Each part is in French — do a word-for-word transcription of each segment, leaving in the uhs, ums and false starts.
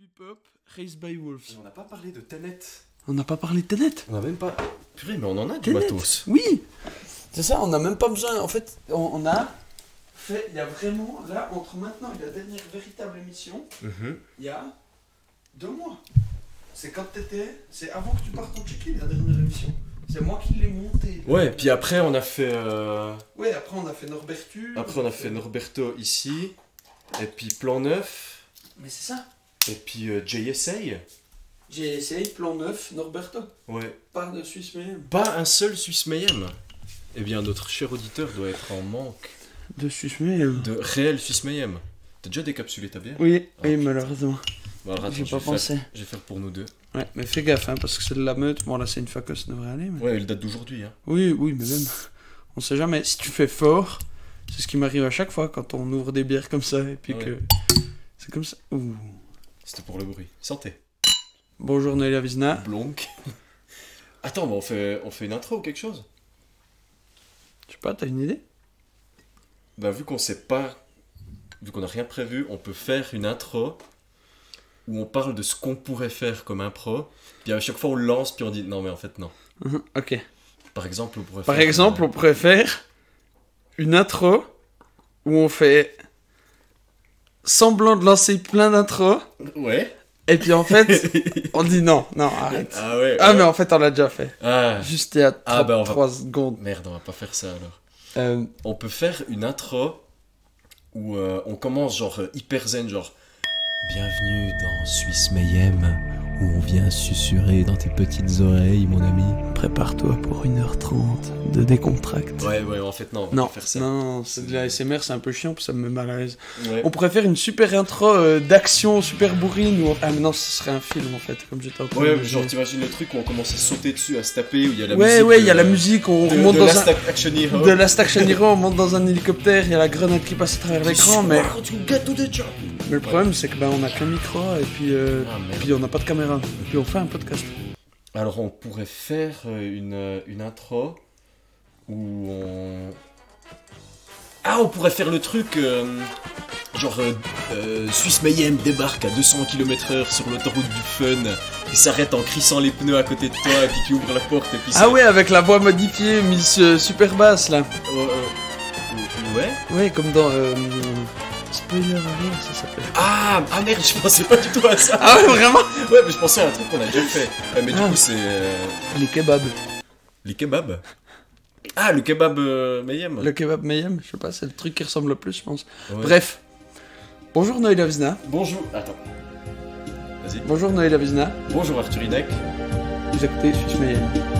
Bebop, Raised by Wolves. On n'a pas parlé de Tenet. On n'a pas parlé de Tenet. On n'a même pas... Purée, mais on en a du Tenet. matos. Oui. C'est ça, on n'a même pas besoin. En fait, on, on a fait... Il y a vraiment... Là, entre maintenant et la dernière véritable émission, Mhm. il y a deux mois. C'est quand t'étais... C'est avant que tu partes en Tchéquie, la dernière émission. C'est moi qui l'ai monté. Ouais, puis après on a fait... Euh... Ouais, après on a fait Norbertu. Après on a fait Norberto ici. Et puis Plan neuf. Mais c'est ça. Et puis euh, J S A. J'ai essayé Plan neuf, Norberto. Ouais. Pas de Suisse Mayhem. Pas un seul Suisse Mayhem. Eh bien, notre cher auditeur doit être en manque De Suisse Mayhem. de réel Suisse Mayhem. T'as déjà décapsulé ta bière? Oui, Ah, oui, putain. malheureusement. Bon, alors, attends, J'ai je pas vais pensé. Faire, je vais faire pour nous deux. Ouais, mais fais gaffe, hein, parce que c'est de la meute. Bon, là, c'est une faco, ça devrait aller. Mais... Ouais, elle date d'aujourd'hui. Hein. Oui, oui, mais même. On sait jamais. Si tu fais fort, c'est ce qui m'arrive à chaque fois quand on ouvre des bières comme ça. Et puis Ouais. que. C'est comme ça. Ouh. C'était pour le bruit. Santé. Bonjour Noélia Vizna. Blonk. Attends, mais on fait, on fait une intro ou quelque chose? Je sais pas, t'as une idée? Bah, vu qu'on sait pas, vu qu'on n'a rien prévu, on peut faire une intro où on parle de ce qu'on pourrait faire comme impro. Puis à chaque fois on le lance, puis on dit non, mais en fait, non. Mhm, ok. Par exemple, on pourrait Par faire. exemple, euh, on pourrait faire une intro où on fait semblant de lancer plein d'intros. Ouais. Et puis en fait, on dit non, non, arrête. Ah ouais. Ah, ouais. mais en fait, on l'a déjà fait. Ah. Juste il y a Ah, bah, on va- trois secondes. Merde, on va pas faire ça alors. Euh, On peut faire une intro où euh, on commence genre euh, hyper zen, genre bienvenue dans Suisse Mayhem, où on vient susurrer dans tes petites oreilles, mon ami. Prépare-toi pour une heure trente de décontracte. Ouais, ouais, en fait, non, on va Non, pas faire ça. non, c'est de la S M R, c'est un peu chiant, puis ça me met mal à l'aise. Ouais. On pourrait faire une super intro euh, d'action super bourrine ou... Ah mais non, ce serait un film en fait, comme j'étais en train Ouais, de... genre t'imagines le truc où on commence à sauter dessus, à se taper, où il y a la Ouais, musique. ouais, de- il y a la musique, on de, monte de dans Last un... Action Hero. De la Station Hero, on monte dans un hélicoptère, il y a la grenade qui passe à travers l'écran, mais... Mais le problème, c'est que bah, on a qu'un micro, et puis, euh, Ah, merde. puis on n'a pas de caméra. Et puis on fait un podcast. Alors on pourrait faire euh, une, euh, une intro où on... Ah, on pourrait faire le truc, euh, genre euh, euh, Suisse Mayhem débarque à deux cents kilomètres heure sur l'autoroute du fun, il s'arrête en crissant les pneus à côté de toi, et puis qui ouvre la porte, et puis Ah ouais, avec la voix modifiée, mise euh, super basse, là. Euh, euh, ouais. Ouais, comme dans... Euh... Spoiler alert, ça s'appelle. Ah, ah merde, je pensais pas du tout à ça. Ah ouais, vraiment? Ouais, mais je pensais à un truc qu'on a déjà fait. Ouais, mais du Ah. coup, c'est euh, Les kebabs. les kebabs. Ah, le kebab euh, Mayhem. Le kebab Mayhem, je sais pas, c'est le truc qui ressemble le plus, je pense. Ouais. Bref. Bonjour Noélia Vizna. Bonjour. Attends. Vas-y. Bonjour Noélia Vizna. Bonjour Arthur Hinek. Vous écoutez Suisse Mayhem.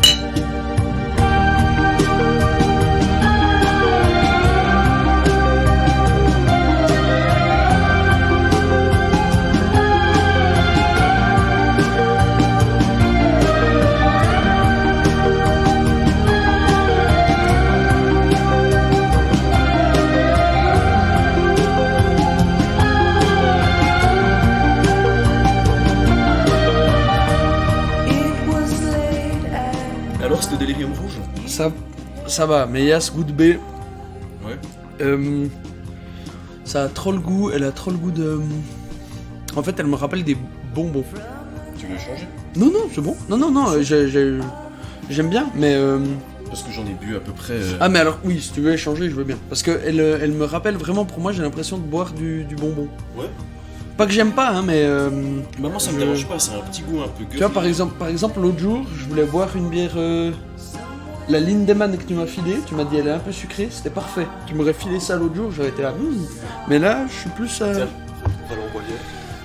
Alors, c'était Delirium Rouge. Ça, ça va, mais Yas Good B, Ouais. euh, ça a trop le goût, elle a trop le goût de... En fait, elle me rappelle des bonbons. Tu veux changer? Non, non, c'est bon. Non, non, non, euh, j'ai- j'ai- j'aime bien, mais... euh, Parce que j'en ai bu à peu près. euh, Ah, mais alors, oui, si tu veux échanger, je veux bien. Parce qu'elle elle, elle me rappelle vraiment, pour moi, j'ai l'impression de boire du, du bonbon. Ouais. Pas que j'aime pas, hein, mais... euh, Bah, moi, ça me je- dérange pas, c'est un petit goût un peu Tu vois, par exemple, par exemple l'autre jour, je voulais boire une bière... euh, La Lindemann que tu m'as filée, tu m'as dit elle est un peu sucrée, c'était parfait. Tu m'aurais filé ça l'autre jour, j'aurais été là. Hmm. Mais là, je suis plus à... Tiens, on va l'envoyer.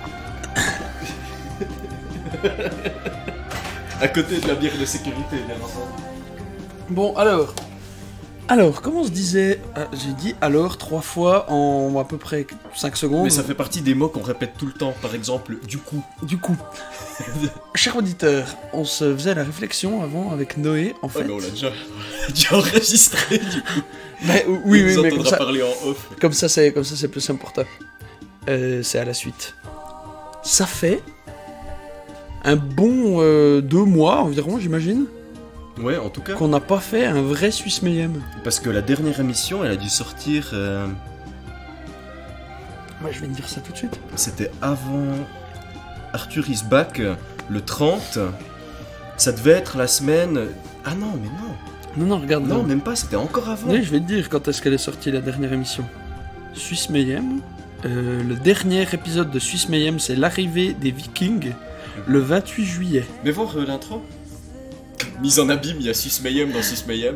À côté de la bière de sécurité, bien entendu. Bon, alors... Alors, comment on se disait... ah, j'ai dit alors trois fois en à peu près cinq secondes. Mais ça fait partie des mots qu'on répète tout le temps. Par exemple, du coup. Du coup, cher auditeur, on se faisait la réflexion avant avec Noé, en fait. Ouais, mais on l'a déjà, on l'a déjà enregistré, du coup. Mais, oui, oui, On mais comme entendra ça, parler en off. comme ça, c'est comme ça, c'est plus important. Euh, c'est à la suite. Ça fait un bon euh, deux mois environ, j'imagine, Ouais, en tout cas. qu'on n'a pas fait un vrai Suisse Mayhem. Parce que la dernière émission, elle a dû sortir. euh, Moi, je vais te dire ça tout de suite. C'était avant. Arthur is back euh, le trente. Ça devait être la semaine... Ah non, mais non. Non, non, regarde. Non, non. même pas, c'était encore avant. Oui, je vais te dire quand est-ce qu'elle est sortie la dernière émission. Suisse Mayhem. Euh, le dernier épisode de Suisse Mayhem, c'est l'arrivée des Vikings, le vingt-huit juillet. Mais voir euh, l'intro. Mise en abîme, il y a Suisse Mayhem dans Suisse Mayhem.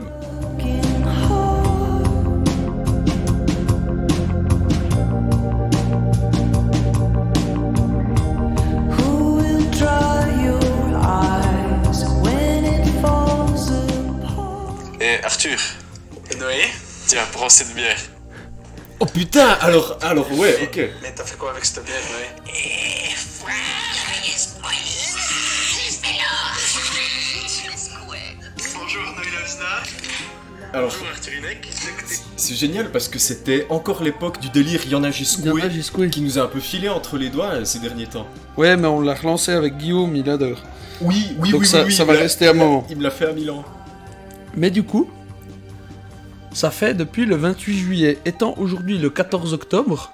Et Arthur, Noé, tiens, prends cette bière. Oh putain, alors, alors ouais, ok. Mais t'as fait quoi avec cette bière, Noé? Bonjour Noé Lobstar. Alors, Bonjour Arthur Inek. c'est génial parce que c'était encore l'époque du délire Yana Giscoué Yana Giscoué. qui nous a un peu filé entre les doigts euh, ces derniers temps. Ouais, mais on l'a relancé avec Guillaume, il adore. Oui, oui, Donc oui, ça- oui, oui, ça il va me l'a- rester un il me l'a- moment. Il me l'a fait à Milan. Mais du coup, ça fait depuis le vingt-huit juillet. Étant aujourd'hui le quatorze octobre,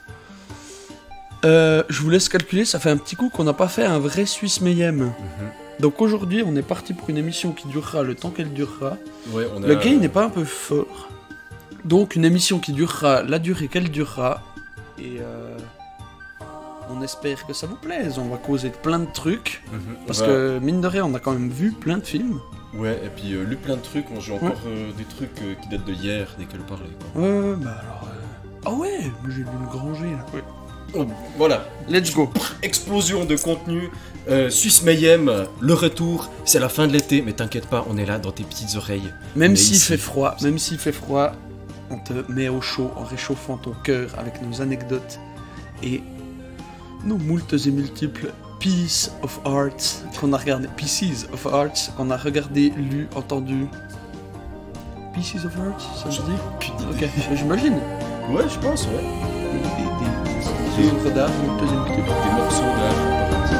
euh, je vous laisse calculer, ça fait un petit coup qu'on n'a pas fait un vrai Suisse Mayhem. Donc aujourd'hui, on est parti pour une émission qui durera le temps qu'elle durera. Ouais, on a... Le gain n'est pas un peu fort. Donc une émission qui durera la durée qu'elle durera. Et euh, on espère que ça vous plaise. On va causer de plein de trucs. Mhm, on Parce va- que mine de rien, on a quand même vu plein de films. Ouais, et puis euh, lu plein de trucs, on joue encore euh, des trucs euh, qui datent de hier, dès qu'elle parlait, quoi. Ouais, ouais, bah alors... euh, Ah ouais, j'ai lu le Granger là. Ouais. Oh, voilà, Let's go. explosion de contenu, euh, Suisse Mayhem, euh, le retour, c'est la fin de l'été, mais t'inquiète pas, on est là dans tes petites oreilles. Même On est s'il ici. fait froid, même s'il fait froid, on te met au chaud en réchauffant ton cœur avec nos anecdotes et nos moultes et multiples pieces of art qu'on a regardé, pieces of art qu'on a regardé, lu, entendu. Pieces of art, ça se dit? Putain. Ok, j'imagine. Ouais, je pense, ouais. Des, des, des œuvres d'art, moultes et multiples. Des morceaux d'art.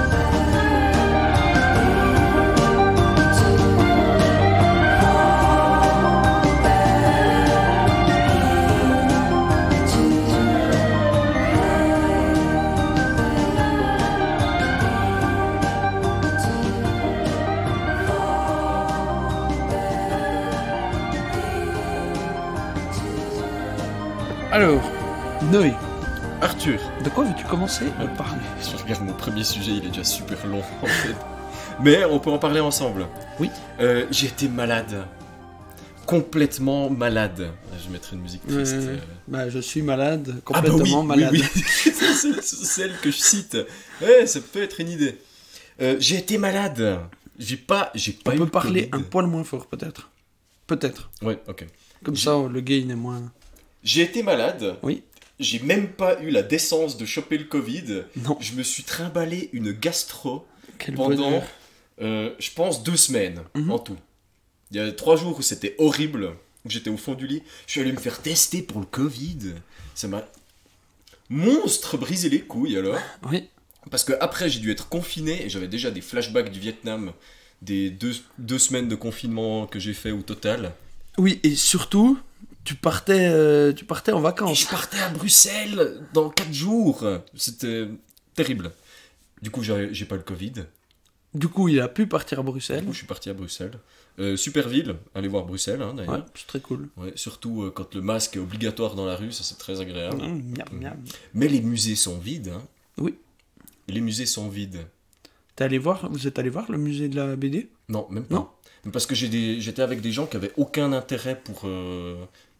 Alors, Noé, Arthur, de quoi veux-tu commencer à parler? je regarde mon premier sujet, il est déjà super long en fait. Mais on peut en parler ensemble. Oui. Euh, j'ai été malade. Complètement malade. Je vais mettre une musique triste. Euh, euh. Bah, je suis malade, Ah bah complètement oui, malade. oui, oui. c'est c'est celle que je cite. Ouais, ça peut être une idée. Euh, j'ai été malade. J'ai pas, j'ai pas On eu peut le parler Covid. un poil moins fort, peut-être. Peut-être. Ouais, ok. Comme J'ai- ça, le gain est moins... J'ai été malade. Oui. J'ai même pas eu la décence de choper le Covid. Non. Je me suis trimballé une gastro Quel pendant, bonheur. euh, je pense, deux semaines Mhm. en tout. Il y a trois jours où c'était horrible, où j'étais au fond du lit. Je suis allé me faire tester pour le Covid. Ça m'a monstre brisé les couilles alors. Oui. Parce que après j'ai dû être confiné et j'avais déjà des flashbacks du Vietnam, des deux, deux semaines de confinement que j'ai fait au total. Oui, et surtout, tu partais, euh, tu partais en Et vacances. je partais à Bruxelles dans quatre jours. C'était terrible. Du coup, j'ai j'ai pas le Covid. Du coup, il a pu partir à Du Bruxelles. coup, je suis parti à Bruxelles. Euh, super ville, allez voir Bruxelles hein, Ouais, d'ailleurs. c'est très cool. Ouais, surtout euh, quand le masque est obligatoire dans la rue, ça c'est très agréable. Mmh, miam, miam. Mais les musées sont vides. Hein. Oui. Les musées sont vides. T'es allé voir, vous êtes allé voir le musée de la B D? Non, même pas. Non. Parce que j'ai des- j'étais avec des gens qui avaient aucun intérêt pour euh,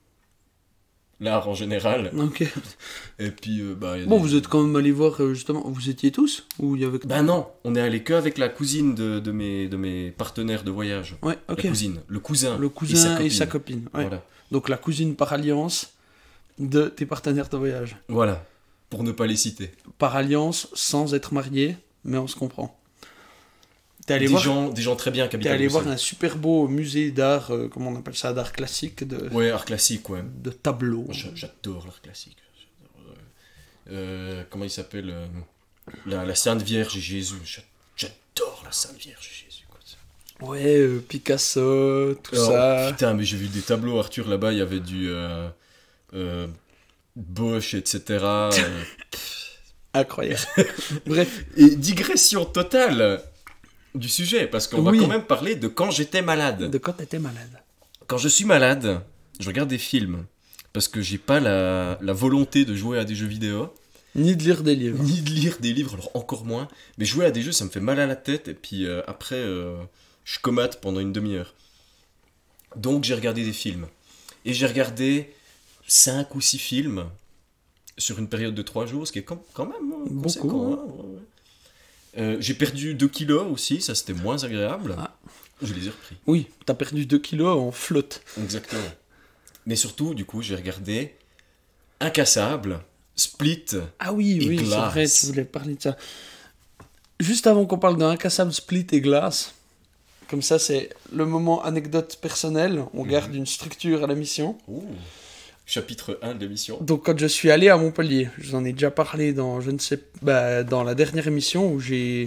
l'art en général. Ok. Et puis, euh, bah. y a Bon, des- vous êtes quand même allé voir, euh, justement, vous étiez tous? Ou il y avait... que- Bah non, on est allé que avec la cousine de, de, mes, de mes partenaires de voyage. Ouais, ok. La cousine, le cousin. Le cousin et sa copine. Ouais. Voilà. Donc la cousine par alliance de tes partenaires de voyage. Voilà. Pour ne pas les citer. Par alliance, sans être marié, mais on se comprend. T'es allé Des, voir, gens, des gens très bien qui habitent t'es à allé voir Bruxelles. un super beau musée d'art, euh, comment on appelle ça, d'art classique, de, Ouais, art classique, ouais. de tableaux. Moi, j'a- J'adore l'art classique. J'adore, euh, euh, comment il s'appelle euh, la, la Sainte Vierge et Jésus. J'a- J'adore la Sainte Vierge et Jésus. Quoi. Ouais, euh, Picasso, tout Alors, ça. Putain, mais j'ai vu des tableaux, Arthur, là-bas, il y avait du euh, euh, Bosch, et cetera euh, pff, Incroyable. Bref. Et digression totale du sujet, parce qu'on Oui. va quand même parler de quand j'étais malade. De quand t'étais malade. Quand je suis malade, je regarde des films, parce que j'ai pas la, la volonté de jouer à des jeux vidéo, Ni de lire des livres. ni de lire des livres, alors encore moins, mais jouer à des jeux, ça me fait mal à la tête, et puis euh, après, euh, je comate pendant une demi-heure. Donc j'ai regardé des films. Et j'ai regardé cinq ou six films sur une période de trois jours, ce qui est quand quand même euh, Beaucoup, conséquent. ouais. hein, ouais, ouais. Euh, j'ai perdu deux kilos aussi, ça c'était moins agréable. Ah. Je les ai repris. Oui, t'as perdu deux kilos en flotte. Exactement. Mais surtout, du coup, j'ai regardé Incassable, Split. Ah oui, Et oui, c'est Glace. vrai, tu voulais parler de ça. Juste avant qu'on parle d'Incassable, Split et Glace, comme ça c'est le moment anecdote personnelle, on Mhm. garde une structure à la mission. Ouh. Chapitre un de l'émission. Donc quand je suis allé à Montpellier, je vous en ai déjà parlé dans, je ne sais, bah, dans la dernière émission où j'ai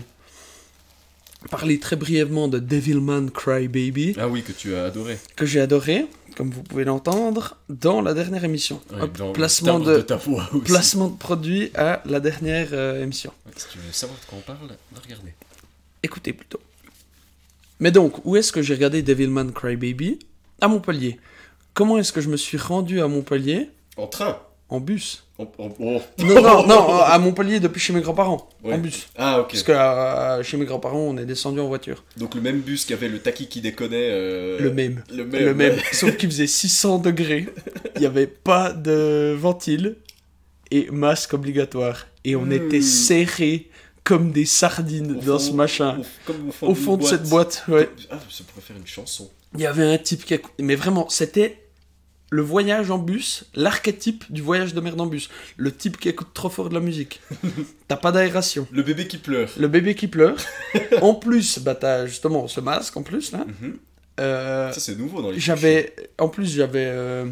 parlé très brièvement de Devilman Crybaby, Ah oui, que tu as adoré. que j'ai adoré, comme vous pouvez l'entendre, dans la dernière émission. Ouais, Hop, dans le placement, timbre de, de ta voix aussi. placement de produit à la dernière euh, émission. Ouais, si tu veux savoir de quoi on parle, va regarder. Écoutez plutôt. Mais donc, où est-ce que j'ai regardé Devilman Crybaby ? À Montpellier. Comment est-ce que je me suis rendu à Montpellier ? En train. En bus. En- en- oh. Non, non, non, à Montpellier depuis chez mes grands-parents. Ouais. En bus. Ah, ok. Parce que euh, chez mes grands-parents, on est descendu en voiture. Donc le même bus qu'avait le Taki qui déconnait. euh, Le même. Le même. Le même. ouais. Sauf qu'il faisait six cents degrés. Il n'y avait pas de ventile. Et masque obligatoire. Et on Hmm. était serrés comme des sardines Au dans fond- ce machin. Au, comme au fond, Au d'une fond de cette boîte, ouais. Ah, ça pourrait faire une chanson. Il y avait un type qui... a- Mais vraiment, c'était le voyage en bus, l'archétype du voyage de merde en bus. Le type qui écoute trop fort de la musique. T'as pas d'aération. Le bébé qui pleure. Le bébé qui pleure. En plus, bah t'as justement ce masque en plus, là. Mhm. Euh, Ça, c'est nouveau dans les j'avais... En plus, j'avais... euh,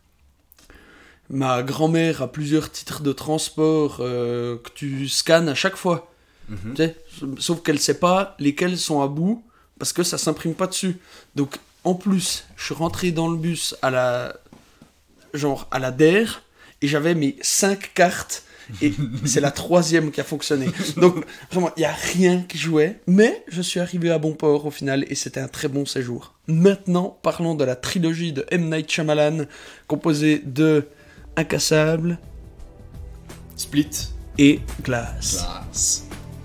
Ma grand-mère a plusieurs titres de transport euh, que tu scannes à chaque fois. Mhm. Tu sais, sauf qu'elle sait pas lesquels sont à bout parce que ça s'imprime pas dessus. Donc en plus, je suis rentré dans le bus à la genre à la D E R et j'avais mes cinq cartes et c'est la troisième qui a fonctionné. Donc vraiment, il y a rien qui jouait, mais je suis arrivé à bon port au final et c'était un très bon séjour. Maintenant, parlons de la trilogie de M. Night Shyamalan composée de Incassable Split. et Glace. Glace.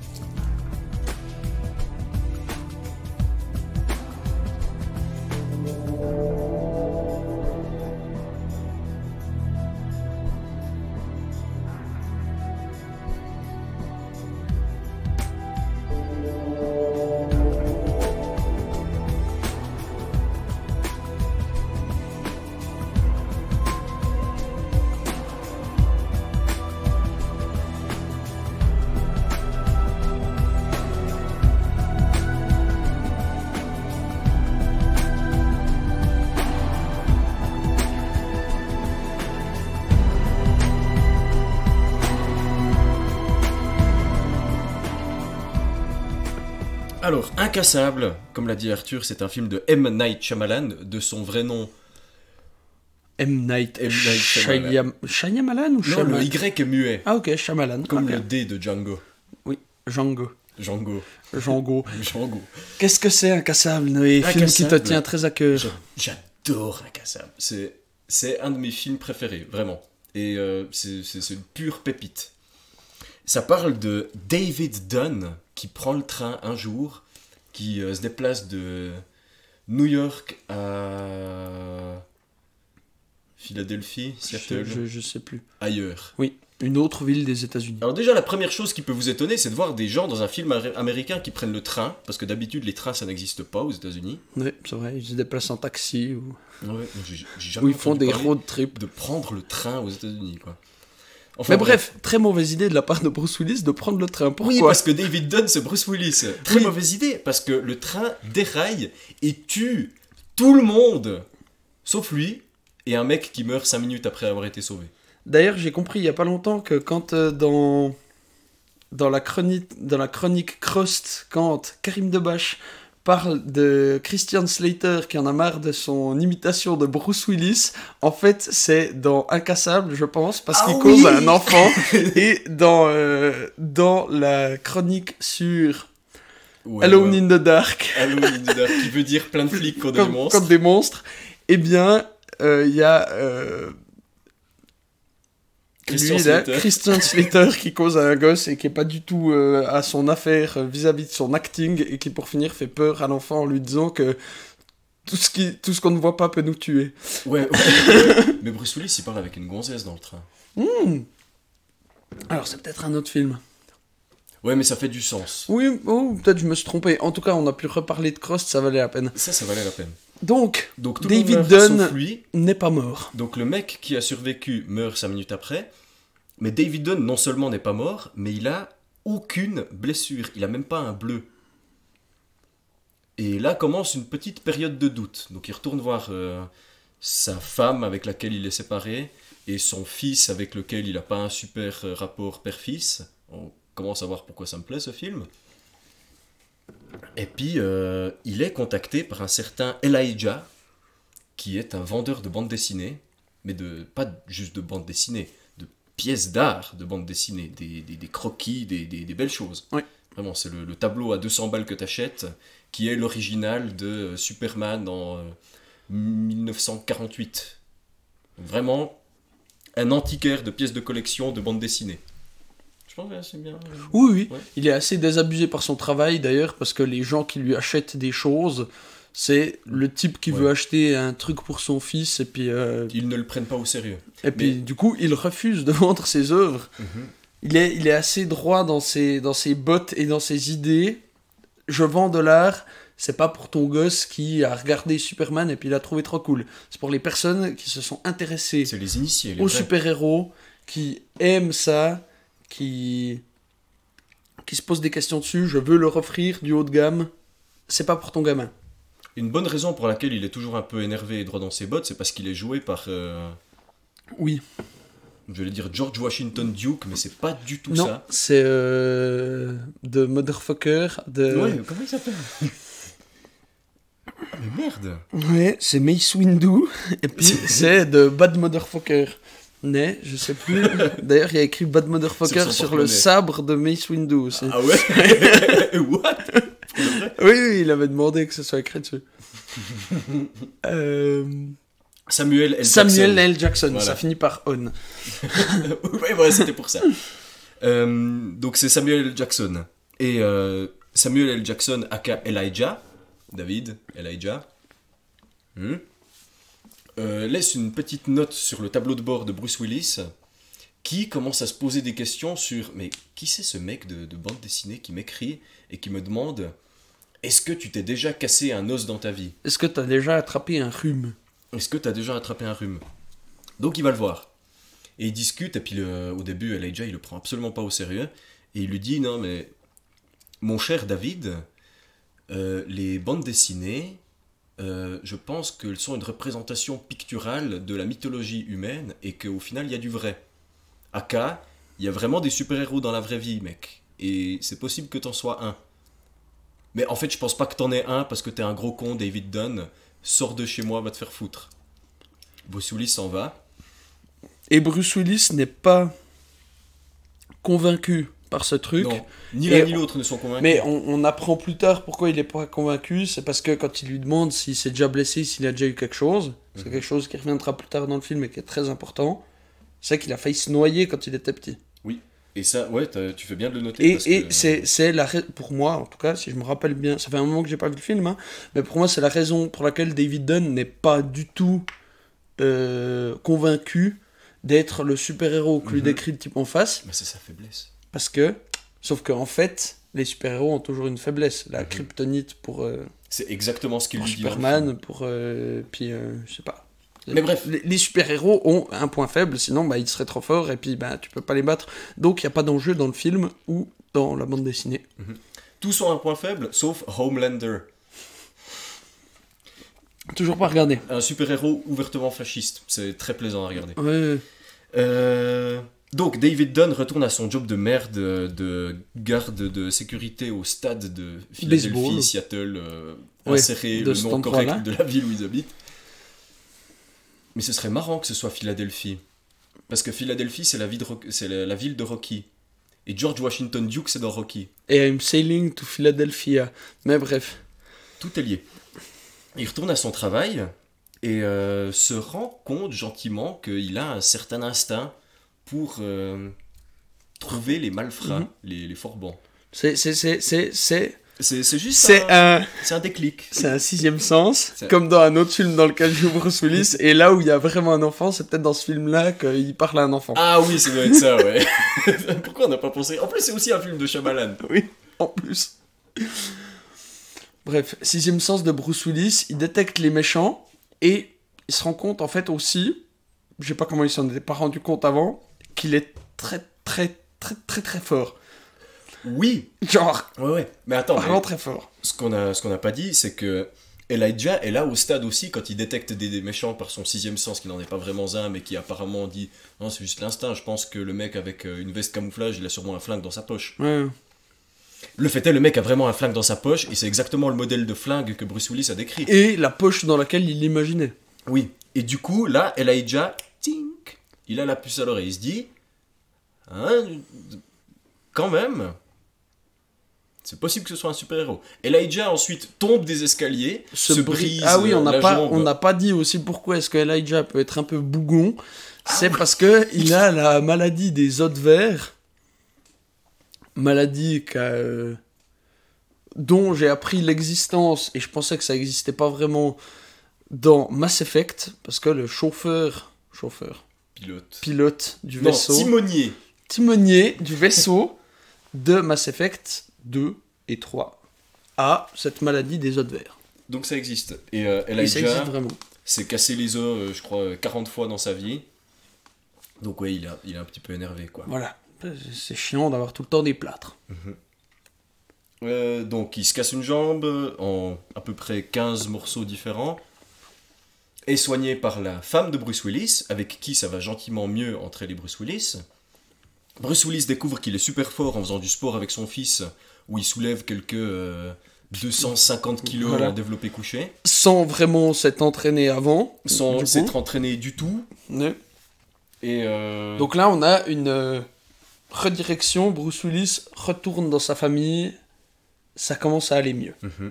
Alors, Incassable, comme l'a dit Arthur, c'est un film de M. Night Shyamalan, de son vrai nom. M. Night, M. Night Shyamalan. Shyam- Shyamalan ou Non, Shyamalan le Y est muet, Ah ok, Shyamalan. comme ok. le D de Django. Oui, Django. Django. Django. Django. Qu'est-ce que c'est Incassable, Noé? Film qui te Incassable. tient très à cœur. J'a- J'adore Incassable. C'est, c'est un de mes films préférés, vraiment. Et euh, c'est, c'est, c'est une pure pépite. Ça parle de David Dunn qui prend le train un jour, qui euh, se déplace de New York à Philadelphie, Seattle, Je, je, je sais plus. ailleurs. Oui, une autre ville des États-Unis. Alors déjà, la première chose qui peut vous étonner, c'est de voir des gens dans un film ar- américain qui prennent le train, parce que d'habitude, les trains, ça n'existe pas aux États-Unis. Oui, c'est vrai, ils se déplacent en taxi ou, Ouais, j'ai, j'ai jamais ou ils font entendu des parler road trips. de prendre le train aux États-Unis, quoi. Enfin, Mais bref, très mauvaise idée de la part de Bruce Willis de prendre le train. Pourquoi? Oui, parce que David Dunn, c'est Bruce Willis. Très Oui. mauvaise idée, parce que le train déraille et tue tout le monde, sauf lui, et un mec qui meurt cinq minutes après avoir été sauvé. D'ailleurs, j'ai compris il y a pas longtemps que quand euh, dans dans la chronique dans la chronique Crust, quand Karim Debache parle de Christian Slater qui en a marre de son imitation de Bruce Willis. En fait, c'est dans Incassable, je pense, parce Ah qu'il oui cause à un enfant. Et dans, euh, dans la chronique sur Ouais, Alone ouais. in the Dark, Alone in the Dark, qui veut dire plein de flics contre des comme, monstres. comme des monstres, eh bien, il euh, y a... Euh, Christian lui, là, Slater. Christian Slater qui cause à un gosse et qui est pas du tout euh, à son affaire euh, vis-à-vis de son acting et qui pour finir fait peur à l'enfant en lui disant que tout ce, qui, tout ce qu'on ne voit pas peut nous tuer. Ouais, ouais. Mais Bruce Willis, il parle avec une gonzesse dans le train. Mmh. Alors c'est peut-être un autre film. Ouais, mais ça fait du sens. Oui, oh, peut-être je me suis trompé. En tout cas, on a pu reparler de Crost, ça valait la peine. Ça, ça valait la peine. Donc, Donc, tout David le monde meurt, Dunn sauf lui. n'est pas mort. Donc, le mec qui a survécu meurt cinq minutes après. Mais David Dunn, non seulement n'est pas mort, mais il a aucune blessure. Il a même pas un bleu. Et là commence une petite période de doute. Donc, il retourne voir euh, sa femme avec laquelle il est séparé et son fils avec lequel il n'a pas un super euh, rapport père-fils. On commence à voir pourquoi ça me plaît, ce film. Et puis, euh, il est contacté par un certain Elijah, qui est un vendeur de bandes dessinées, mais de, pas juste de bandes dessinées, de pièces d'art de bandes dessinées, des, des, des croquis, des, des, des belles choses. Oui. Vraiment, c'est le, le tableau à deux cents balles que tu achètes, qui est l'original de euh, Superman en euh, dix-neuf cent quarante-huit. Donc, vraiment, un antiquaire de pièces de collection de bandes dessinées. Je pense que c'est bien. Oui, oui. Ouais. Il est assez désabusé par son travail d'ailleurs, parce que les gens qui lui achètent des choses, c'est le type qui Ouais. veut acheter un truc pour son fils, et puis, euh, Ils ne le prennent pas au sérieux. et puis Mais- du coup, il refuse de vendre ses œuvres. Il est, il est assez droit dans ses, dans ses bottes et dans ses idées. Je vends de l'art, c'est pas pour ton gosse qui a regardé Superman et puis l'a trouvé trop cool. C'est pour les personnes qui se sont intéressées C'est les initiés, les aux vrais. super-héros, qui aiment ça, qui, qui se posent des questions dessus. Je veux leur offrir du haut de gamme. C'est pas pour ton gamin. Une bonne raison pour laquelle il est toujours un peu énervé et droit dans ses bottes, c'est parce qu'il est joué par, euh, Oui. je vais dire George Washington Duke, mais c'est pas du tout Non, ça. c'est euh, de Motherfucker. De... Ouais, comment il s'appelle Mais merde. Ouais, c'est Mace Windu. Et puis c'est de Bad Motherfucker. Mais je sais plus. D'ailleurs, il y a écrit Bad Motherfucker Sur son sur, le porte-monnaie. sabre de Mace Windu aussi. Ah ouais What Oui, oui, il avait demandé que ce soit écrit dessus. Euh, Samuel L. Samuel Jackson. L. Jackson, Voilà. ça finit par On. Ouais, voilà, c'était pour ça. Euh, donc c'est Samuel L. Jackson. Et euh, Samuel L. Jackson, aka Elijah, David, Elijah, hmm, euh, laisse une petite note sur le tableau de bord de Bruce Willis, qui commence à se poser des questions sur mais qui c'est ce mec de, de bande dessinée qui m'écrit et qui me demande est-ce que tu t'es déjà cassé un os dans ta vie? Est-ce que t'as déjà attrapé un rhume? Est-ce que t'as déjà attrapé un rhume? Donc il va le voir. Et il discute, et puis le- au début, Elijah, il le prend absolument pas au sérieux. Et il lui dit, non mais, mon cher David, euh, les bandes dessinées, euh, je pense qu'elles sont une représentation picturale de la mythologie humaine, et qu'au final, il y a du vrai. Aka, il y a vraiment des super-héros dans la vraie vie, mec. Et c'est possible que t'en sois un. Mais en fait, je pense pas que t'en aies un, parce que t'es un gros con, David Dunn. Sors de chez moi, va te faire foutre. Bruce Willis s'en va. Et Bruce Willis n'est pas convaincu par ce truc. Non, ni Et l'un ni on- l'autre ne sont convaincus. Mais on, on apprend plus tard pourquoi il n'est pas convaincu. C'est parce que quand il lui demande s'il s'est déjà blessé, s'il a déjà eu quelque chose, c'est Mhm. quelque chose qui reviendra plus tard dans le film et qui est très important, c'est qu'il a failli se noyer quand il était petit. Et ça, ouais, t'as- tu fais bien de le noter. Et, parce et que- c'est, c'est la rai- pour moi, en tout cas, si je me rappelle bien, ça fait un moment que j'ai pas vu le film, hein, mais pour moi, c'est la raison pour laquelle David Dunn n'est pas du tout euh, convaincu d'être le super-héros que lui Mhm. décrit le type en face, Mais c'est sa faiblesse. parce que, sauf qu'en fait, les super-héros ont toujours une faiblesse. La Mhm. kryptonite pour, euh, C'est exactement ce qu'il pour lui dit. dans le Superman, film. pour. euh, puis, euh, je sais pas. Mais bref. Les, les super-héros ont un point faible, sinon bah, ils seraient trop forts et puis bah, tu peux pas les battre. Donc il n'y a pas d'enjeu dans le film ou dans la bande dessinée. Tous ont un point faible, sauf Homelander. Toujours pas regardé. Un super-héros ouvertement fasciste. C'est très plaisant à regarder. Ouais. Euh, Donc, David Dunn retourne à son job de merde de, de garde de sécurité au stade de Philadelphie, Baseball. Seattle, euh, Ouais, insérer de le cet nom endroit-là. correct de la ville où ils habitent. Mais ce serait marrant que ce soit Philadelphie. Parce que Philadelphie, c'est la, ville de Rock- c'est la, la ville de Rocky. Et George Washington Duke, c'est dans Rocky. Et I'm sailing to Philadelphia. Mais bref. Tout est lié. Il retourne à son travail et euh, se rend compte gentiment qu'il a un certain instinct pour euh, trouver les malfrats, Mhm. les, les forbans. C'est, c'est, c'est, c'est, c'est, C'est, c'est juste c'est un, un, c'est un déclic. c'est un sixième sens, C'est- comme dans un autre film dans lequel joue Bruce Willis. Et là où il y a vraiment un enfant, c'est peut-être dans ce film-là qu'il parle à un enfant. Ah oui, ça doit être ça, ouais. Pourquoi on n'a pas pensé? En plus, c'est aussi un film de Shyamalan. Oui, en plus. Bref, sixième sens de Bruce Willis, il détecte les méchants et il se rend compte en fait aussi, je sais pas comment il s'en était pas rendu compte avant, qu'il est très très très très très fort. Oui. Genre, Ouais, ouais. Mais attends, vraiment mais très fort. ce qu'on a, ce qu'on n'a pas dit, c'est que Elijah est là au stade aussi quand il détecte des, des méchants par son sixième sens, qui n'en est pas vraiment un, mais qui apparemment dit non, c'est juste l'instinct. Je pense que le mec avec euh, une veste camouflage, il a sûrement un flingue dans sa poche. Ouais. Le fait est, le mec a vraiment un flingue dans sa poche, et c'est exactement le modèle de flingue que Bruce Willis a décrit. Et la poche dans laquelle il l'imaginait. Oui. Et du coup, là, Elijah, tink, il a la puce à l'oreille. Il se dit, hein, quand même, c'est possible que ce soit un super-héros. Elijah ensuite tombe des escaliers, se, bri- brise Ah oui, on euh, n'a la pas, jambe. on n'a pas dit aussi pourquoi est-ce que Elijah peut être un peu bougon. C'est parce que il a la maladie des os de verre. Maladie qu'a, euh, dont j'ai appris l'existence et je pensais que ça n'existait pas vraiment dans Mass Effect parce que le chauffeur, chauffeur, Pilote. pilote du Non, vaisseau, timonier. timonier du vaisseau de Mass Effect deux et trois a cette maladie des os de verre. Donc ça existe. Et euh, Et ça existe Elijah vraiment. s'est cassé les os, euh, je crois, quarante fois dans sa vie. Donc ouais, il, a, il est un petit peu énervé, quoi. Voilà. C'est chiant d'avoir tout le temps des plâtres. Euh, donc il se casse une jambe en à peu près quinze morceaux différents. Est soigné par la femme de Bruce Willis, avec qui ça va gentiment mieux entre elle et Bruce Willis. Bruce Willis découvre qu'il est super fort en faisant du sport avec son fils, où il soulève quelques euh, deux cent cinquante kilos Voilà. en développé couché, Sans vraiment s'être entraîné avant. sans du coup. s'être entraîné du tout. Ouais. Et euh, Donc là, on a une euh, redirection. Bruce Willis retourne dans sa famille. Ça commence à aller mieux. Mhm.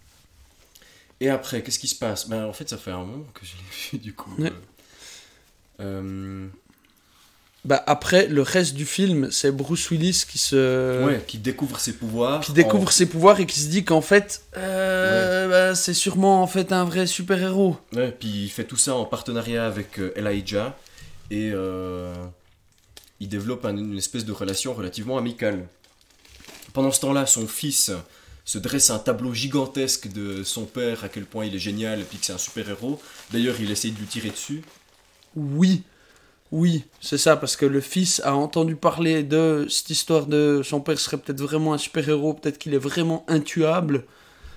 Et après, qu'est-ce qui se passe? Ben, en fait, ça fait un moment que je l'ai vu, du coup. Ouais. Euh, euh, Bah, après, le reste du film, c'est Bruce Willis qui se... ouais, qui découvre ses pouvoirs. qui découvre en- ses pouvoirs et qui se dit qu'en fait, euh, bah, c'est sûrement en fait un vrai super-héros. Ouais, puis il fait tout ça en partenariat avec euh, Elijah. Et euh, il développe un- une espèce de relation relativement amicale. Pendant ce temps-là, son fils se dresse un tableau gigantesque de son père, à quel point il est génial, et puis que c'est un super-héros. D'ailleurs, il essaye de lui tirer dessus. Oui, oui, c'est ça, parce que le fils a entendu parler de cette histoire de son père serait peut-être vraiment un super-héros, peut-être qu'il est vraiment intuable.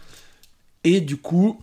Et du coup,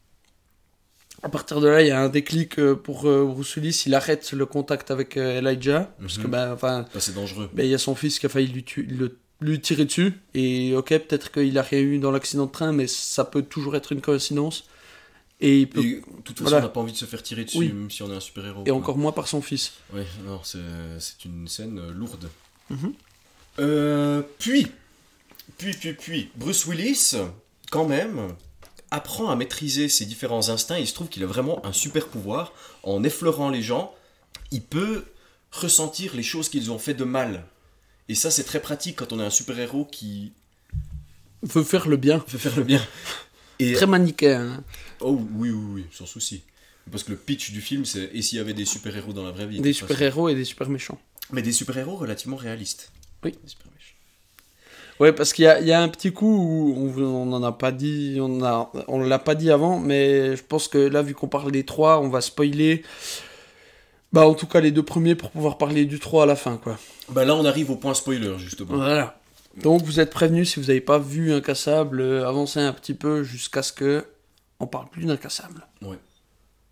à partir de là, il y a un déclic euh, pour euh, Bruce Willis, il arrête le contact avec euh, Elijah, parce que, Mhm. ben, enfin, Bah, c'est dangereux. ben, il y a son fils qui a failli lui, tu- le- lui tirer dessus, et ok, peut-être qu'il a rien eu dans l'accident de train, mais ça peut toujours être une coïncidence. Et, il peut- Et de toute façon, Voilà. on n'a pas envie de se faire tirer dessus, Oui. même si on est un super-héros. et quoi. encore moins par son fils. Ouais, non, c'est, c'est une scène euh, lourde. Mhm. Euh, puis, puis, puis, puis, Bruce Willis, quand même, apprend à maîtriser ses différents instincts. Il se trouve qu'il a vraiment un super pouvoir. En effleurant les gens, il peut ressentir les choses qu'ils ont fait de mal. Et ça, c'est très pratique quand on est un super-héros qui Veut faire le bien. veut faire le bien. Et... Très manichéen. Hein. Oh oui, oui, oui, sans souci. Parce que le pitch du film, c'est et s'il y avait des super-héros dans la vraie vie. de Des toute façon. super-héros et des super-méchants. Mais des super-héros relativement réalistes. Oui. Des super méchants. Ouais, parce qu'il y a, il y a un petit coup où on, on en a pas dit, on a, on l'a pas dit avant, mais je pense que là, vu qu'on parle des trois, on va spoiler. Bah, en tout cas, les deux premiers pour pouvoir parler du trois à la fin, quoi. Bah là, on arrive au point spoiler, justement. Voilà. Donc, vous êtes prévenus, si vous n'avez pas vu Incassable, euh, avancez un petit peu jusqu'à ce que on parle plus d'Incassable. Ouais.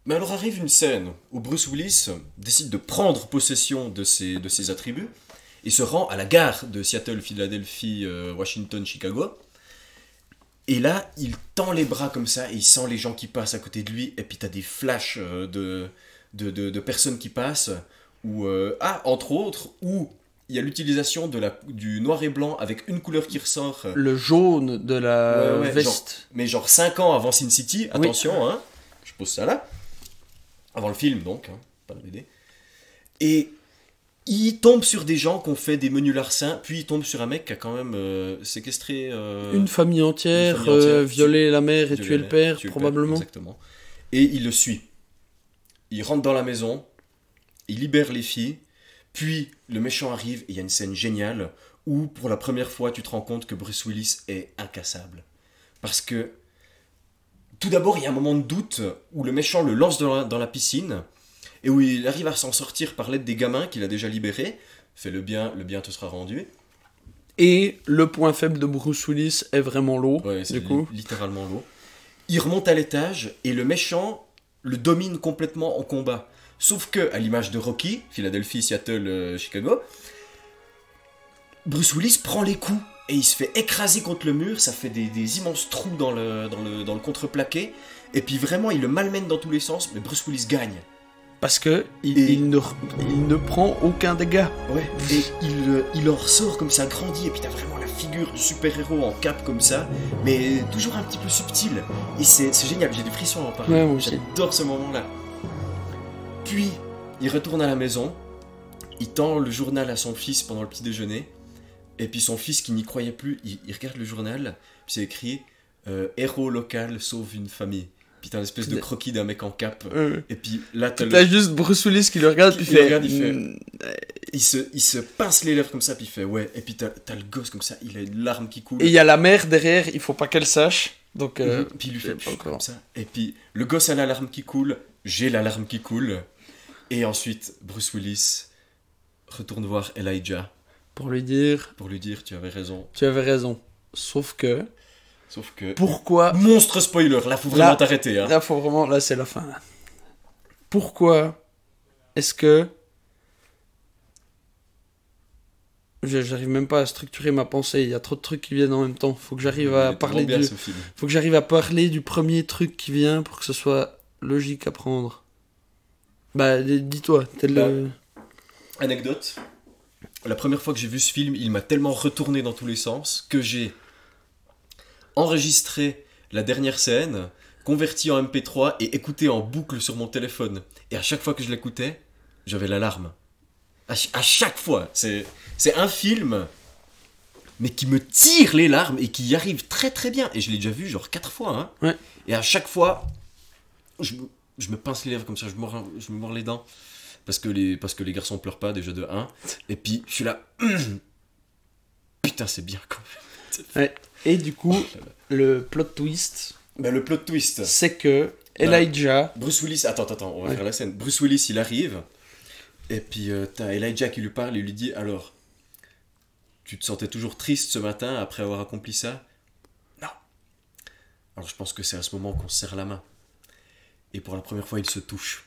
Mais alors arrive une scène où Bruce Willis décide de prendre possession de ses, de ses attributs et se rend à la gare de Seattle, Philadelphie, euh, Washington, Chicago. Et là, il tend les bras comme ça et il sent les gens qui passent à côté de lui. Et puis t'as des flashs euh, de, de, de, de personnes qui passent. Où, euh, ah, entre autres, où il y a l'utilisation de la, du noir et blanc avec une couleur qui ressort. Le jaune de la Ouais, ouais, veste. genre- mais genre cinq ans avant Sin City, attention, hein, je pose ça là. Avant le film donc, hein, pas la B D. Et il tombe sur des gens qui ont fait des menus larcins, puis il tombe sur un mec qui a quand même euh, séquestré euh, Une famille entière, une famille entière, euh, violé la mère et violé tué la le père, tué le probablement. exactement. Et il le suit. Il rentre dans la maison, il libère les filles, puis le méchant arrive et il y a une scène géniale où pour la première fois tu te rends compte que Bruce Willis est incassable. Parce que tout d'abord il y a un moment de doute où le méchant le lance dans la, dans la piscine et où il arrive à s'en sortir par l'aide des gamins qu'il a déjà libérés. Fais le bien, le bien te sera rendu. Et le point faible de Bruce Willis est vraiment l'eau, Ouais, c'est du coup. li- littéralement l'eau. Il remonte à l'étage et le méchant le domine complètement en combat. Sauf que, à l'image de Rocky, Philadelphie, Seattle, euh, Chicago, Bruce Willis prend les coups et il se fait écraser contre le mur. Ça fait des, des immenses trous dans le, dans, le, dans le contreplaqué. Et puis vraiment, il le malmène dans tous les sens, mais Bruce Willis gagne. Parce que il, Et- il ne, il ne prend aucun dégât. Ouais, et il, euh, il en ressort comme ça, grandi, et puis t'as vraiment la figure du super-héros en cape comme ça, mais toujours un petit peu subtil. Et c'est c'est génial, j'ai des frissons à en parler. Ouais, moi aussi. J'adore ce moment-là. Puis, il retourne à la maison, il tend le journal à son fils pendant le petit déjeuner, et puis son fils qui n'y croyait plus, il, il regarde le journal, puis c'est écrit euh, héros local sauve une famille. Puis t'as une espèce de croquis d'un mec en cape. Euh, Et puis là, t'as le- T'as juste Bruce Willis qui le regarde, puis Il fait. le regarde, il fait- Mm, il, se, il se pince les lèvres comme ça, puis il fait ouais. Et puis t'as t'as le gosse comme ça, il a une larme qui coule. Et il y a la mère derrière, il faut pas qu'elle sache. Donc. euh, Mhm. Puis il lui fait je sais pas pfff encore. comme ça. Et puis le gosse a la larme qui coule, j'ai la larme qui coule. Et ensuite, Bruce Willis retourne voir Elijah Pour lui dire, pour lui dire tu avais raison. tu avais raison. Sauf que. Sauf que. Pourquoi. Monstre spoiler, là faut vraiment Là- t'arrêter. Hein. Là, faut vraiment. Là, c'est la fin. là. Pourquoi est-ce que. Je- J'arrive même pas à structurer ma pensée. Il y a trop de trucs qui viennent en même temps. Faut que j'arrive Il à est parler vraiment bien du. ce film. Faut que j'arrive à parler du premier truc qui vient pour que ce soit logique à prendre. Bah, d- dis-toi. Tel le... Anecdote. La première fois que j'ai vu ce film, il m'a tellement retourné dans tous les sens que j'ai enregistré la dernière scène, converti en M P trois et écouté en boucle sur mon téléphone. Et à chaque fois que je l'écoutais, j'avais l'alarme. À, ch- à chaque fois. C'est, c'est un film, mais qui me tire les larmes et qui y arrive très très bien. Et je l'ai déjà vu genre quatre fois. Hein. Ouais. Et à chaque fois, je, me- je me pince les lèvres comme ça, je me mords, je me mords les dents. Parce que, les, parce que les garçons pleurent pas déjà de un. Et puis je suis là. Putain, c'est bien quand même. Et du coup, le plot twist, Bah, le plot twist. c'est que Elijah. Bruce Willis, attends, attends, on va Ouais. faire la scène. Bruce Willis, il arrive, et puis euh, t'as Elijah qui lui parle et lui dit alors, tu te sentais toujours triste ce matin après avoir accompli ça? Non. Alors je pense que c'est à ce moment qu'on se serre la main. Et pour la première fois, il se touche.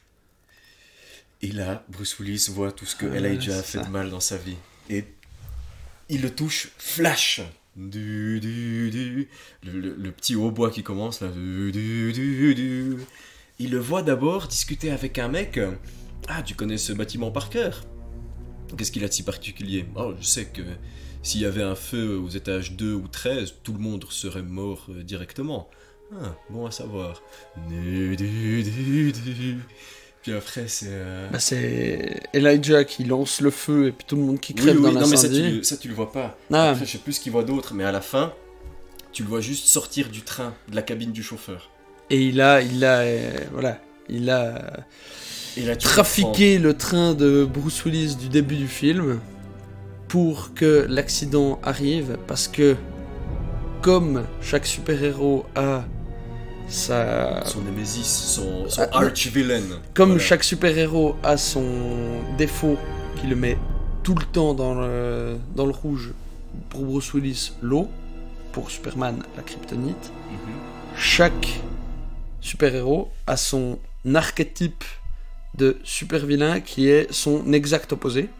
Et là, Bruce Willis voit tout ce que Ah, Elijah a c'est fait ça. de mal dans sa vie. Et il le touche, flash. Du, du, du. Le, le- le petit hautbois qui commence là. Du, du, du, du. Il le voit d'abord discuter avec un mec. Ah, tu connais ce bâtiment par cœur? Qu'est-ce qu'il a de si particulier? Oh, je sais que s'il y avait un feu aux étages deux ou treize, tout le monde serait mort euh, directement. Ah, bon à savoir. Du, du, du, du. Puis après, c'est. euh, Bah, c'est Elijah qui lance le feu et puis tout le monde qui Oui, crève oui, dans non, mais ça l'incendie. tu, ça, tu le vois pas. Ah. Après, je sais plus ce qu'il voit d'autre, mais à la fin, tu le vois juste sortir du train, de la cabine du chauffeur. Et il a, il a, euh, voilà, il a euh, Et là, tu trafiqué le train de Bruce Willis du début du film pour que l'accident arrive, parce que comme chaque super-héros a sa... comprends son némésis, son, son Ah, arch-villain. Comme Voilà. chaque super-héros a son défaut qui le met tout le temps dans le, dans le rouge, pour Bruce Willis, l'eau, pour Superman, la kryptonite, Mhm. chaque super-héros a son archétype de super-vilain qui est son exact opposé.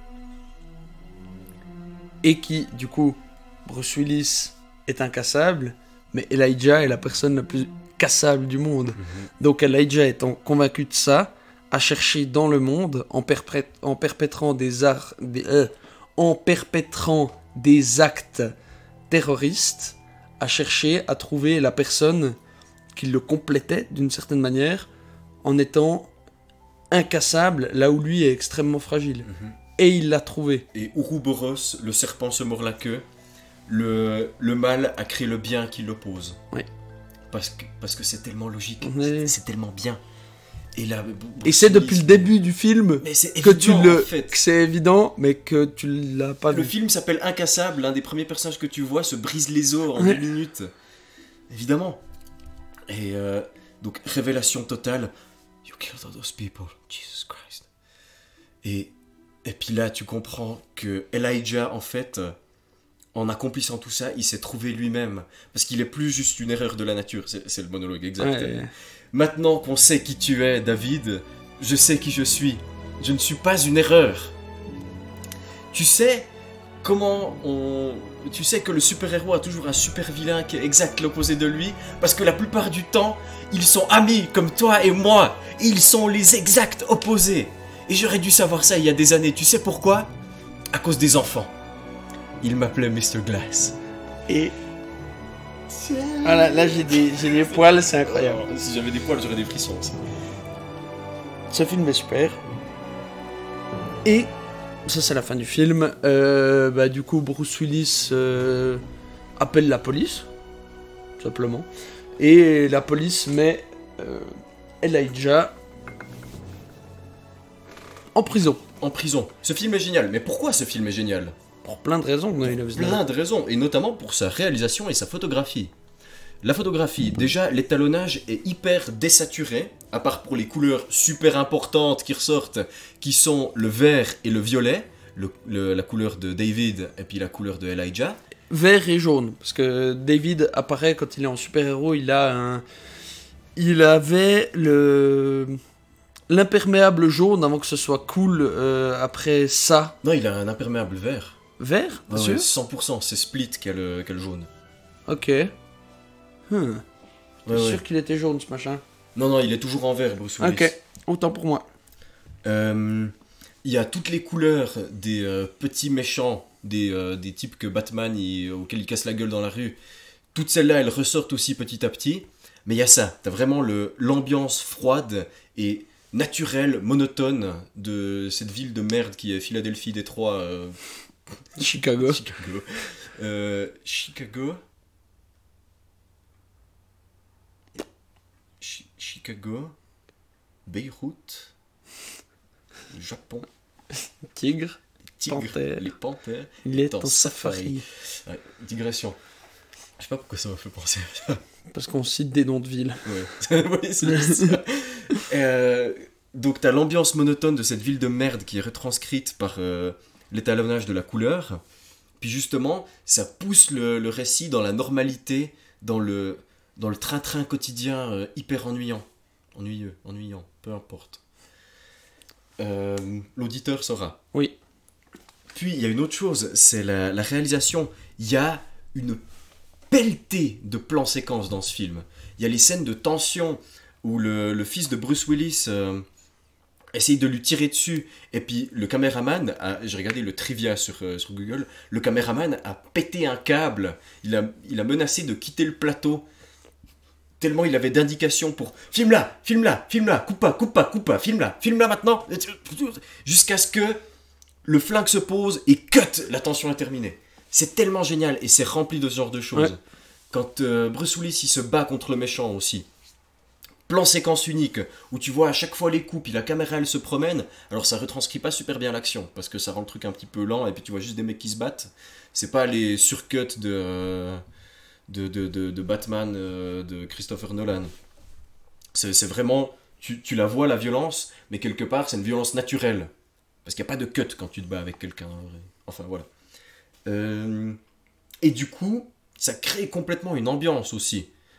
Et qui, du coup, Bruce Willis est incassable, mais Elijah est la personne la plus cassable du monde. Mm-hmm. Donc Elijah étant convaincu de ça, a cherché dans le monde, en, perpré- en perpétrant des arts... Des, euh, en perpétrant des actes terroristes, a cherché à trouver la personne qui le complétait d'une certaine manière, en étant incassable là où lui est extrêmement fragile. Mm-hmm. Et il l'a trouvé. Et Ouroboros, le serpent se mord la queue, le, le mal a créé le bien qui l'oppose. Oui. Parce que, parce que c'est tellement logique, Oui. c'est, c'est tellement bien. Et, là, et c'est depuis le début du film mais c'est que évident, tu le, en fait. que c'est évident, mais que tu l'as pas Le vu. film s'appelle Incassable, l'un des premiers personnages que tu vois se brise les os en Ouais. deux minutes. Évidemment. Et euh, donc, révélation totale. You killed all those people, Jesus Christ. Et, et puis là, tu comprends que Elijah, en fait, en accomplissant tout ça, il s'est trouvé lui-même. Parce qu'il est plus juste une erreur de la nature. C'est, c'est le monologue exact. Ouais. Maintenant qu'on sait qui tu es, David, je sais qui je suis. Je ne suis pas une erreur. Tu sais comment on... Tu sais que le super-héros a toujours un super-vilain qui est exact l'opposé de lui, parce que la plupart du temps, ils sont amis comme toi et moi. Ils sont les exacts opposés. Et j'aurais dû savoir ça il y a des années. Tu sais pourquoi ? À cause des enfants. Ils m'appelaient mister Glass. Et... Ah là, là j'ai, des, j'ai des poils, c'est incroyable. Alors, si j'avais des poils, j'aurais des frissons aussi. Ce film est super. Et... Ça, c'est la fin du film. Euh, bah, du coup, Bruce Willis euh, appelle la police, tout simplement. Et la police met euh, Elijah en prison. En prison. Ce film est génial. Mais pourquoi ce film est génial ? Pour plein de raisons. Pour plein de raisons. Et notamment pour sa réalisation et sa photographie. La photographie, déjà, l'étalonnage est hyper désaturé, à part pour les couleurs super importantes qui ressortent, qui sont le vert et le violet, le, le, la couleur de David et puis la couleur de Elijah. Vert et jaune, parce que David apparaît quand il est en super-héros, il a un... Il avait le... l'imperméable jaune avant que ce soit cool euh, après ça. Non, il a un imperméable vert. Vert, Ouais, sûr ouais, cent pour cent, c'est Split qui a le, qui a le jaune. Ok. Hmm. Ouais, T'es ouais. sûr qu'il était jaune, ce machin? Non, non, il est toujours en vert, Bruce Willis. Ok, autant pour moi. Euh, il y a toutes les couleurs des euh, petits méchants, des, euh, des types que Batman, il, auxquels il casse la gueule dans la rue. Toutes celles-là, elles ressortent aussi petit à petit. Mais il y a ça, t'as vraiment le, l'ambiance froide et naturelle, monotone de cette ville de merde qui est Philadelphie, Détroit, euh, Chicago. Chicago. Euh, Chicago. Chi- Chicago. Beyrouth. Japon. Tigre. Tigre. Panthère. Les panthères. Il est en en safari. Ouais, digression. Je sais pas pourquoi ça m'a fait penser à ça. Parce qu'on cite des noms de villes. Ouais, oui, c'est juste ça. Euh, donc t'as l'ambiance monotone de cette ville de merde qui est retranscrite par euh, l'étalonnage de la couleur. Puis justement, ça pousse le, le récit dans la normalité, dans le, dans le train-train quotidien euh, hyper ennuyant. Ennuyeux, ennuyant, peu importe. Euh, l'auditeur saura. Oui. Puis il y a une autre chose, c'est la, la réalisation. Il y a une pelletée de plans séquences dans ce film. Il y a les scènes de tension où le, le fils de Bruce Willis euh, essaye de lui tirer dessus, et puis le caméraman, a, j'ai regardé le trivia sur, euh, sur Google, le caméraman a pété un câble, il a, il a menacé de quitter le plateau, tellement il avait d'indications pour « Filme-la, filme-la, filme-la, coupe pas, coupe pas, coupe pas, filme-la, filme-la maintenant !» Jusqu'à ce que le flingue se pose et cut, la tension est terminée. C'est tellement génial et c'est rempli de ce genre de choses. Ouais. Quand euh, Bruce Willis il se bat contre le méchant aussi. Plan séquence unique où tu vois à chaque fois les coups, puis la caméra elle se promène. Alors ça retranscrit pas super bien l'action parce que ça rend le truc un petit peu lent et puis tu vois juste des mecs qui se battent. C'est pas les surcuts de, euh, de, de, de, de Batman euh, de Christopher Nolan. C'est, c'est vraiment. Tu, tu la vois la violence, mais quelque part c'est une violence naturelle. Parce qu'il n'y a pas de cut quand tu te bats avec quelqu'un. En vrai. Enfin voilà. Euh, et du coup, ça crée complètement une ambiance aussi.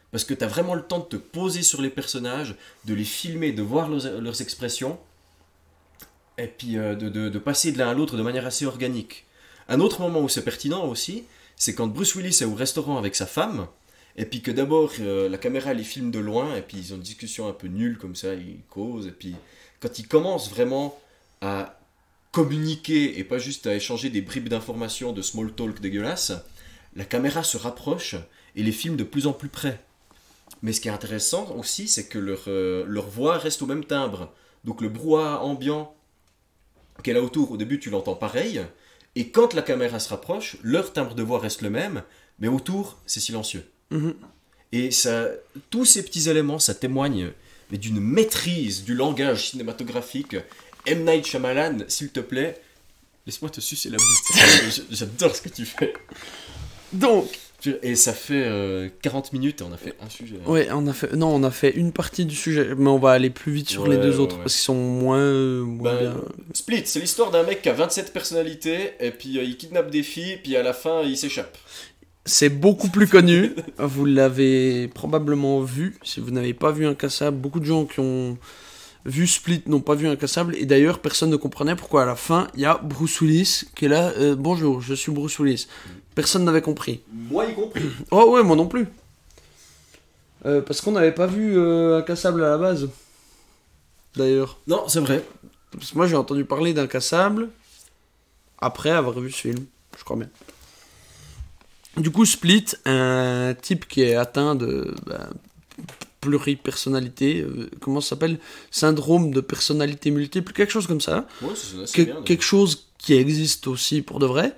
Parce que t'as vraiment le temps de te poser sur les personnages, de les filmer, de voir leurs, leurs expressions, et puis euh, de, de, de passer de l'un à l'autre de manière assez organique. Un autre moment où c'est pertinent aussi, c'est quand Bruce Willis est au restaurant avec sa femme, et puis que d'abord euh, la caméra les filme de loin, et puis ils ont une discussion un peu nulle comme ça, ils causent, et puis quand ils commencent vraiment à communiquer et pas juste à échanger des bribes d'informations de small talk dégueulasse, la caméra se rapproche et les filme de plus en plus près. Mais ce qui est intéressant aussi, c'est que leur, euh, leur voix reste au même timbre. Donc le brouhaha ambiant qu'elle a autour, au début tu l'entends pareil, et quand la caméra se rapproche, leur timbre de voix reste le même, mais autour c'est silencieux. Mhm. Et ça, tous ces petits éléments, ça témoigne mais d'une maîtrise du langage cinématographique. M. Night Shyamalan, s'il te plaît, laisse-moi te sucer la bite. J'adore ce que tu fais. Donc, Et ça fait euh, quarante minutes et on a fait un sujet. Hein. ouais, on a fait, non, on a fait une partie du sujet, mais on va aller plus vite sur Ouais, les deux ouais, autres ouais. parce qu'ils sont moins, euh, moins Ben, bien. Split, c'est l'histoire d'un mec qui a vingt-sept personnalités et puis euh, il kidnappe des filles, puis à la fin il s'échappe. C'est beaucoup plus connu. Vous l'avez probablement vu. Si vous n'avez pas vu Incassable, beaucoup de gens qui ont vu Split n'ont pas vu Incassable. Et d'ailleurs, personne ne comprenait pourquoi à la fin, il y a Bruce Willis qui est là. Euh, Bonjour, je suis Bruce Willis. Personne n'avait compris. Moi y compris. Oh ouais, moi non plus. Euh, parce qu'on n'avait pas vu euh, Incassable à la base. D'ailleurs. Non, c'est vrai. Parce que moi j'ai entendu parler d'Incassable après avoir vu ce film. Je crois bien. Du coup, Split, un type qui est atteint de bah, pluripersonnalité, euh, comment ça s'appelle ? Syndrome de personnalité multiple, quelque chose comme ça. Ouais, ça sonne assez Que- bien. quelque chose qui existe aussi pour de vrai.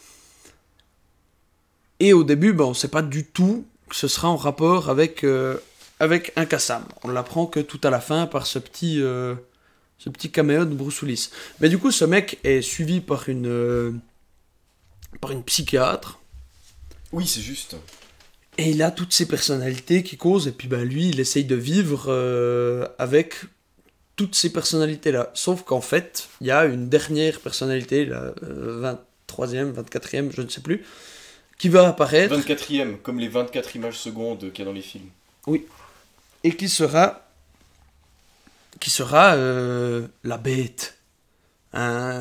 Et au début, bah, on ne sait pas du tout que ce sera en rapport avec, euh, avec Incassable. On l'apprend que tout à la fin par ce petit, euh, ce petit caméo de Bruce Willis. Mais du coup, ce mec est suivi par une, euh, par une psychiatre. Oui, c'est juste. Et il a toutes ces personnalités qui causent, et puis ben, lui, il essaye de vivre euh, avec toutes ces personnalités-là. Sauf qu'en fait, il y a une dernière personnalité, la euh, vingt-troisième, vingt-quatrième, je ne sais plus, qui va apparaître, vingt-quatrième, comme les vingt-quatre images secondes qu'il y a dans les films. et qui sera, qui sera euh, la bête. Un,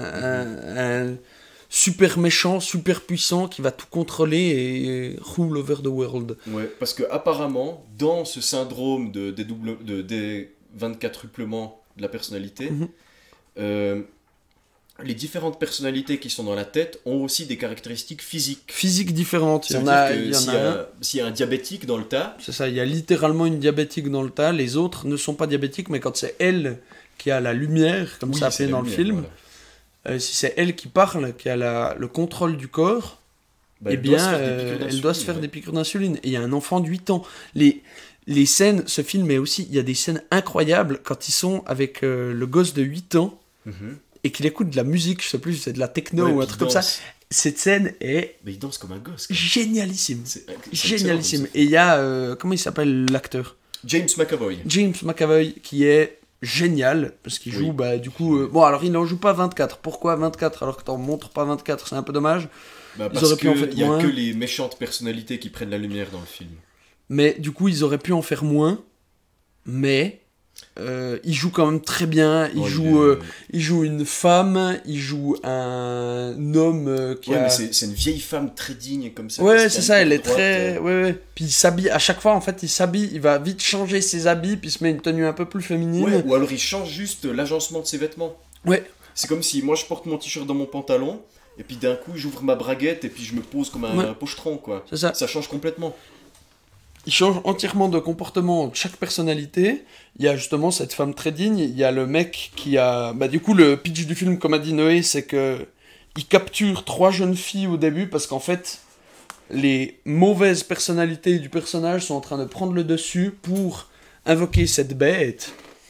un- un super méchant, super puissant, qui va tout contrôler et rule over the world. Ouais, parce que apparemment, dans ce syndrome de, dédouble, de, des vingt-quatruplement de la personnalité, Mhm. euh, les différentes personnalités qui sont dans la tête ont aussi des caractéristiques physiques. Physique différente, il y Ça en veut a, dire il que y en s'il a y, un. a- s'il y a un diabétique dans le tas, C'est ça, il y a littéralement une diabétique dans le tas, les autres ne sont pas diabétiques, mais quand c'est elle qui a la lumière, comme oui, ça c'est appelé la dans le lumière, film, voilà. euh, si c'est elle qui parle, qui a la- le contrôle du corps, Bah, eh elle doit se bien, faire des euh, piqûres elle doit se d'insuline, faire ouais. des piqûres d'insuline. Et il y a un enfant de huit ans. Les, les scènes, ce film est aussi, il y a des scènes incroyables quand ils sont avec euh, le gosse de huit ans Mhm. et qu'il écoute de la musique, je sais plus, c'est de la techno Ouais, ou un puis truc il comme ça. danse. Cette scène est Mais il danse comme un gosse. quoi. génialissime. C'est- c'est excellent, Génialissime. comme ça. Et il y a, euh, comment il s'appelle l'acteur ? James McAvoy. James McAvoy, qui est génial, parce qu'il joue, Oui. bah, du coup... euh, bon, alors, il n'en joue pas vingt-quatre. Pourquoi vingt-quatre alors que t'en montres pas vingt-quatre ? C'est un peu dommage. Bah, Ils parce auraient pu en faire qu'il n'y a moins. que les méchantes personnalités qui prennent la lumière dans le film. Mais, du coup, ils auraient pu en faire moins. Mais... euh, il joue quand même très bien. Il, Oh, joue, est- euh, il joue une femme, il joue un homme euh, qui Ouais, a... mais c'est c'est une vieille femme très digne comme ça. Ouais, qui se c'est tient ça, une elle est tête droite, très... euh. Ouais, ouais. Puis il s'habille, à chaque fois, en fait, il s'habille, il va vite changer ses habits, puis il se met une tenue un peu plus féminine. Ouais, ou alors il change juste l'agencement de ses vêtements. Ouais. C'est comme si moi je porte mon t-shirt dans mon pantalon, et puis d'un coup j'ouvre ma braguette, et puis je me pose comme un, Ouais. un pochetron, quoi. C'est ça. Ça change complètement. Il change entièrement de comportement de chaque personnalité. Il y a justement cette femme très digne, il y a le mec qui a... Bah du coup, le pitch du film, comme a dit Noé, c'est que il capture trois jeunes filles au début, parce qu'en fait, les mauvaises personnalités du personnage sont en train de prendre le dessus pour invoquer cette bête.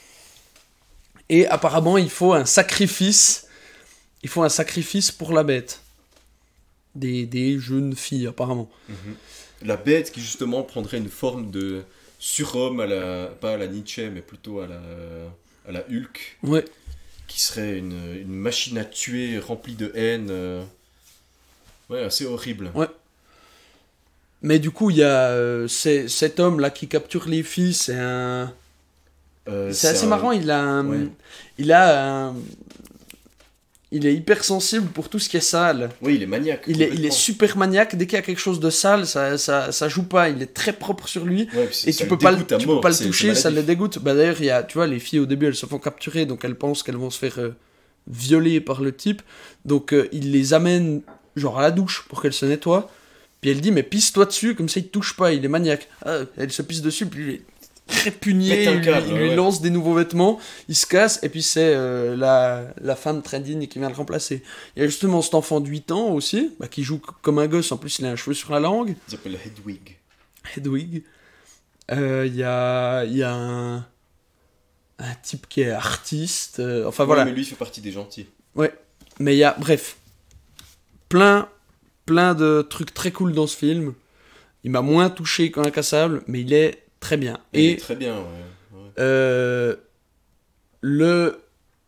Et apparemment, il faut un sacrifice. Il faut un sacrifice pour la bête. Des, des jeunes filles, apparemment. La bête qui justement prendrait une forme de surhomme à la... pas à la Nietzsche, mais plutôt à la, à la Hulk, Ouais. qui serait une, une machine à tuer remplie de haine. euh. Ouais, assez horrible. Mais du coup, il y a euh, c'est- cet homme-là qui capture les filles, c'est un... Euh, C'est assez un- marrant, il a un... Ouais. Il a un... Il est hypersensible pour tout ce qui est sale. Oui, il est maniaque. Il est, il est complètement. super maniaque, dès qu'il y a quelque chose de sale, ça, ça, ça joue pas, il est très propre sur lui. Ouais, puis Et ça tu le peux pas le, dégoûte à tu mort, peux pas le c'est- toucher, c'est ça les maladif. dégoûte. Bah d'ailleurs, il y a, tu vois, les filles au début, elles se font capturer, donc elles pensent qu'elles vont se faire euh, violer par le type. Donc euh, il les amène genre à la douche pour qu'elles se nettoient. Puis elle dit, mais pisse-toi dessus, comme ça il te touche pas, il est maniaque. Ah, elle se pisse dessus, puis il est trépugné, Pète un il, lui- câble, il ouais, lui ouais. lance des nouveaux vêtements, il se casse, et puis c'est euh, la, la femme très digne qui vient le remplacer. Il y a justement cet enfant de huit ans aussi, bah, qui joue c- comme un gosse, en plus il a un cheveu sur la langue. Il s'appelle Hedwig. Hedwig. Euh, Il y a, il y a un, un type qui est artiste. euh, enfin Ouais, voilà. mais lui, il fait partie des gentils. Mais il y a, bref, plein, plein de trucs très cool dans ce film. Il m'a moins touché qu'Incassable, mais il est très bien. Il Et est très bien, ouais. ouais. euh, le,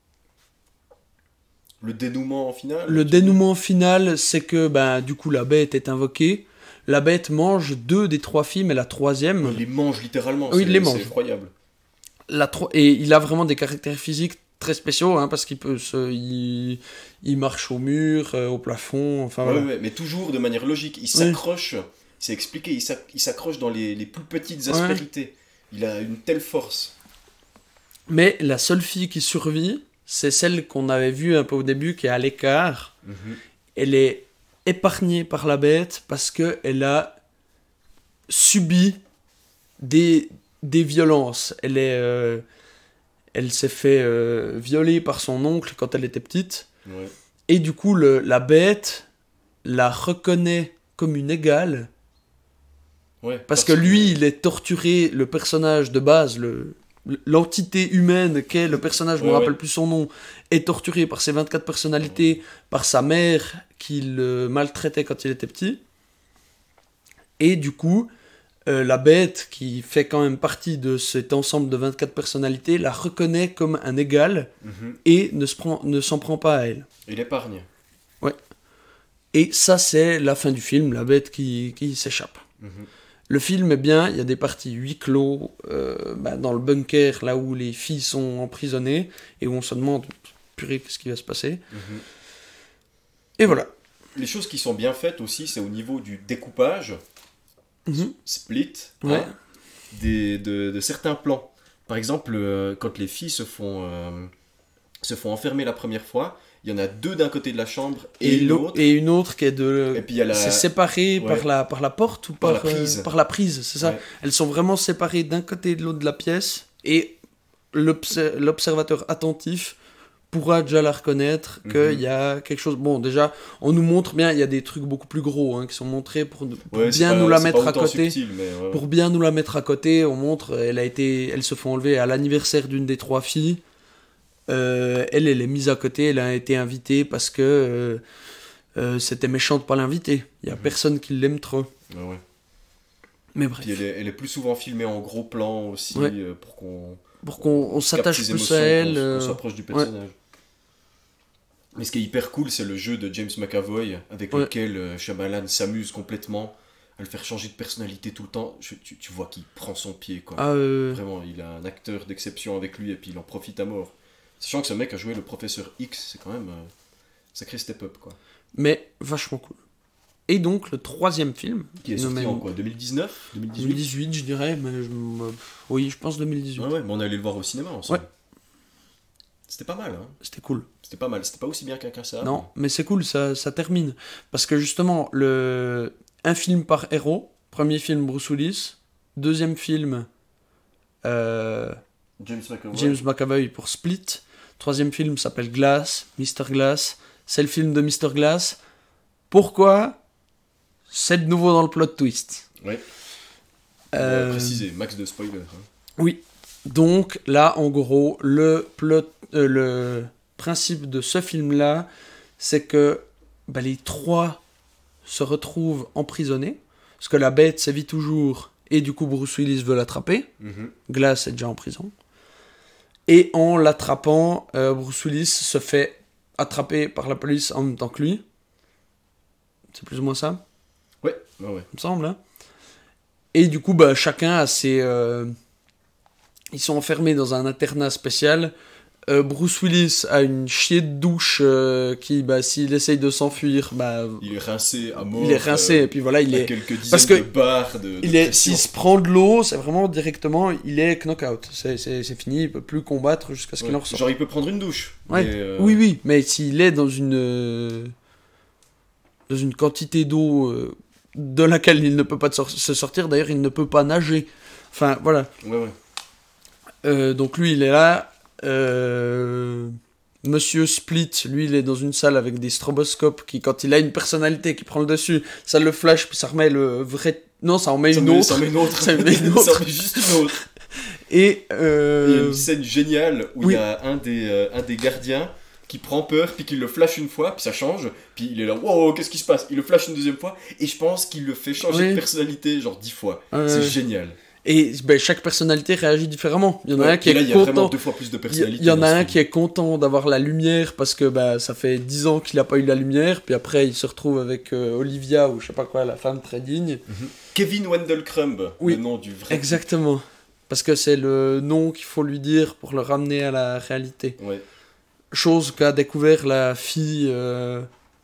Le dénouement en finale. le dénouement final, c'est que ben, du coup la bête est invoquée. La bête mange deux des trois filles, mais la troisième... Il les mange littéralement. Oui, il c'est- les mange. C'est effroyable. La tro- et il a vraiment des caractères physiques très spéciaux, hein, parce qu'il peut se, il, il marche au mur, euh, au plafond, enfin Ouais, voilà. ouais, mais toujours de manière logique. Il s'accroche, c'est expliqué, il s'ac- il s'accroche dans les, les plus petites aspérités. Il a une telle force. Mais la seule fille qui survit, c'est celle qu'on avait vue un peu au début, qui est à l'écart. Mhm. Elle est épargnée par la bête parce que elle a subi des, des violences. Elle est, euh, elle s'est fait euh, violer par son oncle quand elle était petite. Ouais. Et du coup, le, la bête la reconnaît comme une égale. Ouais, Parce que lui, il est torturé, le personnage de base, le, l'entité humaine qu'est le personnage, je me Ouais, rappelle ouais. plus son nom, est torturé par ses vingt-quatre personnalités, par sa mère qui le maltraitait quand il était petit. Et du coup, euh, la bête, qui fait quand même partie de cet ensemble de vingt-quatre personnalités, la reconnaît comme un égal Mhm. et ne, se prend, ne s'en prend pas à elle. Il épargne. Et ça, c'est la fin du film, la bête qui, qui s'échappe. Mhm. Le film est bien, il y a des parties huis clos, euh, bah, dans le bunker, là où les filles sont emprisonnées, et où on se demande, purée, qu'est-ce qui va se passer. Mhm. Et voilà. Les choses qui sont bien faites aussi, c'est au niveau du découpage, Mhm. split, Ouais. hein, des, de, de certains plans. Par exemple, euh, quand les filles se font, euh, se font enfermer la première fois, il y en a deux d'un côté de la chambre et, Et, une l'au- autre. et une autre qui est de... Et puis il y a la- C'est séparé Ouais. par, la, par la porte ou Par par, la euh, prise. par la prise, c'est ça. Ouais. Elles sont vraiment séparées d'un côté et de l'autre de la pièce, et l'obs- l'observateur attentif pourra déjà la reconnaître qu'il Mhm. y a quelque chose... Bon, déjà, on nous montre bien, il y a des trucs beaucoup plus gros hein, qui sont montrés pour, pour Ouais, c'est bien pas- nous la c'est mettre pas à autant côté. subtil, mais ouais, ouais. Pour bien nous la mettre à côté, on montre, elle a été, elle se fait enlever à l'anniversaire d'une des trois filles. Euh, elle, elle est mise à côté, elle a été invitée parce que euh, euh, c'était méchant de pas l'inviter. Il y a Mhm. personne qui l'aime trop. Ouais, ouais. Mais bref, Puis elle est, elle est plus souvent filmée en gros plan aussi, Ouais. euh, pour qu'on pour qu'on on capte s'attache ses plus émotions, à elle. qu'on s- euh, qu'on s'approche du personnage. Mais ce qui est hyper cool, c'est le jeu de James McAvoy, avec Ouais. lequel euh, Shyamalan s'amuse complètement à le faire changer de personnalité tout le temps. Je- tu, tu vois qu'il prend son pied, quoi. ah, euh, Vraiment, il a un acteur d'exception avec lui et puis il en profite à mort. Sachant que ce mec a joué le professeur X, c'est quand même euh, sacré step-up, quoi. mais vachement cool. Et donc, le troisième film, Qui est nous sorti mène- en quoi deux mille dix-neuf deux mille dix-huit deux mille dix-huit, je dirais, mais je me- oui, je pense deux mille dix-huit. Ouais, ouais, mais on est allé le voir au cinéma ensemble. Ouais. C'était pas mal, hein. C'était cool. C'était pas mal. C'était pas aussi bien qu'un ça. Non, mais c'est cool, ça, ça termine. Parce que justement, le... un film par héros, premier film Bruce Willis, deuxième film euh, James McAvoy. James McAvoy pour Split, troisième film s'appelle Glass, mister Glass, c'est le film de mister Glass. Pourquoi? C'est de nouveau dans le plot twist. Ouais. Euh, Euh... Préciser, max de spoiler. hein. Oui, donc là, en gros, le plot, euh, le principe de ce film-là, c'est que bah, les trois se retrouvent emprisonnés, parce que la bête sévit toujours, et du coup Bruce Willis veut l'attraper. Mhm. Glass est déjà en prison. Et en l'attrapant, euh, Bruce Willis se fait attraper par la police en même temps que lui. C'est plus ou moins ça, Ouais, ouais, ouais. il me semble. Hein. Et du coup, bah, chacun a ses... euh, Ils sont enfermés dans un internat spécial. Euh, Bruce Willis a une chier de douche euh, qui, bah, s'il essaye de s'enfuir, bah, Il est rincé à mort. il est rincé. euh, Et puis voilà, il à est... quelques dizaines parce que de barres de, de Il est, pression. s'il se prend de l'eau, c'est vraiment directement, il est knock-out. C'est, c'est, c'est fini, il peut plus combattre jusqu'à ce qu'il en Ouais. ressorte. Genre, il peut prendre une douche. Ouais. mais, euh, Oui, oui, mais s'il est dans une, euh, dans une quantité d'eau euh, de laquelle il ne peut pas sor- se sortir, d'ailleurs, il ne peut pas nager. Enfin, voilà. Ouais, ouais. Euh, donc lui, il est là. Euh, Monsieur Split, lui, il est dans une salle avec des stroboscopes qui, quand il a une personnalité qui prend le dessus, ça le flash, puis ça remet le vrai... Non, ça en met Ça une met- autre. Ça met une autre. Ça met une Ça autre. met juste une autre. Et... Il y a Euh... une scène géniale où oui. il y a un des, euh, un des gardiens qui prend peur, puis qu'il le flash une fois, puis ça change, puis il est là, wow, qu'est-ce qui se passe? Il le flash une deuxième fois, et je pense qu'il le fait changer Oui. de personnalité genre dix fois. Euh, C'est génial. Et ben, chaque personnalité réagit différemment. Il y en a Ouais, un qui et là, est il y a vraiment content. deux fois plus de Il y, personnalité. il y en dans a ce un film. qui est content d'avoir la lumière parce que bah, ça fait dix ans qu'il n'a pas eu la lumière. Puis après, il se retrouve avec euh, Olivia ou je sais pas quoi, la femme très digne. Mhm. Kevin Wendell Crumb, Oui. le nom du vrai. Exactement. Parce que c'est le nom qu'il faut lui dire pour le ramener à la réalité. Ouais. Chose qu'a découvert la fille. euh,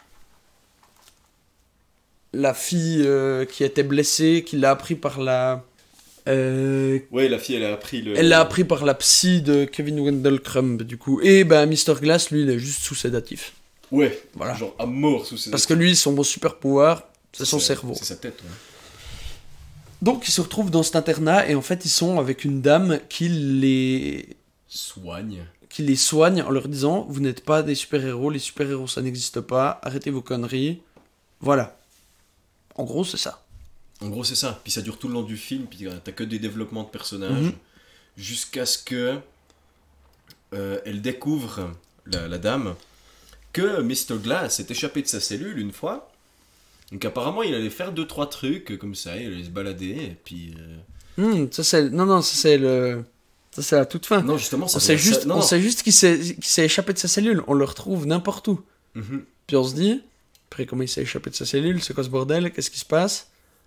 La fille euh, qui était blessée, qui l'a appris par la. euh, Ouais, la fille, elle a appris le. Elle l'a appris par la psy de Kevin Wendell Crumb, du coup. Et ben, mister Glass, lui, il est juste sous sédatif. Ouais, Voilà. genre à mort sous ses. Parce que lui, son super pouvoir, c'est son cerveau. C'est sa tête, ouais. Donc, ils se retrouvent dans cet internat, et en fait, ils sont avec une dame qui les, Soigne. qui les soigne en leur disant, vous n'êtes pas des super-héros, les super-héros, ça n'existe pas, arrêtez vos conneries. Voilà. En gros, c'est ça. En gros, c'est ça. Puis ça dure tout le long du film, puis t'as que des développements de personnages, Mhm. jusqu'à ce que euh, elle découvre, la, la dame, que mister Glass s'est échappé de sa cellule une fois. Donc apparemment, il allait faire deux trois trucs comme ça, il allait se balader, et puis. euh, Hmm, ça, c'est... Non, non, ça, c'est le... Ça, c'est la toute fin. Non, justement, ça. on sait ça- juste, non, on non. sait juste qu'il s'est, qu'il s'est échappé de sa cellule. On le retrouve n'importe où. Mhm. Puis on se dit, après comment il s'est échappé de sa cellule, c'est quoi ce bordel, qu'est-ce qui se passe?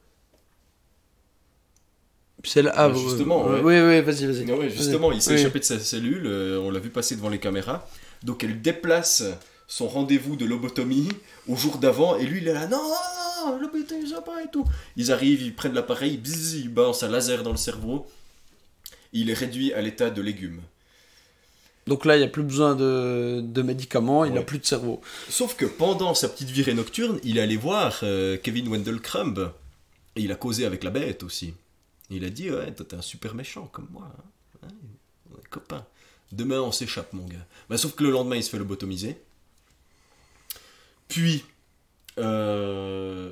Puis c'est là, ah, Bah, ouais, justement, ouais, ouais. ouais, ouais, vas-y, vas-y. Ouais, justement, il s'est Oui. échappé de sa cellule, euh, on l'a vu passer devant les caméras. Donc elle déplace son rendez-vous de lobotomie au jour d'avant, et lui il est là, non, non, non, lobotomie, ça pas et tout. Ils arrivent, ils prennent l'appareil, bzzz, ils balancent un laser dans le cerveau, il est réduit à l'état de légume. Donc là, il n'y a plus besoin de, de médicaments, il n'a Ouais. plus de cerveau. Sauf que pendant sa petite virée nocturne, il est allé voir euh, Kevin Wendell Crumb, et il a causé avec la bête aussi. Il a dit, ouais, toi t'es un super méchant comme moi, hein. Ouais, on est copains. Demain on s'échappe mon gars. Bah, sauf que le lendemain il se fait lobotomiser. Puis, euh...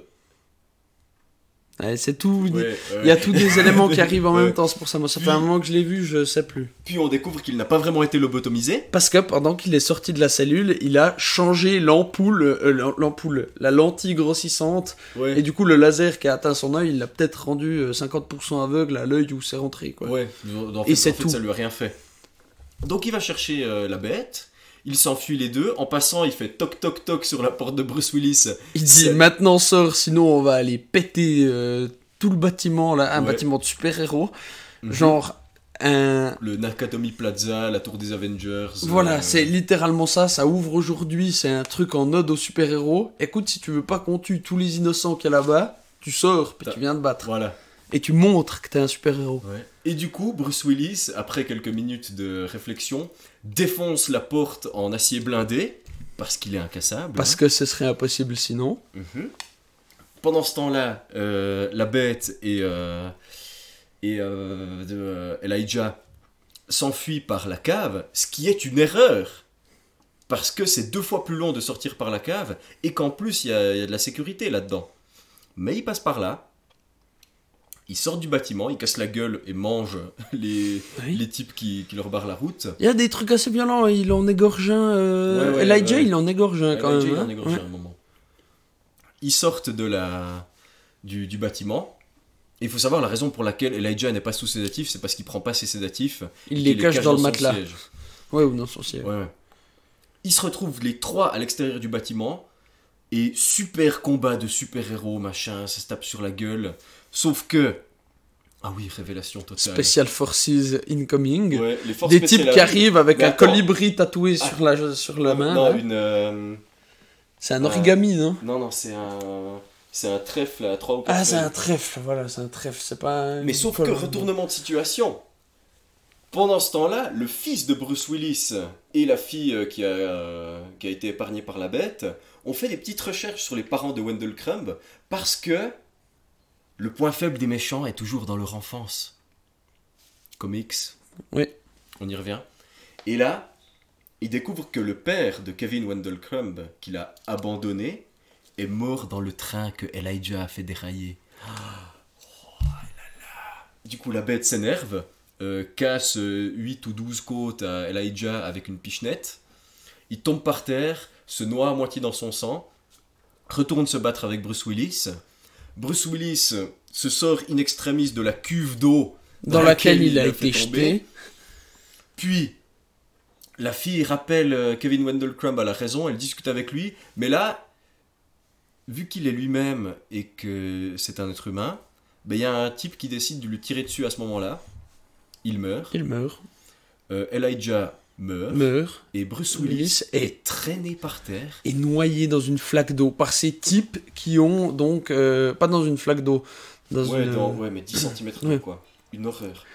Ouais, c'est tout. ouais, euh, Il y a tous des éléments qui arrivent en Ouais. même temps, c'est pour ça. Moi, ça fait Puis- un moment que je l'ai vu, je sais plus. Puis on découvre qu'il n'a pas vraiment été lobotomisé. Parce que pendant qu'il est sorti de la cellule, il a changé l'ampoule, euh, l'ampoule, la lentille grossissante, Ouais. et du coup, le laser qui a atteint son œil, il l'a peut-être rendu euh, cinquante pour cent aveugle à l'œil où c'est rentré, quoi. Ouais, en fait, Et c'est en fait, tout. ça lui a rien fait. Donc il va chercher euh, la bête, il s'enfuit les deux, en passant il fait toc toc toc sur la porte de Bruce Willis. Il dit C'est- maintenant sors, sinon on va aller péter euh, tout le bâtiment là, un Ouais. bâtiment de super-héros, Mhm. genre un. Le Nakatomi Plaza, la tour des Avengers. Voilà, euh, c'est littéralement ça, ça ouvre aujourd'hui, c'est un truc en ode aux super-héros. Écoute, si tu veux pas qu'on tue tous les innocents qu'il y a là-bas, tu sors, puis T'as- tu viens te battre. Voilà. Et tu montres que t'es un super-héros. Ouais. Et du coup, Bruce Willis, après quelques minutes de réflexion, défonce la porte en acier blindé, parce qu'il est incassable. Parce que ce serait impossible sinon. Mhm. Pendant ce temps-là, euh, la bête et, euh, et euh, de, euh, Elijah s'enfuient par la cave, ce qui est une erreur. Parce que c'est deux fois plus long de sortir par la cave, et qu'en plus, il y, a il y a de la sécurité là-dedans. Mais ils passent par là, ils sortent du bâtiment, ils cassent la gueule et mangent les, Oui. les types qui, qui leur barrent la route. Il y a des trucs assez violents, il en égorge un. euh, Ouais, ouais, Elijah, ouais. il en égorge un quand Elijah, même. il en hein. égorge Ouais. un moment. Ils sortent de la, du, du bâtiment. Et il faut savoir la raison pour laquelle Elijah n'est pas sous sédatif, c'est parce qu'il prend pas ses sédatifs. Il et les qu'il cache dans le son matelas. siège. Ouais, ou dans son siège. Ouais, ouais. Ils se retrouvent les trois à l'extérieur du bâtiment. Et super combat de super-héros, machin, ça se tape sur la gueule. Sauf que Ah oui, révélation totale. Special Forces Incoming. Ouais, les forces Des types spéciales qui arrivent. arrivent avec Mais un attends. colibri tatoué Ah. sur la, sur la main. Non, là. une... euh, C'est un euh, origami, non? Non, non, c'est un... C'est un trèfle à trois ou quatre Ah, c'est feuilles. un trèfle, voilà, c'est un trèfle, c'est pas... Mais une sauf que colonne. retournement de situation. Pendant ce temps-là, le fils de Bruce Willis et la fille euh, qui a, euh, qui a été épargnée par la bête ont fait des petites recherches sur les parents de Wendell Crumb parce que le point faible des méchants est toujours dans leur enfance. Comics. Oui. On y revient. Et là, ils découvrent que le père de Kevin Wendell Crumb, qu'il a abandonné, est mort dans le train que Elijah a fait dérailler. Oh là là. Du coup, la bête s'énerve. Euh, casse euh, huit ou douze côtes à Elijah avec une pichenette. Il tombe par terre, se noie à moitié dans son sang, retourne se battre avec Bruce Willis. Bruce Willis se sort in extremis de la cuve d'eau Dans laquelle il a l'a été fait tomber. jeté. Puis, la fille rappelle euh, Kevin Wendell Crumb à la raison, elle discute avec lui, mais là, vu qu'il est lui-même et que c'est un être humain, ben, il y a un type qui décide de lui tirer dessus à ce moment-là. Il meurt. Il meurt. Euh, Elijah meurt. Meurt. Et Bruce Willis Willis est... est- traîné par terre. Et noyé dans une flaque d'eau par ces types qui ont donc... euh, pas dans une flaque d'eau. Dans Ouais, une, dans- ouais, mais dix centimètres Ouais. quoi. Une horreur.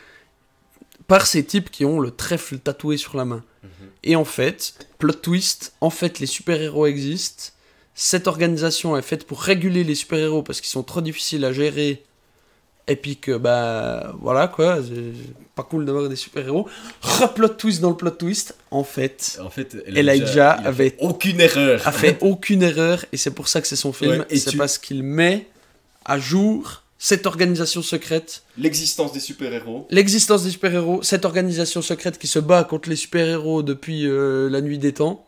Par ces types qui ont le trèfle tatoué sur la main. Et en fait, plot twist, en fait les super-héros existent. Cette organisation est faite pour réguler les super-héros parce qu'ils sont trop difficiles à gérer. Et puis que, bah, voilà quoi, c'est pas cool d'avoir des super-héros. Replot twist dans le plot twist. En fait, En fait, Elijah il a avait- fait aucune erreur. a fait aucune erreur et c'est pour ça que c'est son film. Ouais, et et c'est tu- parce qu'il met à jour cette organisation secrète, L'existence des super-héros. l'existence des super-héros, cette organisation secrète qui se bat contre les super-héros depuis euh, la nuit des temps.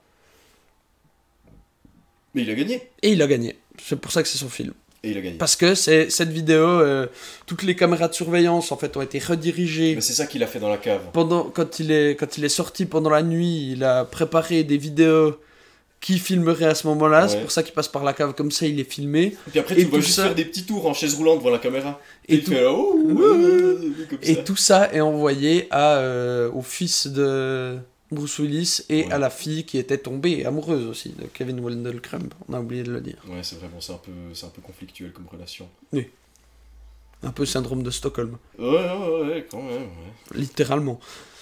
Mais il a gagné. Et il a gagné. C'est pour ça que c'est son film. Et il a gagné. Parce que c'est cette vidéo, euh, toutes les caméras de surveillance en fait ont été redirigées. Mais c'est ça qu'il a fait dans la cave. Pendant, quand, il est, quand il est sorti pendant la nuit, il a préparé des vidéos qui filmeraient à ce moment-là. C'est Ouais. pour ça qu'il passe par la cave comme ça, il est filmé. Et puis après, Et tu le vois tout juste ça- faire des petits tours en chaise roulante devant la caméra. Et Et il tout- fait là, oh, ouais, comme Et ça. tout ça est envoyé à, euh, au fils de Bruce Willis et Ouais. à la fille qui était tombée amoureuse aussi de Kevin Wendell Crumb. On a oublié de le dire. Ouais, c'est vraiment, c'est un peu, c'est un peu conflictuel comme relation. Un peu syndrome de Stockholm, Ouais, ouais, ouais, quand même, ouais. littéralement.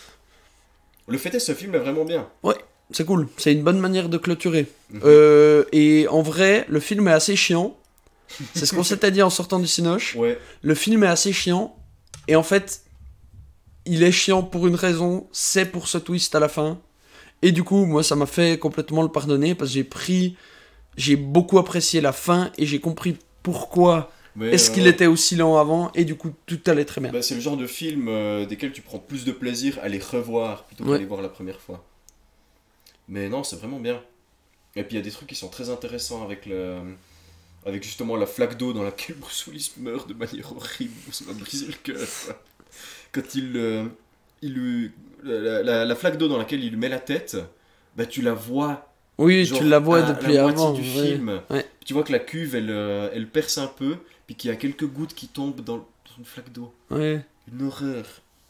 Le fait est, ce film est vraiment bien. C'est cool, c'est une bonne manière de clôturer. Mhm. Euh, et en vrai, le film est assez chiant. C'est ce qu'on s'était dit en sortant du Cinoche. Ouais, Le film est assez chiant. Et en fait, il est chiant pour une raison, c'est pour ce twist à la fin. Et du coup, moi, ça m'a fait complètement le pardonner parce que j'ai pris... J'ai beaucoup apprécié la fin et j'ai compris pourquoi mais, est-ce qu'il euh, était aussi lent avant. Et du coup, tout allait très bien. bah, c'est le genre de film euh, desquels tu prends plus de plaisir à les revoir plutôt qu'à Ouais. les voir la première fois. Mais non, c'est vraiment bien. Et puis il y a des trucs qui sont très intéressants avec le... avec justement la flaque d'eau dans laquelle Bruce Willis meurt de manière horrible. Ça m'a brisé le cœur. quoi. Quand il, euh, il lui- la, la- la flaque d'eau dans laquelle il lui met la tête, bah tu la vois. Oui, genre, tu la vois à depuis la moitié avant. du ouais. film. Ouais. Tu vois que la cuve, elle, euh, elle perce un peu, puis qu'il y a quelques gouttes qui tombent dans, dans une flaque d'eau. Ouais. Une horreur.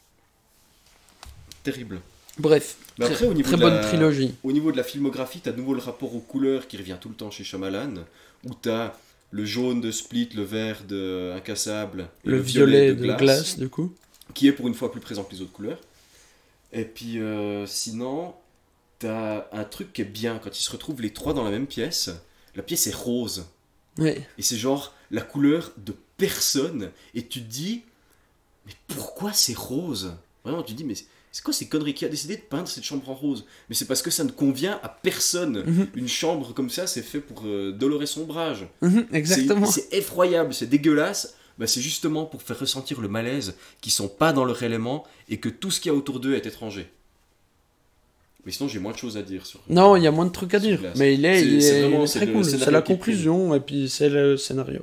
Terrible. Bref, Mais très, après, au niveau très de bonne la- trilogie. Au niveau de la filmographie, t'as de nouveau le rapport aux couleurs qui revient tout le temps chez Shyamalan, où t'as le jaune de Split, le vert de Incassable, et Le, violet, de glace, du coup. qui est pour une fois plus présent que les autres couleurs. Et puis euh, sinon, t'as un truc qui est bien, quand ils se retrouvent les trois dans la même pièce, la pièce est rose. Ouais. Et c'est genre la couleur de personne. Et tu te dis, mais pourquoi c'est rose? Vraiment, tu te dis, mais c'est quoi ces conneries? Qui a décidé de peindre cette chambre en rose? Mais c'est parce que ça ne convient à personne. Mhm. Une chambre comme ça, c'est fait pour euh, dolorer son ombrage. Mhm, C'est- exactement. C'est effroyable, c'est dégueulasse. Bah, c'est justement pour faire ressentir le malaise, qu'ils sont pas dans leur élément et que tout ce qu'il y a autour d'eux est étranger. Mais sinon, j'ai moins de choses à dire sur. Non, il y a moins de trucs à sur dire. Glass. Mais il est, C'est- il c'est est, vraiment- il est c'est très le cool. scénario C'est la qui est conclusion et puis c'est le scénario.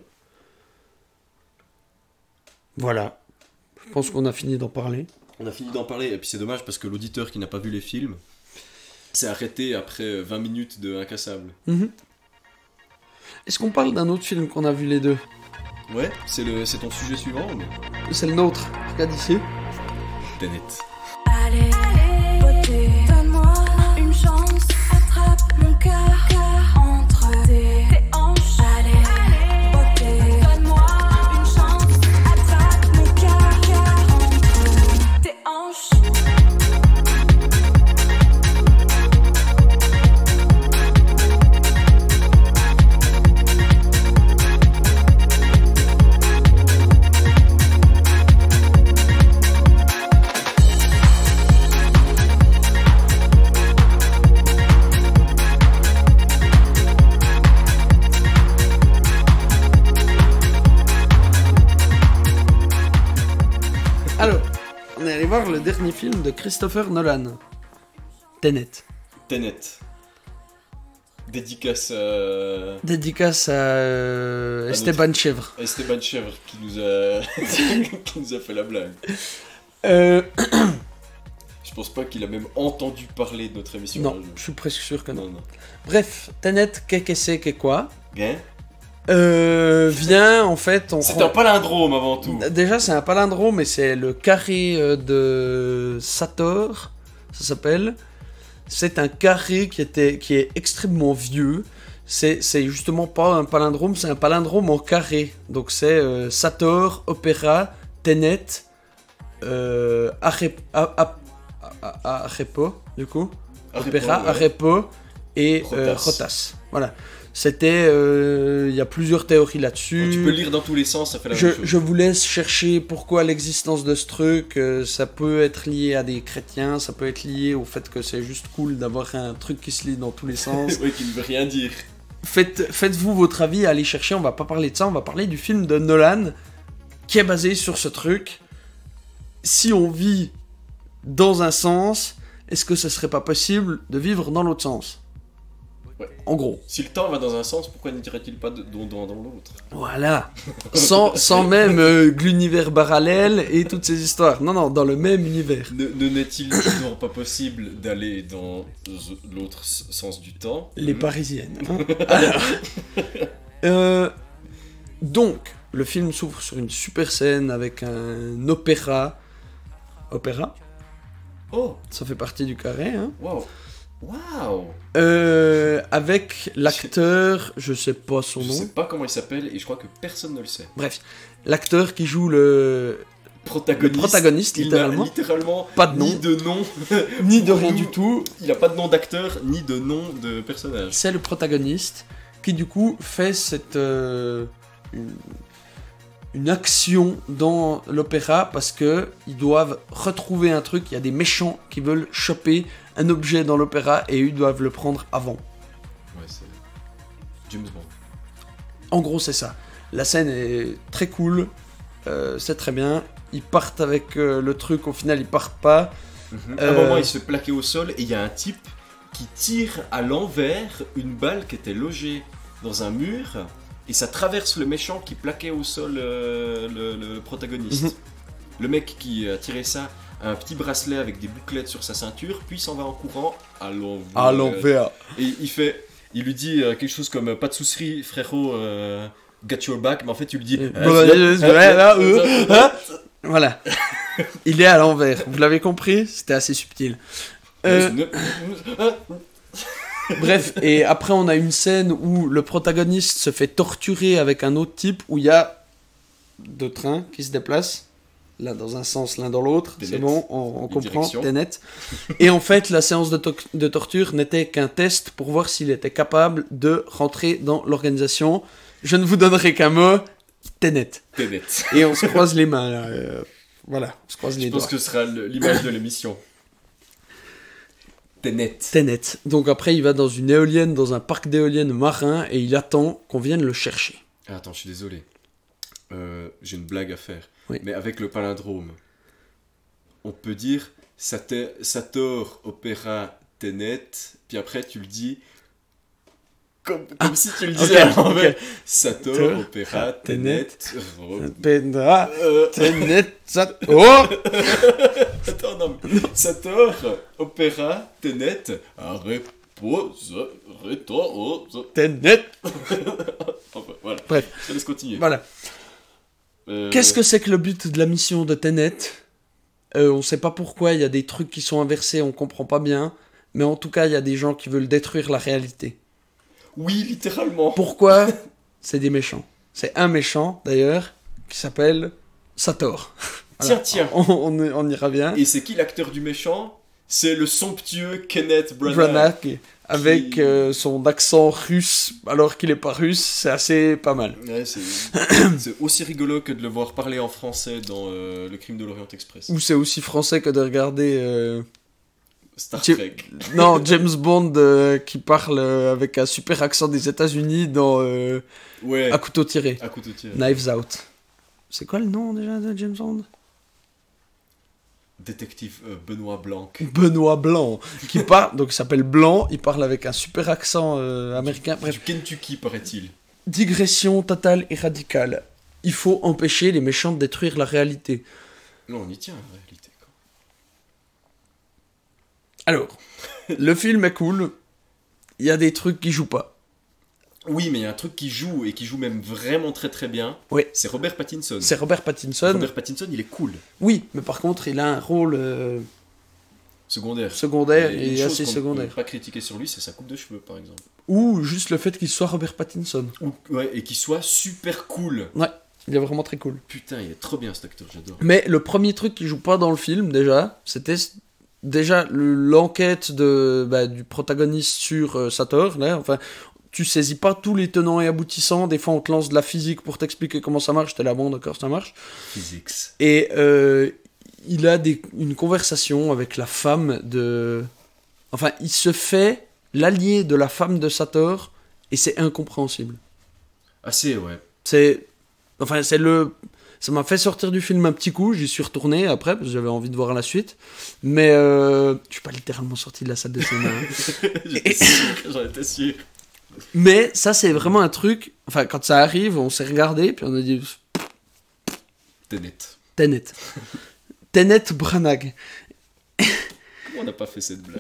Voilà. Je pense qu'on a fini d'en parler. On a fini d'en parler, et puis c'est dommage parce que l'auditeur qui n'a pas vu les films s'est arrêté après vingt minutes de Incassable. Mhm. Est-ce qu'on parle d'un autre film qu'on a vu les deux? Ouais, c'est, le, c'est ton sujet suivant mais... C'est le nôtre. Regarde ici. Tenet. Allez, beauté, donne-moi une chance, attrape mon cœur, cœur entre tes, tes hanches. Allez, beauté, donne-moi une chance, attrape mon cœur, cœur entre tes hanches. Alors, on est allé voir le dernier film de Christopher Nolan. Tenet. Tenet. Dédicace à... Dédicace à euh, À Esteban Chèvre. Esteban Chèvre qui nous a... qui nous a fait la blague. Euh, Je pense pas qu'il a même entendu parler de notre émission. non, un jour. je suis presque sûr que non. Non, non. Bref, Tenet, qu'est-ce que c'est, qu'est quoi Hein euh, Vient, en fait, on... C'est un palindrome avant tout. Déjà, c'est un palindrome, mais c'est le carré euh, de Sator, ça s'appelle. C'est un carré qui, était, qui est extrêmement vieux. C'est, c'est justement pas un palindrome, c'est un palindrome en carré. Donc c'est euh, Sator, Opéra, Tenet, euh, Arep, A- A- A- A- Arepo, du coup. Arepo, Opéra, ouais. Arepo et euh, Rotas. Rotas. Voilà. C'était... euh, Il y a plusieurs théories là-dessus. Tu peux lire dans tous les sens, ça fait la Je, même chose. je vous laisse chercher pourquoi l'existence de ce truc. euh, ça peut être lié à des chrétiens, ça peut être lié au fait que c'est juste cool d'avoir un truc qui se lit dans tous les sens. Ouais, qui ne veut rien dire. Faites, faites-vous votre avis, allez chercher, on va pas parler de ça, on va parler du film de Nolan qui est basé sur ce truc. Si on vit dans un sens, est-ce que ce serait pas possible de vivre dans l'autre sens? Ouais. En gros. Si le temps va dans un sens, pourquoi ne dirait-il pas de, dans, dans, dans l'autre? Voilà. Sans, sans même euh, l'univers parallèle et toutes ces histoires. Non, non, dans le même univers. Ne, ne n'est-il toujours pas possible d'aller dans l'autre s- sens du temps? Les Hmm. Parisiennes. hein. Alors, euh, donc, le film s'ouvre sur une super scène avec un opéra. Opéra, Oh, ça fait partie du carré. Hein. waouh. Waouh. Euh, avec l'acteur, je sais pas son Je nom. sais pas comment il s'appelle et je crois que personne ne le sait. Bref, l'acteur qui joue le, Protagoniste. le protagoniste, il littéralement. n'a littéralement Pas de nom. ni de nom, Ni de Pour rien nous, du tout. Il a pas de nom d'acteur ni de nom de personnage. C'est le protagoniste qui du coup fait cette euh, une, une action dans l'opéra parce que ils doivent retrouver un truc. Il y a des méchants qui veulent choper un objet dans l'opéra et ils doivent le prendre avant. Ouais, c'est James Bond. En gros, c'est ça. La scène est très cool, euh, c'est très bien. Ils partent avec euh, le truc, au final ils partent pas. À Euh, un moment, il se fait plaquer au sol et il y a un type qui tire à l'envers une balle qui était logée dans un mur et ça traverse le méchant qui plaquait au sol euh, le, le protagoniste. Mhm. Le mec qui a tiré ça a un petit bracelet avec des bouclettes sur sa ceinture, puis s'en va en courant à l'envers. À l'envers. Et il fait, il lui dit euh, quelque chose comme pas de soucis frérot, euh, got your back, mais en fait tu lui dis. Euh, Ah, bon, c'est- euh, ouais, là, euh, hein. Voilà. Il est à l'envers. Vous l'avez compris? C'était assez subtil. Euh, Bref, et après on a une scène où le protagoniste se fait torturer avec un autre type, où il y a deux trains qui se déplacent, l'un dans un sens, l'un dans l'autre, Tenet. c'est bon, on, on Une comprend, direction. Tenet. Et en fait, la séance de, to- de torture n'était qu'un test pour voir s'il était capable de rentrer dans l'organisation. Je ne vous donnerai qu'un mot, Tenet. Tenet. Et on se croise les mains, là. euh, voilà, on se croise les Je doigts. pense que ce sera le- l'image de l'émission. Tenet. Tenet. Donc après, il va dans une éolienne, dans un parc d'éoliennes marin, et il attend qu'on vienne le chercher. Ah, attends, je suis désolé. Euh, J'ai une blague à faire. Oui. Mais avec le palindrome, on peut dire Sate- Sator, Opéra, Tenet, puis après tu le dis comme, comme si tu le disais ok, à l'envers. ok. Sator, Sator, Opéra, Tenet, Tenet. Ro- Pendra, Euh, Tenet, ça... Oh Attends, non. mais- Sator, Opéra, Tenet, repose, repose. Tenet. Enfin, voilà. Bref. Je te laisse continuer. Voilà. Euh, Qu'est-ce que c'est que le but de la mission de Tenet? euh, On sait pas pourquoi, il y a des trucs qui sont inversés, on comprend pas bien. Mais en tout cas, il y a des gens qui veulent détruire la réalité. Oui, littéralement. Pourquoi? C'est des méchants. C'est un méchant, d'ailleurs, qui s'appelle Sator. Tiens, tiens. On, on, on y revient. Et c'est qui l'acteur du méchant? C'est le somptueux Kenneth Branagh. Branagh, avec Qui- euh, son accent russe, alors qu'il est pas russe, c'est assez pas mal. Ouais, c'est... c'est aussi rigolo que de le voir parler en français dans euh, Le Crime de l'Orient Express. Ou c'est aussi français que de regarder... euh, Star Tu- Trek. Non, James Bond euh, qui parle euh, avec un super accent des États-Unis dans euh, Ouais, À couteau tiré, à couteau tiré. Knives Out. C'est quoi le nom déjà de James Bond? Détective euh, Benoît Blanc. Benoît Blanc, qui parle, donc il s'appelle Blanc, il parle avec un super accent euh, américain. Bref, Du Kentucky, paraît-il. digression totale et radicale. Il faut empêcher les méchants de détruire la réalité. Non, on y tient, en réalité. Quoi. Alors, le film est cool, il y a des trucs qui jouent pas. Oui, mais il y a un truc qui joue, et qui joue même vraiment très très bien. Oui. C'est Robert Pattinson. C'est Robert Pattinson. Robert Pattinson, il est cool. Oui, mais par contre, il a un rôle euh, Secondaire. secondaire Il y a et une chose assez qu'on secondaire. peut pas critiquer sur lui, c'est sa coupe de cheveux, par exemple. Ou juste le fait qu'il soit Robert Pattinson. Ou, ouais, et qu'il soit super cool. Ouais, il est vraiment très cool. Putain, il est trop bien cet acteur, j'adore. Mais le premier truc qui joue pas dans le film, déjà, c'était s- déjà le- l'enquête de, bah, du protagoniste sur euh, Sator. Là. Enfin, tu saisis pas tous les tenants et aboutissants. Des fois, on te lance de la physique pour t'expliquer comment ça marche. T'es là, bon, d'accord, ça marche. Physics. Et euh, il a des, une conversation avec la femme de... Enfin, il se fait l'allié de la femme de Sator, et c'est incompréhensible. Assez, ouais. C'est... Enfin, c'est le... Ça m'a fait sortir du film un petit coup, j'y suis retourné après, parce que j'avais envie de voir la suite. Mais euh... je suis pas littéralement sorti de la salle de cinéma. hein. J'étais sûr, j'en étais sûr. Mais ça, c'est vraiment un truc... Enfin, quand ça arrive, on s'est regardé, puis on a dit... Tenet. Tenet. Tenet Branagh. Comment on n'a pas fait cette blague?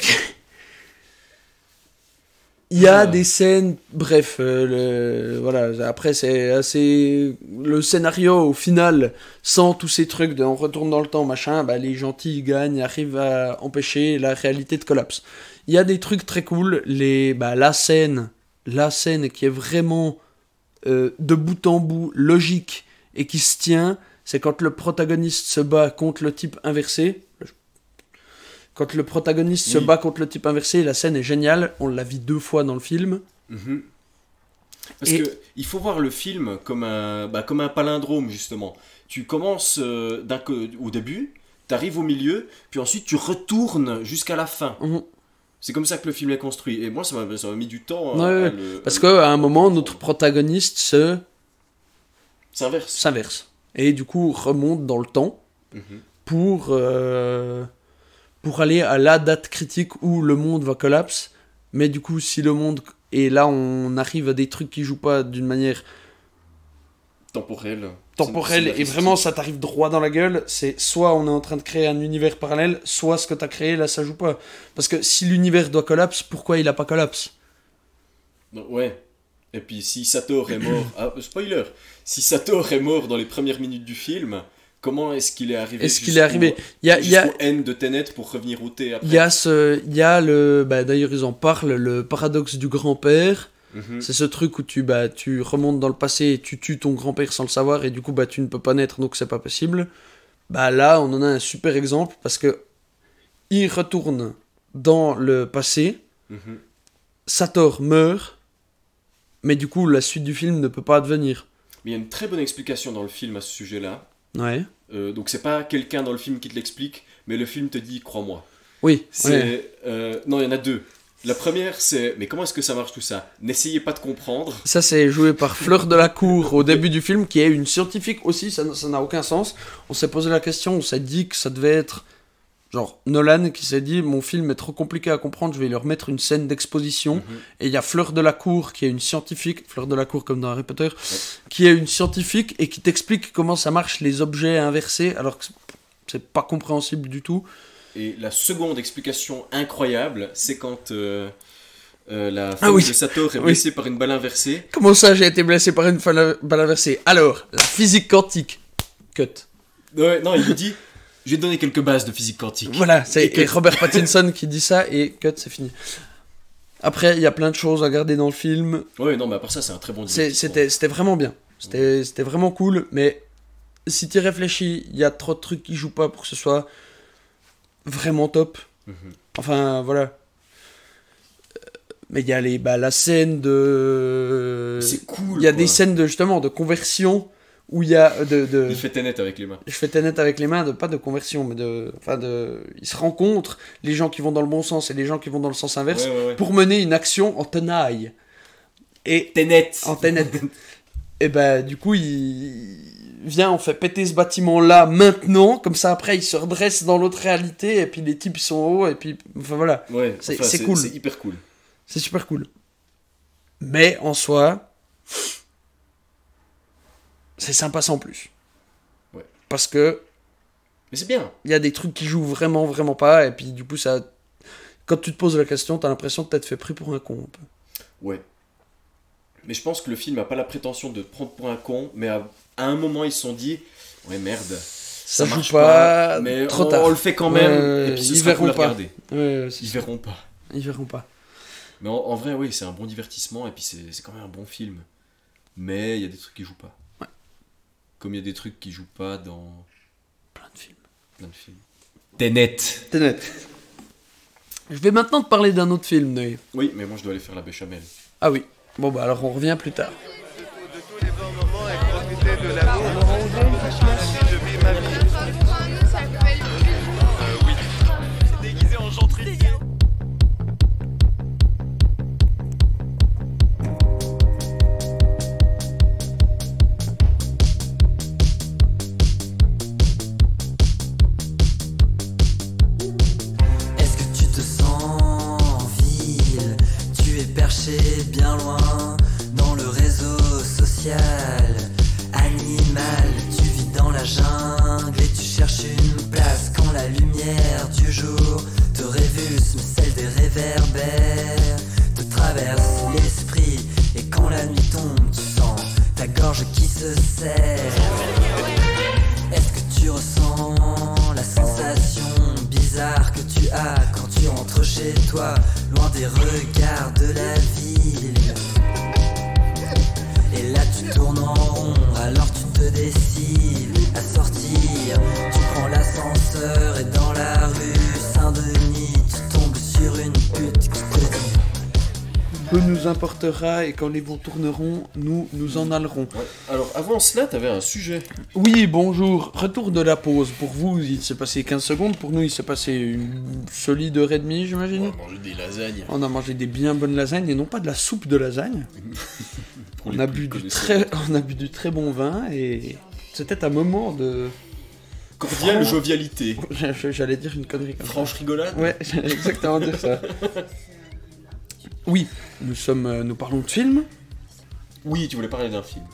Il y a Ah. des scènes, bref, euh, le- voilà, après c'est assez... Le scénario, au final, sans tous ces trucs de on retourne dans le temps, machin, bah, les gentils gagnent, arrivent à empêcher la réalité de collapse. Il y a des trucs très cool, les, bah, la scène, la scène qui est vraiment euh, de bout en bout logique et qui se tient, c'est quand le protagoniste se bat contre le type inversé. Quand le protagoniste se Oui. bat contre le type inversé, la scène est géniale. On l'a vu deux fois dans le film. Mhm. Parce Et- que il faut voir le film comme un, bah, comme un palindrome, justement. Tu commences euh, d'un co- au début, t'arrives au milieu, puis ensuite tu retournes jusqu'à la fin. Mhm. C'est comme ça que le film est construit. Et moi, ça m'a, ça m'a mis du temps Ouais, à, ouais. à le... Parce à qu'à le- un moment, notre protagoniste se s'inverse. s'inverse. Et du coup, remonte dans le temps Mhm. pour, euh, pour aller à la date critique où le monde va collapse. Mais du coup, si le monde... Et là, on arrive à des trucs qui jouent pas d'une manière Temporel. temporelle. C'est- Et c'est vraiment, majestique. ça t'arrive droit dans la gueule. C'est soit on est en train de créer un univers parallèle, soit ce que t'as créé, là, ça joue pas. Parce que si l'univers doit collapse, pourquoi il a pas collapse? Non, ouais. Et puis si Sator est mort... Ah, spoiler. Si Sator est mort dans les premières minutes du film, comment est-ce qu'il est arrivé Est-ce qu'il est jusqu'au- arrivé? Il y a, il y a, jusqu'au N de Tenet pour revenir au T après? il y a ce... Il y a le... Bah, d'ailleurs, ils en parlent, le paradoxe du grand-père. Mhm. C'est ce truc où tu, bah, tu remontes dans le passé et tu tues ton grand-père sans le savoir et du coup, bah, tu ne peux pas naître, donc c'est pas possible. Bah là, on en a un super exemple parce que il retourne dans le passé, Mhm. Sator meurt, mais du coup, la suite du film ne peut pas advenir. Mais il y a une très bonne explication dans le film à ce sujet-là. Ouais. Euh, donc c'est pas quelqu'un dans le film qui te l'explique, mais le film te dit crois-moi. Oui. C'est ouais. euh, non, il y en a deux. La première, c'est mais comment est-ce que ça marche tout ça? N'essayez pas de comprendre. Ça, c'est joué par Fleur de la Cour au début du film, qui est une scientifique aussi, ça n- ça n'a aucun sens. On s'est posé la question, on s'est dit que ça devait être genre Nolan qui s'est dit mon film est trop compliqué à comprendre, je vais leur mettre une scène d'exposition. Mhm. Et il y a Fleur de la Cour qui est une scientifique, Fleur de la Cour comme dans Harry Potter, qui est une scientifique et qui t'explique comment ça marche les objets inversés, alors que c'est- c'est pas compréhensible du tout. Et la seconde explication incroyable, c'est quand euh, euh, la femme Ah oui. de Sator est Oui. blessée par une balle inversée. Comment ça, j'ai été blessé par une fala- balle inversée? Alors, la physique quantique. cut. Ouais, non, il lui dit, je vais te donner quelques bases de physique quantique. Voilà, c'est Et cut. et Robert Pattinson qui dit ça et cut, c'est fini. Après, il y a plein de choses à garder dans le film. Ouais, non, mais à part ça, c'est un très bon C'est- divertissement. C'était c'était vraiment bien. C'était c'était vraiment cool, mais si tu réfléchis, il y a trop de trucs qui jouent pas pour que ce soit vraiment top. Mhm. Enfin, voilà. Euh, Mais il y a les, bah, la scène de... C'est cool. Il y a quoi. des scènes de, justement, de conversion où il y a de... de... Il fait net avec les mains. Je fais net avec les mains, de, pas de conversion, mais de... Enfin, de... Ils se rencontrent, les gens qui vont dans le bon sens et les gens qui vont dans le sens inverse, Ouais, ouais, ouais. pour mener une action en tenaille. Et... Tenet. En tenet. Et bah, du coup, il... Viens, on fait péter ce bâtiment-là, maintenant, comme ça, après, il se redresse dans l'autre réalité, et puis les types, ils sont en haut, et puis... Enfin, voilà. Ouais, C'est- enfin, c'est cool. C'est hyper cool. C'est super cool. Mais, en soi... C'est sympa sans plus. Ouais. Parce que... Mais c'est bien. Il y a des trucs qui jouent vraiment, vraiment pas, et puis du coup, ça... Quand tu te poses la question, t'as l'impression que t'as te fait pris pour un con, un peu. Ouais. Mais je pense que le film a pas la prétention de te prendre pour un con, mais à, à un moment, ils se sont dit, ouais, merde. Ça, Ça joue marche pas, pas, mais trop on, tard. on le fait quand même, Ouais, et puis ce ils sera verront cool à pas. regarder. Ouais, c'est Ils ça. verront pas. Ils verront pas. Mais en, en vrai, oui, c'est un bon divertissement, et puis c'est c'est quand même un bon film. Mais il y a des trucs qui jouent pas. Ouais. Comme il y a des trucs qui jouent pas dans Plein de films. plein de films. Tenet. T'es net. Je vais maintenant te parler d'un autre film, Neuil. Oui, mais moi je dois aller faire la béchamel. Ah oui. Bon bah alors on revient plus tard. de tous les bons moments et profiter de l'amour. Je vis ma vie. Euh, oui. Déguisé en gentil. Est-ce que tu te sens en ville? Tu es perché bien loin dans le réseau social. Animal, tu vis dans la jungle et tu cherches une place quand la lumière du jour te révulse, mais celle des réverbères te traverse l'esprit. Et quand la nuit tombe, tu sens ta gorge qui se serre. Est-ce que tu ressens la sensation bizarre que tu as quand tu rentres chez toi, loin des regards de la ville? Et là tu tournes en rond, alors tu te décides à sortir. Tu prends l'ascenseur et dans la rue Saint-Denis, tu tombes sur une pute qui te dit: Peu nous importera et quand les vents tourneront, nous nous en allerons. Ouais. Alors avant cela, t'avais un sujet. Oui, bonjour. Retour de la pause. Pour vous, il s'est passé quinze secondes. Pour nous, il s'est passé une solide heure et demie, j'imagine. manger des lasagnes. On a mangé des bien bonnes lasagnes et non pas de la soupe de lasagne. Pour On les a, plus bu du connaisseurs. très, on a bu du très bon vin et c'était un moment de... Cordiale jovialité. J'allais dire une connerie comme ça. Franche rigolade. Ouais, j'allais exactement dire ça. Oui, nous sommes, euh, nous parlons de films. Oui, tu voulais parler d'un film.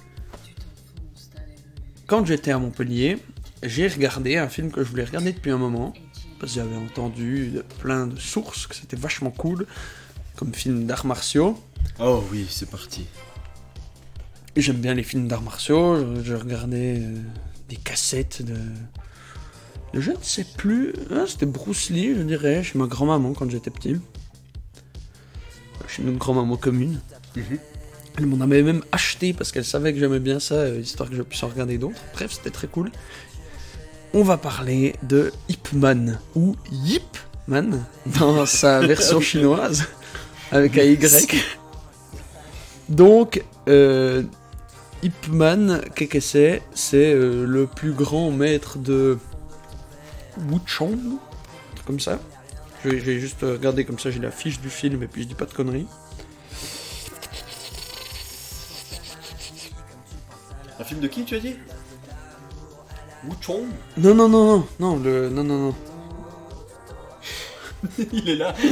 Quand j'étais à Montpellier, j'ai regardé un film que je voulais regarder depuis un moment, parce que j'avais entendu de plein de sources que c'était vachement cool, comme film d'arts martiaux. Oh oui, c'est parti. Et j'aime bien les films d'arts martiaux, je, je regardais euh, des cassettes de... de... Je ne sais plus, hein, c'était Bruce Lee, je dirais, chez ma grand-maman quand j'étais petit. Chez notre grand-maman commune. Mhm. Elle m'en avait même acheté parce qu'elle savait que j'aimais bien ça, euh, histoire que je puisse en regarder d'autres. Bref, c'était très cool. On va parler de Ip Man, ou Yip Man, dans sa version chinoise, avec un Y. Donc, euh, Ip Man, qu'est-ce que c'est? C'est euh, le plus grand maître de Wuchong, un truc comme ça. Je vais, je vais juste regarder comme ça, j'ai la fiche du film et puis je dis pas de conneries. Un film de qui, tu as dit? Wu Chong. Non, non, non, non, non, le... non, non, non. Il est là.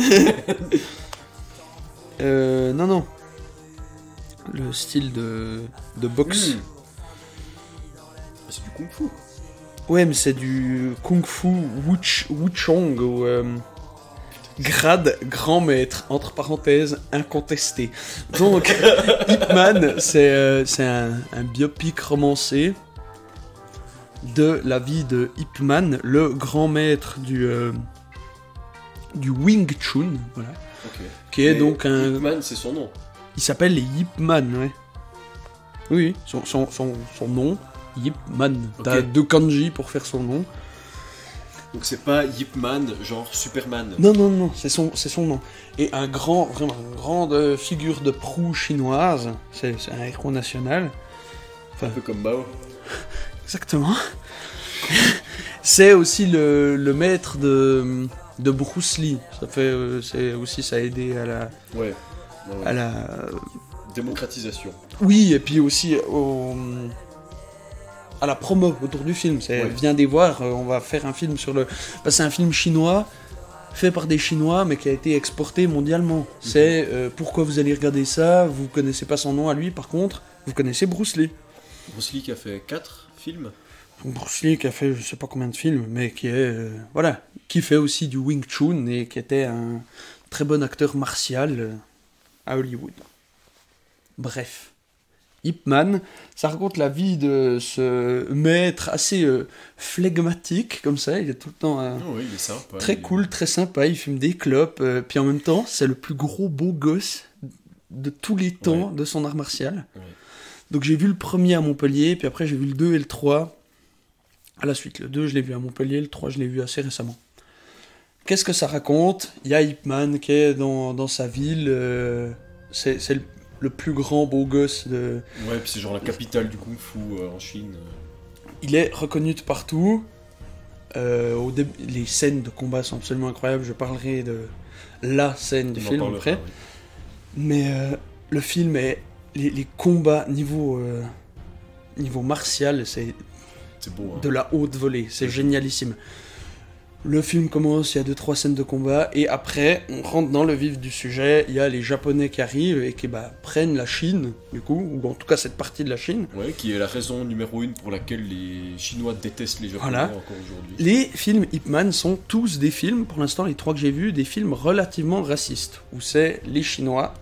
Euh, non, non. Le style de, de boxe. Mm. C'est du kung-fu. Ouais, mais c'est du Kung Fu Wuch, Wuchong, ou euh, grade grand maître, entre parenthèses, incontesté. Donc, Ip Man, c'est euh, c'est un, un biopic romancé de la vie de Ip Man, le grand maître du, euh, du Wing Chun, voilà, Ok. qui est Mais donc un... Ip Man, c'est son nom. Il s'appelle les Ip Man, ouais. Oui, son, son, son, son nom, Ip Man. T'as Ok. deux kanji pour faire son nom. Donc c'est pas Ip Man, genre Superman. Non, non, non, c'est son, c'est son nom. Et un grand, vraiment, une grande figure de proue chinoise, c'est, c'est un héros national. Un peu comme Mao. Exactement. C'est aussi le, le maître de, de Bruce Lee. Ça fait, euh, c'est aussi, ça a aidé à la, Ouais. Ouais, ouais. à la, Démocratisation. oui, et puis aussi au, à la promo autour du film. C'est, Ouais. viens des voir, euh, on va faire un film sur le, parce que c'est un film chinois fait par des Chinois, mais qui a été exporté mondialement. C'est euh, pourquoi vous allez regarder ça. Vous connaissez pas son nom à lui, par contre, vous connaissez Bruce Lee. Bruce Lee qui a fait quatre films. Bruce Lee qui a fait je sais pas combien de films, mais qui est euh, voilà, qui fait aussi du Wing Chun et qui était un très bon acteur martial euh, à Hollywood. Bref, Ip Man, ça raconte la vie de ce maître assez euh, flegmatique comme ça. Il est tout le temps euh, Oh oui, il est sympa. très il- cool, très sympa. Il fume des clopes, euh, puis en même temps, c'est le plus gros beau gosse de tous les temps Ouais. de son art martial. Ouais. Donc j'ai vu le premier à Montpellier, puis après j'ai vu le deux et le trois à la suite. Le deux, je l'ai vu à Montpellier, le trois, je l'ai vu assez récemment. Qu'est-ce que ça raconte ? Il y a Ip Man qui est dans, dans sa ville, euh, c'est, c'est le, le plus grand beau gosse de... Ouais, puis c'est genre la capitale du Kung Fu euh, en Chine. Il est reconnu de partout. Euh, au dé- Les scènes de combat sont absolument incroyables, je parlerai de la scène du On en film parlera, après. oui. Mais euh, le film est... Les, les combats niveau, euh, niveau martial, c'est C'est beau, hein. de la haute volée, c'est génialissime. Le film commence, il y a deux trois scènes de combat, et après, on rentre dans le vif du sujet, il y a les Japonais qui arrivent et qui bah, prennent la Chine, du coup, ou en tout cas cette partie de la Chine. Ouais, qui est la raison numéro une pour laquelle les Chinois détestent les Japonais Voilà. encore aujourd'hui. Les films Ip Man sont tous des films, pour l'instant les trois que j'ai vus, des films relativement racistes, où c'est les Chinois,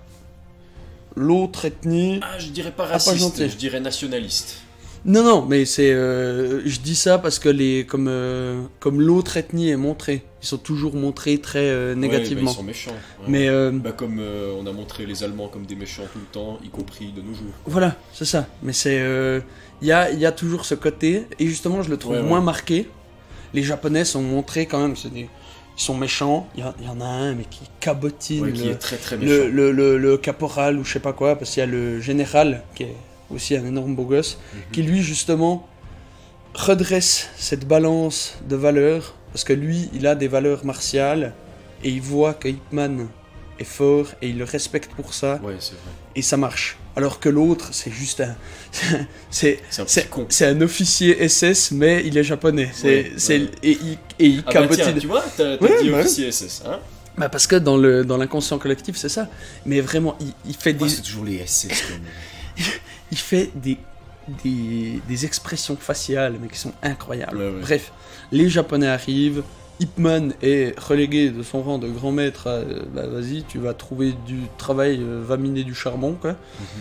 l'autre ethnie... Ah, je dirais pas pas raciste, gentil. je dirais nationaliste. Non, non, mais c'est... euh, je dis ça parce que les, comme, euh, comme l'autre ethnie est montrée, ils sont toujours montrés très euh, négativement. Ouais, bah, ils sont méchants. ouais. Mais euh, Bah, comme euh, on a montré les Allemands comme des méchants tout le temps, y compris de nos jours. voilà, c'est ça. Mais c'est... euh, Il y, a, il y a toujours ce côté, et justement je le trouve Ouais, ouais. moins marqué. Les Japonais sont montrés quand même, c'est des- ils sont méchants. Il y, a- il y en a un, mais qui cabotine Ouais, qui le, est très très méchant. le, le, le- le caporal ou je sais pas quoi, parce qu'il y a le général, qui est aussi un énorme beau gosse, Mhm. qui lui justement redresse cette balance de valeurs, parce que lui, il a des valeurs martiales, et il voit que Ip Man est fort, et il le respecte pour ça, Ouais, c'est vrai. et ça marche. Alors que l'autre, c'est juste un... c'est, C'est un petit c'est, con. c'est un officier S S, mais il est japonais. C'est, Ouais, c'est, ouais. Et il, et il Ah bah cabotine. tiens, tu vois, t'as t'as Ouais, dit bah ouais. officier S S, hein. Bah parce que dans, le, dans l'inconscient collectif, c'est ça. Mais vraiment, il, il fait Moi, des... c'est toujours les S S. comme- il fait des, des, des expressions faciales, mais qui sont incroyables. Ouais, ouais. Bref, les Japonais arrivent, Ip Man est relégué de son rang de grand maître à, euh, bah vas-y, tu vas trouver du travail, euh, va miner du charbon, quoi.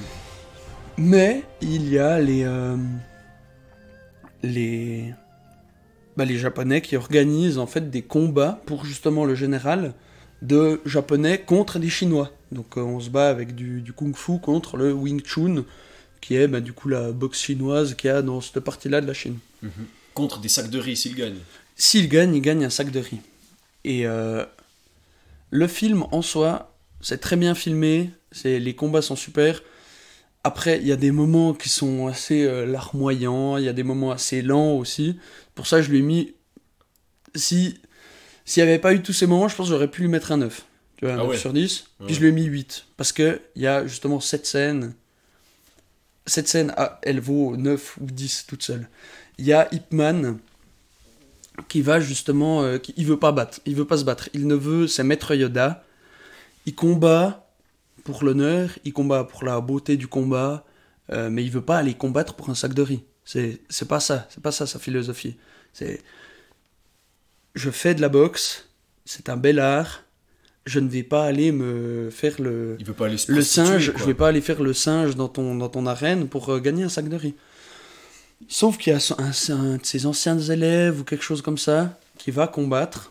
Mais il y a les... euh, les... Bah, les Japonais qui organisent en fait des combats pour justement le général de Japonais contre des Chinois. Donc euh, on se bat avec du, du Kung Fu contre le Wing Chun, qui est bah, du coup la boxe chinoise qu'il y a dans cette partie-là de la Chine. Mhm. Contre des sacs de riz s'ils gagnent. S'il gagne, il gagne un sac de riz. Et euh, le film en soi, c'est très bien filmé, c'est, les combats sont super. Après, il y a des moments qui sont assez euh, larmoyants, il y a des moments assez lents aussi. Pour ça, je lui ai mis... Si s'il n'y avait pas eu tous ces moments, je pense que j'aurais pu lui mettre un neuf. Tu vois, un Ah neuf ouais. sur dix. Ouais. Puis je lui ai mis huit. Parce qu'il y a justement cette scène. Cette scène, ah, elle vaut neuf ou dix toute seule. Il y a Ip Man qui va justement... euh, qui, il veut pas battre. Il veut pas se battre. Il ne veut... C'est Maître Yoda. Il combat pour l'honneur, il combat pour la beauté du combat, euh, mais il veut pas aller combattre pour un sac de riz. C'est, c'est pas ça, c'est pas ça sa philosophie. C'est, je fais de la boxe, c'est un bel art, je ne vais pas aller me faire le, Il veut pas aller se le prostituer, singe, quoi. je vais pas aller faire le singe dans ton, dans ton arène pour euh, gagner un sac de riz. Sauf qu'il y a son- un, c'est un de ses anciens élèves ou quelque chose comme ça qui va combattre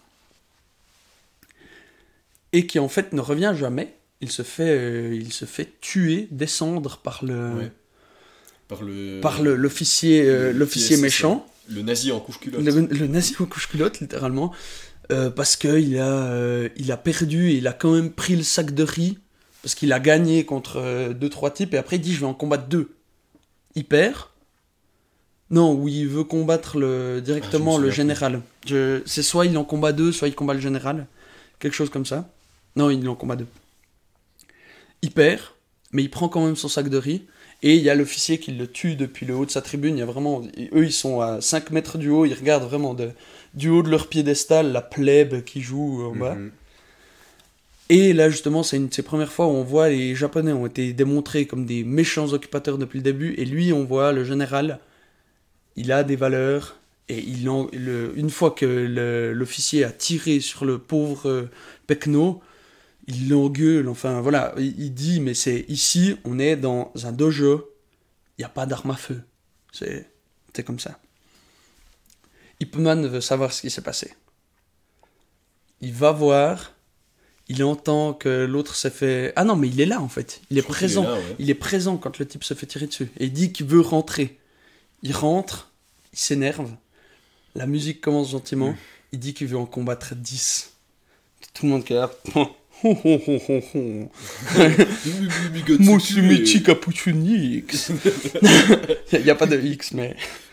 et qui en fait ne revient jamais. Il se fait, euh, il se fait tuer, descendre par le, Ouais. Par le. par le, l'officier, euh, le- l'officier c'est méchant. ça. Le nazi en couche-culotte. Le, le nazi aux couches-culottes, littéralement, euh, parce qu'il a, euh, il a perdu et il a quand même pris le sac de riz, parce qu'il a gagné contre euh, deux, trois types, et après il dit je vais en combattre deux. Il perd. Non, où il veut combattre le, directement Ah, je me le souviens général. Je, c'est soit il en combat deux, soit il combat le général. Quelque chose comme ça. Non, il en combat deux. Il perd, mais il prend quand même son sac de riz. Et il y a l'officier qui le tue depuis le haut de sa tribune. Il y a vraiment, eux, ils sont à cinq mètres du haut. Ils regardent vraiment de, du haut de leur piédestal la plèbe qui joue en bas. Mhm. Et là, justement, c'est une de ces premières fois où on voit les Japonais ont été démontrés comme des méchants occupateurs depuis le début. Et lui, on voit le général, il a des valeurs. Et il en, le, une fois que le- l'officier a tiré sur le pauvre euh, Pecno, il l'engueule, enfin voilà, il, il dit, mais c'est ici, on est dans un dojo, il n'y a pas d'arme à feu. C'est, c'est comme ça. Ip Man veut savoir ce qui s'est passé. Il va voir, il entend que l'autre s'est fait... Ah non, mais il est là en fait, il est Je crois qu'il présent. là, ouais. Il est présent quand le type se fait tirer dessus. Et il dit qu'il veut rentrer. Il rentre, il s'énerve, la musique commence gentiment, Mm. il dit qu'il veut en combattre dix. Tout le monde qui est là... Ho, ho, ho, ho, ho. Musumichi Capuchuni X. Il n'y a pas de X, mais.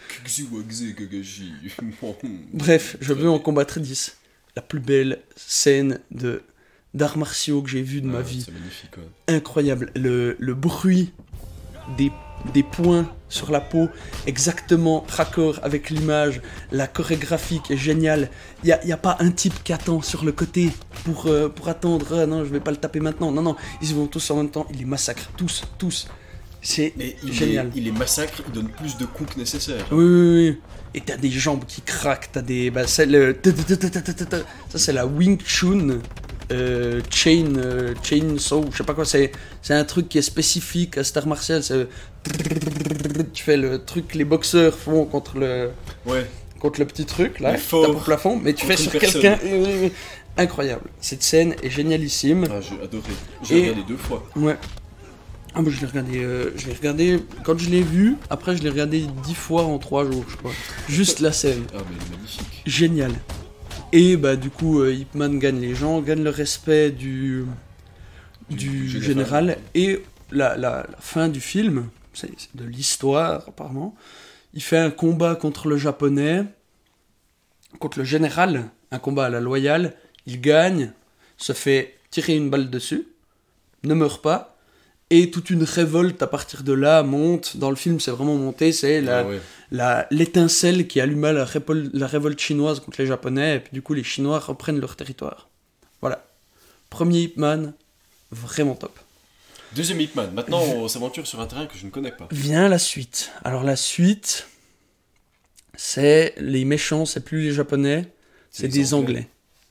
Bref, je veux en combattre dix. La plus belle scène de d'arts martiaux que j'ai vue de ma Ah, vie. C'est magnifique, ouais. Incroyable. Le, le bruit des, des points sur la peau, exactement raccord avec l'image. La chorégraphie qui est géniale. Il n'y a, y a pas un type qui attend sur le côté pour, euh, pour attendre. Ah non, je vais pas le taper maintenant. Non, non, ils y vont tous en même temps. Ils les massacrent. Tous, tous. C'est Mais il génial. Les, il les massacre, il donne plus de coups que nécessaire. Oui, oui, oui. Et t'as des jambes qui craquent, t'as des... Bah, c'est le... Ça, c'est la Wing Chun euh, Chain... Euh, Chainsaw, je sais pas quoi, c'est... C'est un truc qui est spécifique à Star Martial, c'est... Tu fais le truc que les boxeurs font contre le... Ouais. Contre le petit truc, là, Mais qui fort tape au plafond, mais tu fais contre sur une personne. quelqu'un... Incroyable. Cette scène est génialissime. Ah, j'ai adoré. J'ai Et- regardé deux fois. Ouais. Ah, moi je l'ai regardé, euh, je l'ai regardé quand je l'ai vu, après je l'ai regardé dix fois en trois jours, je crois. Juste la scène. Ah, mais il est magnifique. Génial. Et bah du coup, euh, Ip Man gagne les gens, gagne le respect du, du, Du général. général. Et la, la, la fin du film, c'est c'est de l'histoire apparemment, il fait un combat contre le japonais, contre le général, un combat à la loyale, il gagne, se fait tirer une balle dessus, ne meurt pas, et toute une révolte à partir de là monte, dans le film c'est vraiment monté, c'est la, Ah, ouais. la- l'étincelle qui alluma la, répol- la révolte chinoise contre les Japonais, et puis du coup les Chinois reprennent leur territoire. Voilà. Premier Ip Man, vraiment top. Deuxième Ip Man. Maintenant, on s'aventure sur un terrain que je ne connais pas. Vient la suite. Alors la suite, c'est les méchants, c'est plus les Japonais, c'est les des Anglais. Anglais.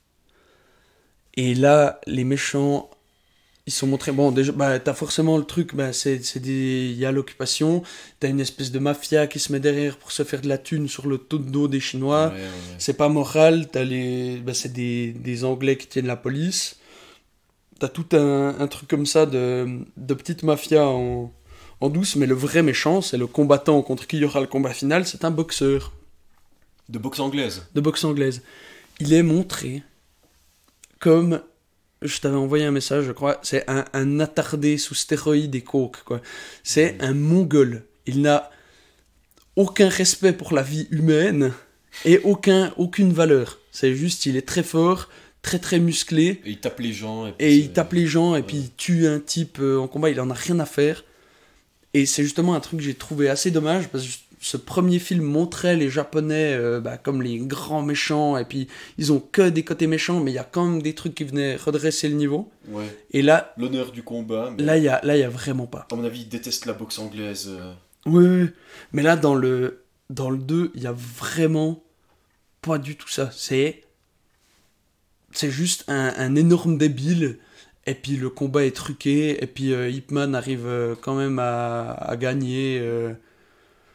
Et là, les méchants, ils sont montrés. Bon, déjà, bah, t'as forcément le truc, bah, c'est, c'est des, il y a l'occupation, t'as une espèce de mafia qui se met derrière pour se faire de la thune sur le taux de dos des Chinois. Ouais, ouais, ouais. C'est pas moral, t'as les, bah, c'est des, des Anglais qui tiennent la police. T'as tout un, un truc comme ça de, de petite mafia en, en douce, mais le vrai méchant, c'est le combattant contre qui il y aura le combat final, c'est un boxeur De boxe anglaise. de boxe anglaise. Il est montré comme, je t'avais envoyé un message, je crois, c'est un, un attardé sous stéroïdes et coke, quoi. C'est un mongol. Il n'a aucun respect pour la vie humaine et aucun, aucune valeur. C'est juste, il est très fort, très très musclé, Et il tape les gens. Et, puis et il c'est- tape les gens, et ouais. puis il tue un type euh, en combat, il en a rien à faire. Et c'est justement un truc que j'ai trouvé assez dommage, parce que ce premier film montrait les Japonais euh, bah, comme les grands méchants, et puis ils ont que des côtés méchants, mais il y a quand même des trucs qui venaient redresser le niveau. Ouais. Et là, L'honneur du combat. Mais là, il y a, là, il y a vraiment pas. à mon avis, il déteste la boxe anglaise. euh. Oui, oui, oui. Mais là, dans le, dans le deux, il y a vraiment pas du tout ça. C'est, c'est juste un, un énorme débile. Et puis le combat est truqué. Et puis euh, Ip Man arrive euh, quand même à, à gagner. euh.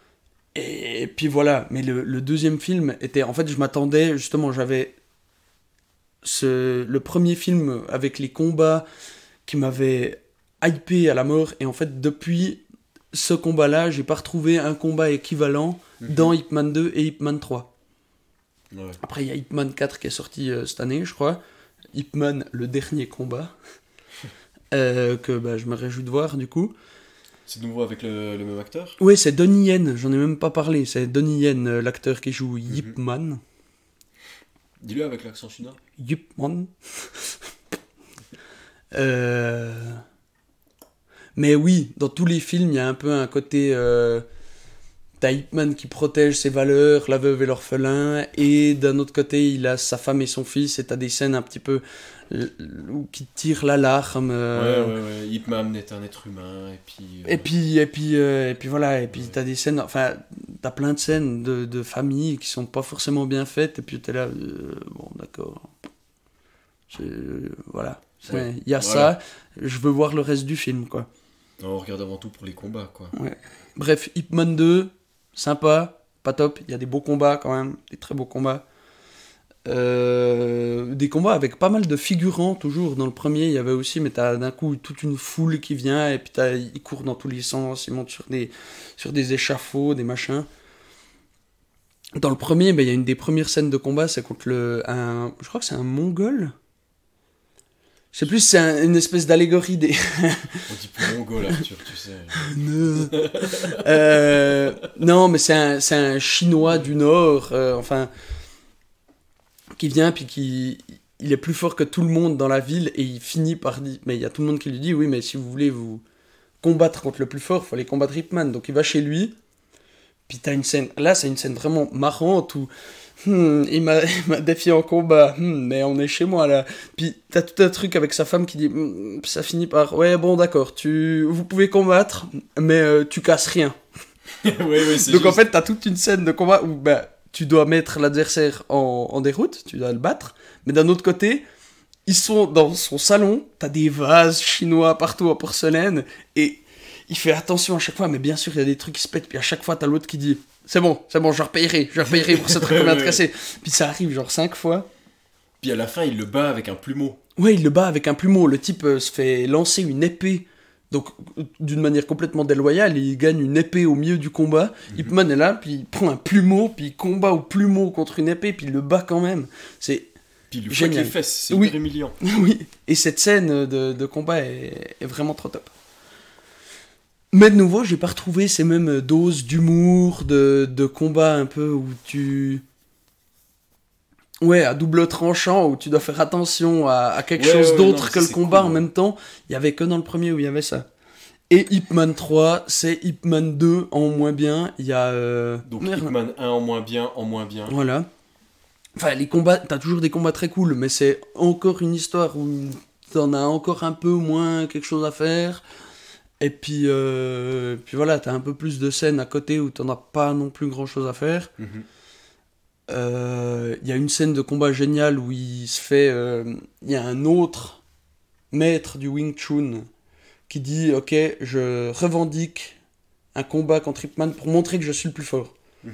Et puis voilà, mais le, le deuxième film était... En fait, je m'attendais, justement, j'avais ce, le premier film avec les combats qui m'avait hypé à la mort. Et en fait, depuis ce combat-là, j'ai pas retrouvé un combat équivalent Mhm. dans Ip Man deux et Ip Man trois. Ouais. Après, il y a Ip Man quatre qui est sorti euh, cette année, je crois. Ip Man, le dernier combat. euh, que bah, je me réjouis de voir, du coup. C'est de nouveau avec le, le même acteur. Oui, c'est Donnie Yen, j'en ai même pas parlé. C'est Donnie Yen, euh, l'acteur qui joue Ip Man. Dis-le avec l'accent chinois. Ip Man. Euh, Mais oui, dans tous les films, il y a un peu un côté... Euh... T'as Ip Man qui protège ses valeurs, la veuve et l'orphelin, et d'un autre côté, il a sa femme et son fils, et t'as des scènes un petit peu l- où qui tirent l'alarme. euh, Ouais, ouais, ouais. Ip Man est un être humain, et puis... euh, Et puis, et puis, euh, et puis voilà, et puis Ouais. t'as des scènes, enfin, t'as plein de scènes de, de famille qui sont pas forcément bien faites, et puis t'es là, euh, bon, d'accord. C'est, euh, voilà. C'est- Ouais. Il y a Voilà. ça, je veux voir le reste du film, quoi. On regarde avant tout pour les combats, quoi. Bref, Ip Man deux, sympa, pas top, il y a des beaux combats quand même, des très beaux combats. Euh, des combats avec pas mal de figurants, toujours. Dans le premier, il y avait aussi, mais t'as d'un coup toute une foule qui vient, et puis t'as, ils courent dans tous les sens, ils montent sur des, sur des échafauds, des machins. Dans le premier, ben, il y a une des premières scènes de combat, c'est contre le, un, je crois que c'est un Mongol. Je sais plus si c'est un- une espèce d'allégorie des... On dit plus mongol, Arthur, tu sais. Euh, non, mais c'est un, c'est un Chinois du Nord, euh, enfin, qui vient, puis qui il est plus fort que tout le monde dans la ville, et il finit par dire, mais il y a tout le monde qui lui dit, oui, mais si vous voulez vous combattre contre le plus fort, il faut aller combattre Ip Man. Donc il va chez lui, puis t'as une scène, là c'est une scène vraiment marrante, où hmm, il m'a il m'a défié en combat, hmm, mais on est chez moi là. Puis t'as tout un truc avec sa femme qui dit, hmm, ça finit par, ouais bon d'accord, tu, vous pouvez combattre, mais euh, tu casses rien. ouais, ouais, c'est Donc en juste. fait, t'as toute une scène de combat où bah, tu dois mettre l'adversaire en, en déroute, tu dois le battre, mais d'un autre côté, ils sont dans son salon, t'as des vases chinois partout en porcelaine, et il fait attention à chaque fois, mais bien sûr, il y a des trucs qui se pètent, puis à chaque fois, t'as l'autre qui dit, c'est bon, c'est bon, je repayerai, je repayerai pour ce truc qu'on vient de Ouais. casser. Puis ça arrive genre cinq fois. Puis à la fin, il le bat avec un plumeau. Ouais, il le bat avec un plumeau, le type euh, se fait lancer une épée, donc euh, d'une manière complètement déloyale, il gagne une épée au milieu du combat. Ip Man est là, puis il prend un plumeau, puis il combat au plumeau contre une épée, puis il le bat quand même. C'est Puis il lui Génial. fouette les fesses, c'est Oui. hyper humiliant. oui, et cette scène de, de combat est, est vraiment trop top. Mais de nouveau, j'ai pas retrouvé ces mêmes doses d'humour, de, de combat un peu où tu... Ouais, à double tranchant, où tu dois faire attention à, à quelque Ouais, chose ouais, d'autre non, que ça, le c'est combat cool, en ouais. même temps. Il y avait que dans le premier où il y avait ça. Et Ip Man trois, c'est Ip Man deux en moins bien. Il y a... euh, Donc merde. Ip Man un en moins bien, en moins bien. Voilà. Enfin, les combats, t'as toujours des combats très cool, mais c'est encore une histoire où t'en as encore un peu moins quelque chose à faire. Et puis, euh, puis voilà, t'as un peu plus de scènes à côté où t'en as pas non plus grand chose à faire. Mhm. Euh, Il y a une scène de combat géniale où il se fait. euh, Il y a un autre maître du Wing Chun qui dit, ok, je revendique un combat contre Ip Man pour montrer que je suis le plus fort. Mhm.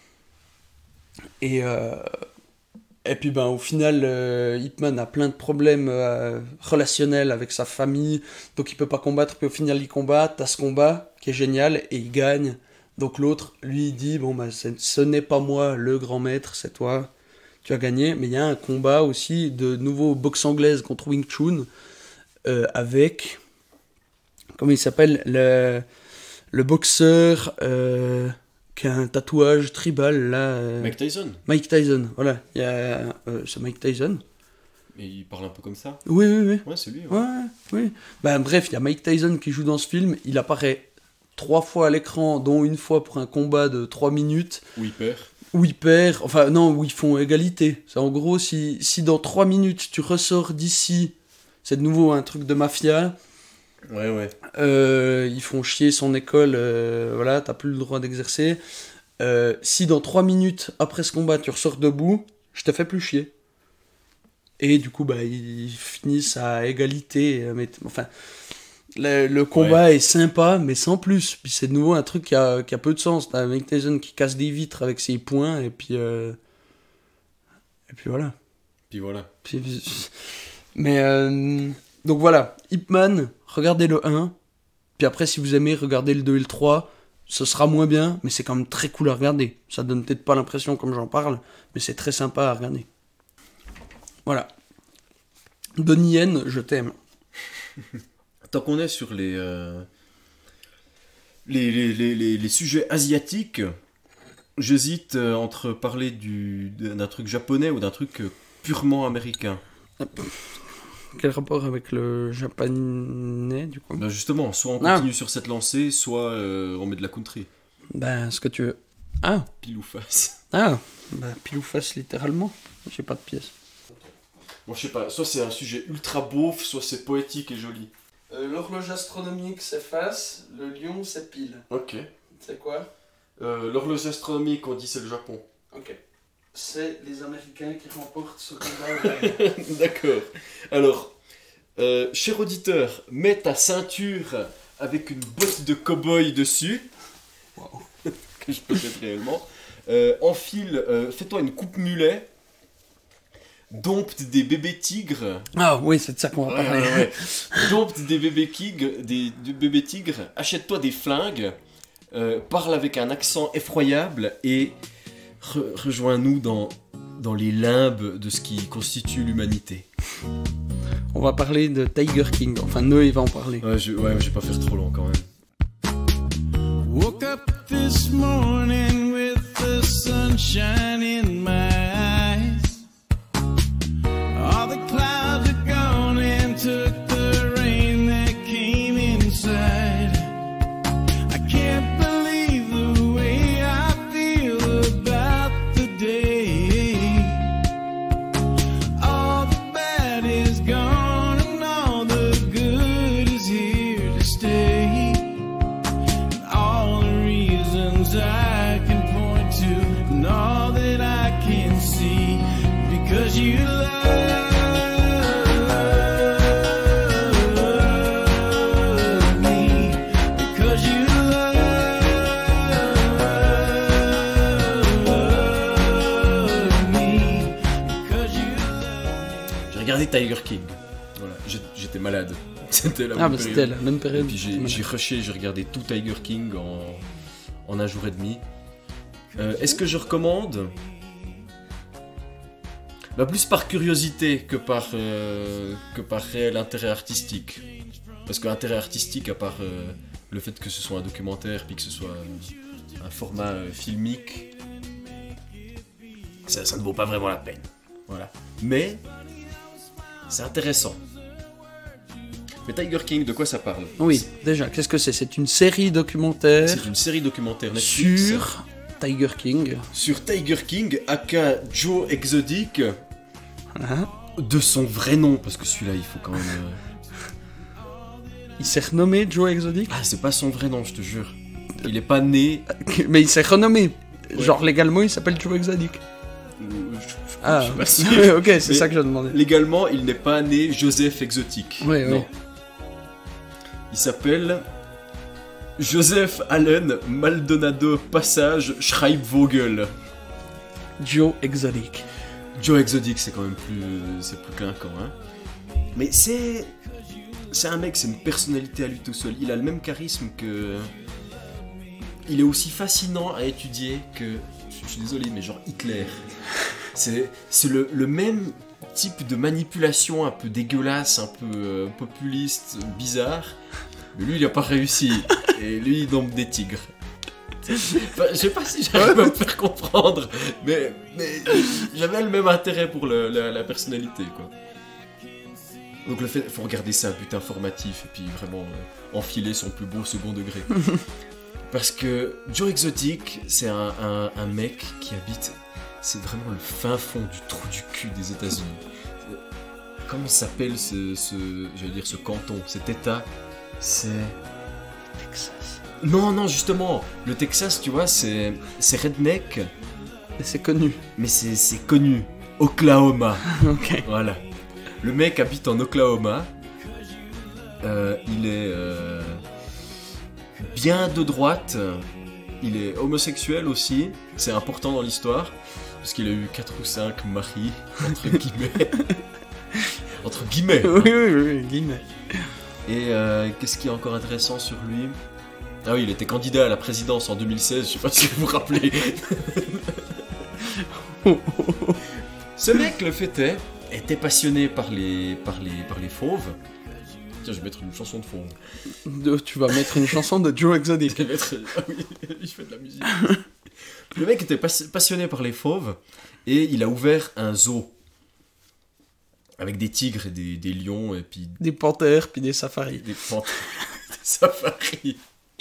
Et, euh, et puis ben, au final, euh, Ip Man a plein de problèmes euh, relationnels avec sa famille, donc il peut pas combattre, puis au final il combat, t'as ce combat qui est génial, et il gagne. Donc l'autre, lui, il dit, bon ben, c'est- ce n'est pas moi le grand maître, c'est toi, tu as gagné. Mais il y a un combat aussi de nouveau boxe anglaise contre Wing Chun, euh, avec, comment il s'appelle, le, le boxeur... euh, qui a un tatouage tribal là. euh, Mike Tyson. Mike Tyson, voilà. Il y a, euh, c'est Mike Tyson. Et il parle un peu comme ça. Oui, oui, oui. Ouais, c'est lui. ouais. Ouais, oui. Ben, bref, il y a Mike Tyson qui joue dans ce film. Il apparaît trois fois à l'écran, dont une fois pour un combat de trois minutes, Où il perd. où il perd. Enfin, non, où ils font égalité. C'est en gros, si, si dans trois minutes tu ressors d'ici, c'est de nouveau un truc de mafia. Ouais, ouais. Euh, ils font chier son école, euh, voilà, t'as plus le droit d'exercer. Euh, si dans trois minutes après ce combat tu ressors debout, je te fais plus chier. Et du coup, bah, ils finissent à égalité. euh, Mais, enfin, Le, le combat est sympa, mais sans plus. Puis c'est de nouveau un truc qui a, qui a peu de sens. T'as Mike Tyson qui casse des vitres avec ses poings, et puis... Euh... Et puis voilà. Puis voilà. Puis... Mais... Euh... Donc voilà, Ip Man, regardez le un. Puis après, si vous aimez, regardez le deux et le trois. Ce sera moins bien, mais c'est quand même très cool à regarder. Ça donne peut-être pas l'impression comme j'en parle, mais c'est très sympa à regarder. Voilà. Donnie Yen, je t'aime. Tant qu'on est sur les, euh, les, les, les, les, les sujets asiatiques, j'hésite euh, entre parler du, d'un truc japonais ou d'un truc euh, purement américain. Quel rapport avec le japonais, du coup? Ben justement, soit on Ah. continue sur cette lancée, soit euh, on met de la country. Ben, ce que tu veux. Ah, Pile ou face. ah, ben, pile ou face, littéralement. J'ai pas de pièce. Bon, je sais pas, soit c'est un sujet ultra beauf, soit c'est poétique et joli. Euh, l'horloge astronomique, c'est face. Le lion, c'est pile. Ok. C'est quoi? Euh, l'horloge astronomique, on dit c'est le Japon. Ok. C'est les Américains qui remportent ce combat. D'accord. Alors, euh, cher auditeur, mets ta ceinture avec une botte de cow-boy dessus. Wow. Que je peux faire réellement. Euh, enfile, euh, fais-toi une coupe mulet. Dompte des bébés tigres. Ah oui, c'est de ça qu'on va Ouais, parler. ouais, ouais. Dompte des bébés tigres, des, des bébés tigres. Achète-toi des flingues. Euh, parle avec un accent effroyable et re- rejoins-nous dans, dans les limbes de ce qui constitue l'humanité. On va parler de Tiger King. Enfin, Noé va en parler. Ouais, je, ouais, je vais pas faire trop long quand même. Woke up this morning with the sunshine in my eyes. All the clouds are gone and took the rain that came inside. I can't believe the way I feel about the day. All the bad is gone and all the good is here to stay. All the reasons I can point to and all that I can see, because you love me, because you love me, because you love. J'ai regardé Tiger King. Voilà, j'ai- j'étais malade. C'était la Ah, même bah c'était période. la même Et période. puis j'ai, j'ai rushé, j'ai regardé tout Tiger King en, en un jour et demi. Euh, est-ce que je recommande? Bah, plus par curiosité que par, euh, que par réel intérêt artistique. Parce que l'intérêt artistique, à part euh, le fait que ce soit un documentaire puis que ce soit euh, un format euh, filmique, ça, ça ne vaut pas vraiment la peine. Voilà. Mais c'est intéressant. Mais Tiger King, de quoi ça parle? Oui, déjà, qu'est-ce que c'est? C'est une série documentaire C'est une série documentaire Netflix sur Tiger King. sur Tiger King, aka Joe Exotic, Hein? de son vrai nom, parce que celui-là, il faut quand même... euh, Il s'est renommé Joe Exotic. Ah, c'est pas son vrai nom, je te jure. Il est pas né... Mais il s'est renommé. Ouais. Genre, légalement, il s'appelle Joe Exotic. Je, je- Ah, je suis pas sûr. ok, c'est Mais- ça que je demandais. Légalement, il n'est pas né Joseph Exotic. Ouais, Non. ouais. Il s'appelle Joseph Allen Maldonado Passage Schreibvogel. Joe Exotic. Joe Exotic, c'est quand même plus, c'est plus clinquant, hein. Mais c'est, c'est un mec, c'est une personnalité à lui tout seul. Il a le même charisme que, il est aussi fascinant à étudier que, je suis désolé, mais genre Hitler. C'est, c'est le, le même type de manipulation un peu dégueulasse, un peu euh, populiste, bizarre. Mais lui, il a pas réussi. Et lui, il dompe des tigres. Enfin, je sais pas si j'arrive à me faire comprendre, mais, mais j'avais le même intérêt pour le- la, la personnalité, quoi. Donc le fait, faut regarder ça, but informatif, et puis vraiment euh, enfiler son plus beau second degré. Parce que Joe Exotic, c'est un, un, un mec qui habite, c'est vraiment le fin fond du trou du cul des États-Unis. Comment s'appelle ce, ce, j'allais dire ce canton, cet état? C'est... Texas. Non, non, justement, le Texas, tu vois, c'est, c'est redneck, Et c'est connu. mais c'est, c'est connu. Oklahoma. Ok. Voilà. Le mec habite en Oklahoma. Euh, il est euh, bien de droite. Il est homosexuel aussi. C'est important dans l'histoire. Parce qu'il a eu quatre ou cinq maris, entre guillemets. entre guillemets. Oui, oui, oui, guillemets. Et euh, qu'est-ce qui est encore intéressant sur lui? Ah oui, il était candidat à la présidence en deux mille seize, je sais pas si vous vous rappelez. Ce mec, le fait est, était passionné par les, par les, par les fauves. Tiens, je vais mettre une chanson de fond. De- tu vas mettre une chanson de Joe Exotic. Je vais mettre... Ah oui, je fais de la musique. Le mec était pas- passionné par les fauves et il a ouvert un zoo. Avec des tigres et des, des lions et puis Des panthères, puis des safaris. des panthères, des safaris.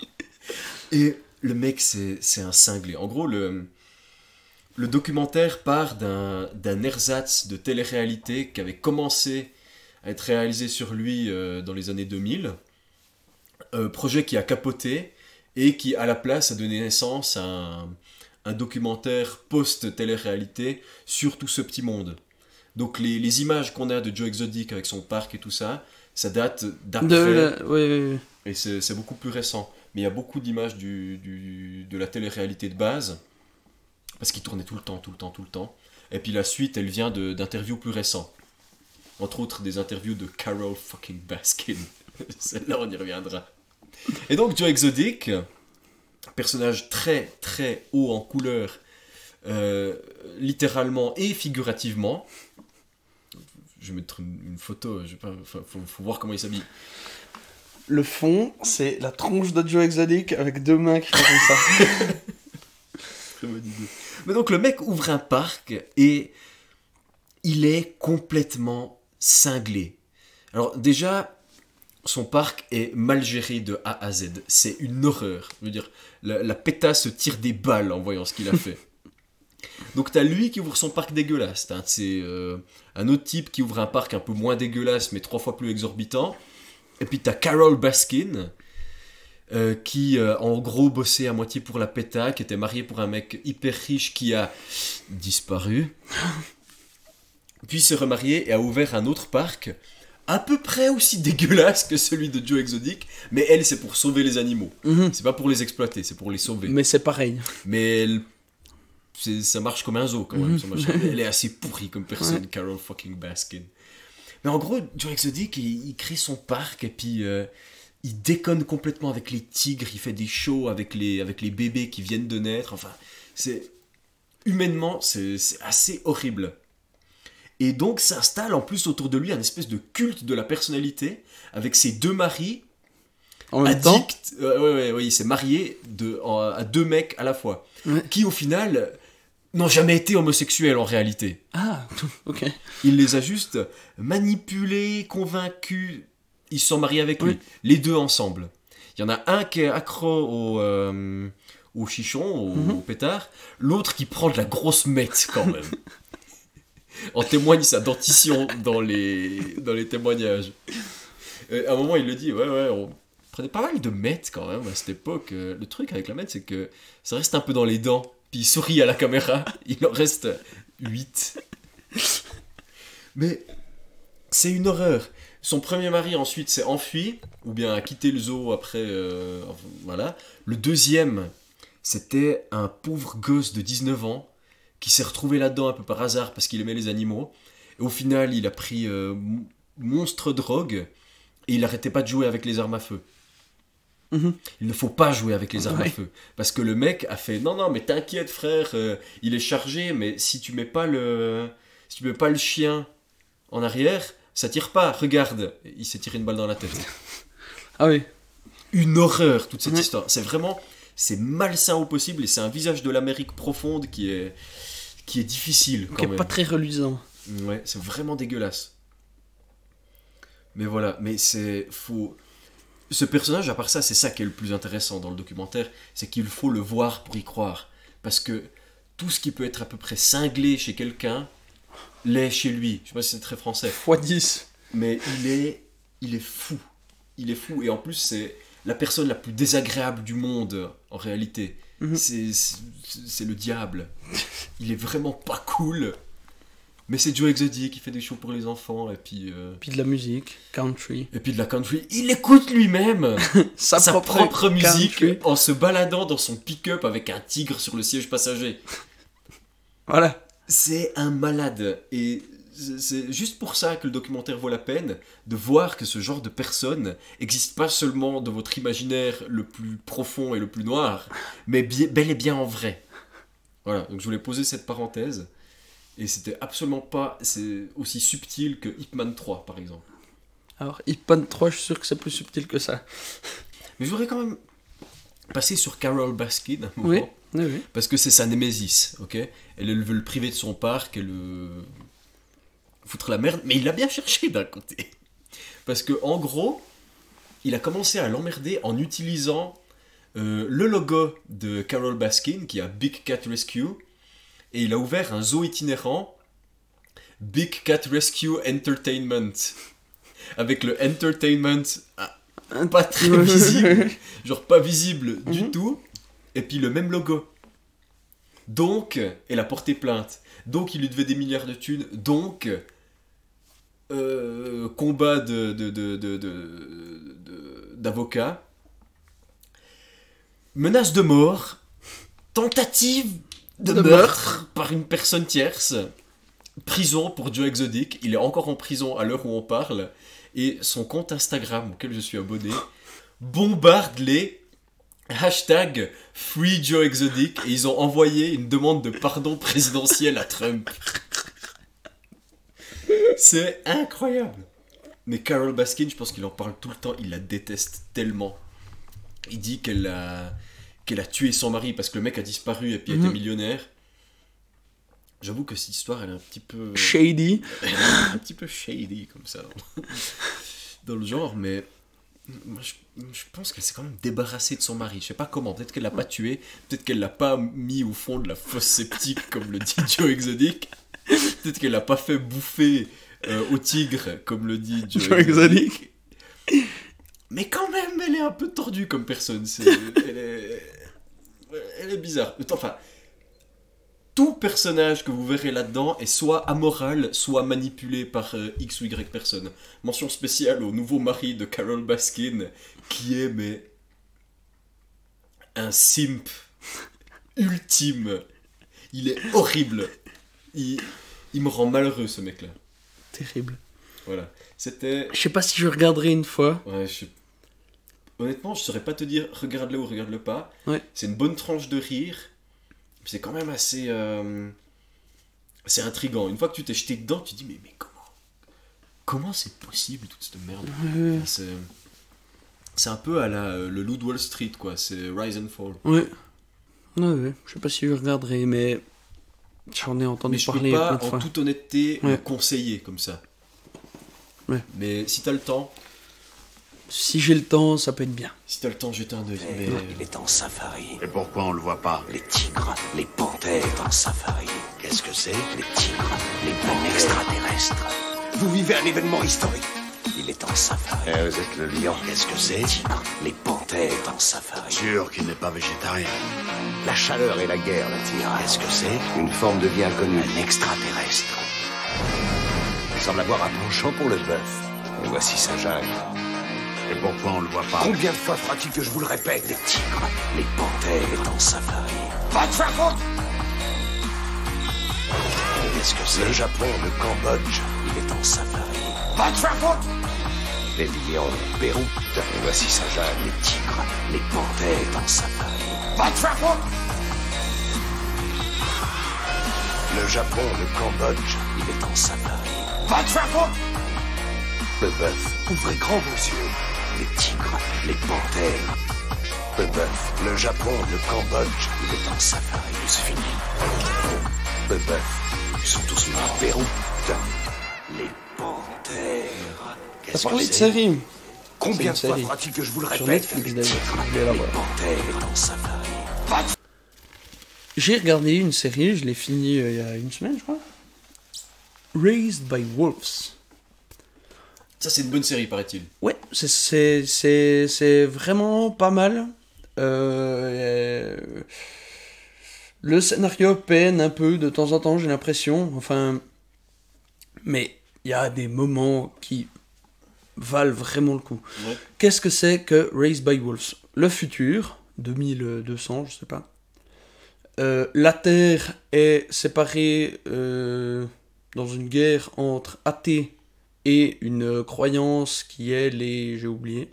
Et le mec, c'est, c'est un cinglé. En gros, le, le documentaire part d'un, d'un ersatz de télé-réalité qui avait commencé à être réalisé sur lui euh, dans les années deux mille. Euh, projet qui a capoté et qui, à la place, a donné naissance à un, un documentaire post-télé-réalité sur tout ce petit monde. Donc les, les images qu'on a de Joe Exotic avec son parc et tout ça, ça date d'après... De la... Oui, oui, oui. Et c'est, c'est beaucoup plus récent. Mais il y a beaucoup d'images du, du, de la télé-réalité de base, parce qu'il tournait tout le temps, tout le temps, tout le temps. Et puis la suite, elle vient de, d'interviews plus récents. Entre autres, des interviews de Carol fucking Baskin. Celle-là, on y reviendra. Et donc, Joe Exotic, personnage très, très haut en couleur, euh, littéralement et figurativement. Je vais mettre une, une photo, je sais pas, faut, faut, faut voir comment il s'habille. Le fond, c'est la tronche de Joe Exotic avec deux mains qui font comme ça. Très bonne idée. Mais donc le mec ouvre un parc et il est complètement cinglé. Alors déjà, son parc est mal géré de A à Z. C'est une horreur. Je veux dire, la, la pétasse se tire des balles en voyant ce qu'il a fait. Donc t'as lui qui ouvre son parc dégueulasse. T'as un, de ces, euh, un autre type qui ouvre un parc un peu moins dégueulasse mais trois fois plus exorbitant. Et puis t'as Carol Baskin, euh, qui euh, en gros bossait à moitié pour la péta, qui était mariée pour un mec hyper riche qui a disparu. Puis s'est remarié et a ouvert un autre parc, à peu près aussi dégueulasse que celui de Joe Exotic, mais elle c'est pour sauver les animaux. Mhm. C'est pas pour les exploiter, c'est pour les sauver. Mais c'est pareil. Mais elle, c'est- ça marche comme un zoo quand même. Mhm. ça marche- elle est assez pourrie comme personne, Ouais. Carol fucking Baskin. Mais en gros, Joe Exotic, il, il crée son parc et puis euh, il déconne complètement avec les tigres, il fait des shows avec les, avec les bébés qui viennent de naître. Enfin, c'est humainement, c'est, c'est assez horrible. Et donc s'installe en plus autour de lui un espèce de culte de la personnalité avec ses deux maris En même temps, addicts. Euh, ouais, ouais, ouais, il s'est marié de, en- à deux mecs à la fois, Ouais. qui au final n'ont jamais été homosexuels en réalité. ah, ok. Il les a juste manipulés, convaincus. Ils se sont mariés avec lui, Oui. les deux ensemble. Il y en a un qui est accro au, euh, au chichon, au, Mhm. au pétard, l'autre qui prend de la grosse mette quand même. En témoigne sa dentition dans les, dans les témoignages. Euh, à un moment, il le dit, ouais, ouais, on prenait pas mal de mette quand même à cette époque. Euh, Le truc avec la mette, c'est que ça reste un peu dans les dents. Puis il sourit à la caméra, il en reste huit. Mais c'est une horreur. Son premier mari ensuite s'est enfui, ou bien a quitté le zoo après. euh, enfin, voilà. Le deuxième, c'était un pauvre gosse de dix-neuf ans qui s'est retrouvé là-dedans un peu par hasard parce qu'il aimait les animaux. Et au final, il a pris euh, mon- monstre drogue et il n'arrêtait pas de jouer avec les armes à feu. Mhm. Il ne faut pas jouer avec les armes à Ouais. feu. Parce que le mec a fait non, non, mais t'inquiète, frère, euh, il est chargé, mais si tu mets pas le, si tu mets pas le chien en arrière, ça tire pas. Regarde, il s'est tiré une balle dans la tête. Ah oui. Une horreur, toute cette Ouais. histoire. C'est vraiment, c'est malsain au possible et c'est un visage de l'Amérique profonde qui est, qui est difficile quand Qui est même. pas très reluisant. Ouais, c'est vraiment dégueulasse. Mais voilà, mais c'est faut. Ce personnage, à part ça, c'est ça qui est le plus intéressant dans le documentaire, c'est qu'il faut le voir pour y croire. Parce que tout ce qui peut être à peu près cinglé chez quelqu'un, l'est chez lui. Je sais pas si c'est très français. fois dix. Mais il est, il est fou. Il est fou. Et en plus, c'est la personne la plus désagréable du monde, en réalité. Mhm. C'est, c'est, c'est le diable. Il est vraiment pas cool. Mais c'est Joe Exotic qui fait des shows pour les enfants, et puis... euh, Puis de la musique, country. Et puis de la country. Il écoute lui-même Sa, sa propre, musique country. en se baladant dans son pick-up avec un tigre sur le siège passager. Voilà. C'est un malade. Et c'est- c'est juste pour ça que le documentaire vaut la peine de voir que ce genre de personne n'existe pas seulement dans votre imaginaire le plus profond et le plus noir, mais bi- bel et bien en vrai. Voilà, donc je voulais poser cette parenthèse. Et c'était absolument pas c'est aussi subtil que Hitman trois, par exemple. Alors, Hitman trois, je suis sûr que c'est plus subtil que ça. Mais je voudrais quand même passer sur Carole Baskin un moment. Oui, oui, oui. Parce que c'est sa némésis, ok? Elle, elle veut le priver de son parc et le foutre la merde, mais il l'a bien cherché d'un côté. Parce que en gros, il a commencé à l'emmerder en utilisant euh, le logo de Carole Baskin, qui a Big Cat Rescue, et il a ouvert un zoo itinérant, Big Cat Rescue Entertainment, avec le entertainment ah, pas très visible, genre pas visible du Mhm. tout, et puis le même logo. Donc, elle a porté plainte. Donc, il lui devait des milliards de thunes. Donc, euh, combat de, de, de, de, de- de- d'avocats. Menace de mort. Tentative de, De meurtre par une personne tierce. Prison pour Joe Exotic. Il est encore en prison à l'heure où on parle. Et son compte Instagram, auquel je suis abonné, bombarde les hashtag Free Joe Exotic, et ils ont envoyé une demande de pardon présidentielle à Trump. C'est incroyable. Mais Carole Baskin, je pense qu'il en parle tout le temps, il la déteste tellement. Il dit qu'elle a, qu'elle a tué son mari parce que le mec a disparu et puis Mhm. était millionnaire. J'avoue que cette histoire, elle est un petit peu... Shady. un petit peu shady comme ça dans le genre, mais moi, je, je pense qu'elle s'est quand même débarrassée de son mari. Je sais pas comment, peut-être qu'elle l'a pas tué, peut-être qu'elle l'a pas mis au fond de la fosse septique comme le dit Joe Exotic, peut-être qu'elle l'a pas fait bouffer euh, au tigre comme le dit Joe, Joe Exotic. Mais quand même, elle est un peu tordue comme personne. C'est, elle, est, elle est bizarre. Enfin, tout personnage que vous verrez là-dedans est soit amoral, soit manipulé par euh, X ou Y personne. Mention spéciale au nouveau mari de Carole Baskin, qui est, mais, un simp ultime. Il est horrible. Il, il me rend malheureux, ce mec-là. Terrible. Voilà. C'était... Je sais pas si je regarderai une fois. Ouais, je... Honnêtement, je saurais pas te dire regarde-le ou regarde-le pas. Ouais. C'est une bonne tranche de rire. Puis c'est quand même assez... euh, C'est intriguant. Une fois que tu t'es jeté dedans, tu te dis mais, mais comment Comment c'est possible toute cette merde Ouais. Enfin, c'est... c'est un peu à la, euh, le loup de Wall Street, quoi. C'est Rise and Fall. Ouais. Ouais, ouais. Je sais pas si je regarderai, mais j'en ai entendu Mais je peux parler pas, plein de en fois. toute honnêteté, le Ouais. conseiller comme ça. Ouais. Mais si t'as le temps, Si j'ai le temps, ça peut être bien. si t'as le temps, jette un œil. Mais... Il est en safari. Et pourquoi on le voit pas? Les tigres, les panthères en safari. Qu'est-ce que c'est? Les tigres, les panthères extraterrestres. Vous vivez un événement historique. Il est en safari. Eh, vous êtes le lion. Qu'est-ce que c'est? Les tigres, les panthères en safari. Sûr qu'il n'est pas végétarien. La chaleur et la guerre l'attirent. Qu'est-ce que c'est? Une forme de vie inconnue. Un extraterrestre. Il semble avoir un penchant pour le bœuf. Et voici sa jungle. Et pourquoi on le voit pas? Combien de fois faudra-t-il que je vous le répète? Les tigres, les panthères en safari. Va te faire foutre! Qu'est-ce que c'est? Le Japon, le Cambodge, il est en safari. Va te faire foutre! Les lions, Beyrouth, et voici sa jungle. Les tigres, les panthères en safari. Va te faire foutre! Le Japon, le Cambodge, il est en safari. Va te faire foutre! Le bœuf, ouvrez grand vos yeux. Les tigres, les panthères. Le bœuf, le Japon, le Cambodge, il est en safari. C'est fini. Le bœuf, ils sont tous morts. Beyrouth, les panthères. T'as Qu'est-ce que parlé de c'est? série Combien de C'est une fois série. faudra-t-il que je vous le sur répète? Netflix Les d'ailleurs. tigres, Je vais la les voir. panthères en safari. J'ai regardé une série, je l'ai finie euh, il y a une semaine, je crois. Raised by Wolves. Ça, c'est une bonne série, paraît-il. Ouais, c'est- c'est c'est- c'est vraiment pas mal. Euh, euh, le scénario peine un peu de temps en temps, j'ai l'impression. Enfin, Mais il y a des moments qui valent vraiment le coup. Ouais. Qu'est-ce que c'est que Raised by Wolves? Le futur, deux mille deux cents, je sais pas. Euh, la Terre est séparée euh, dans une guerre entre athées et une croyance qui est les... j'ai oublié.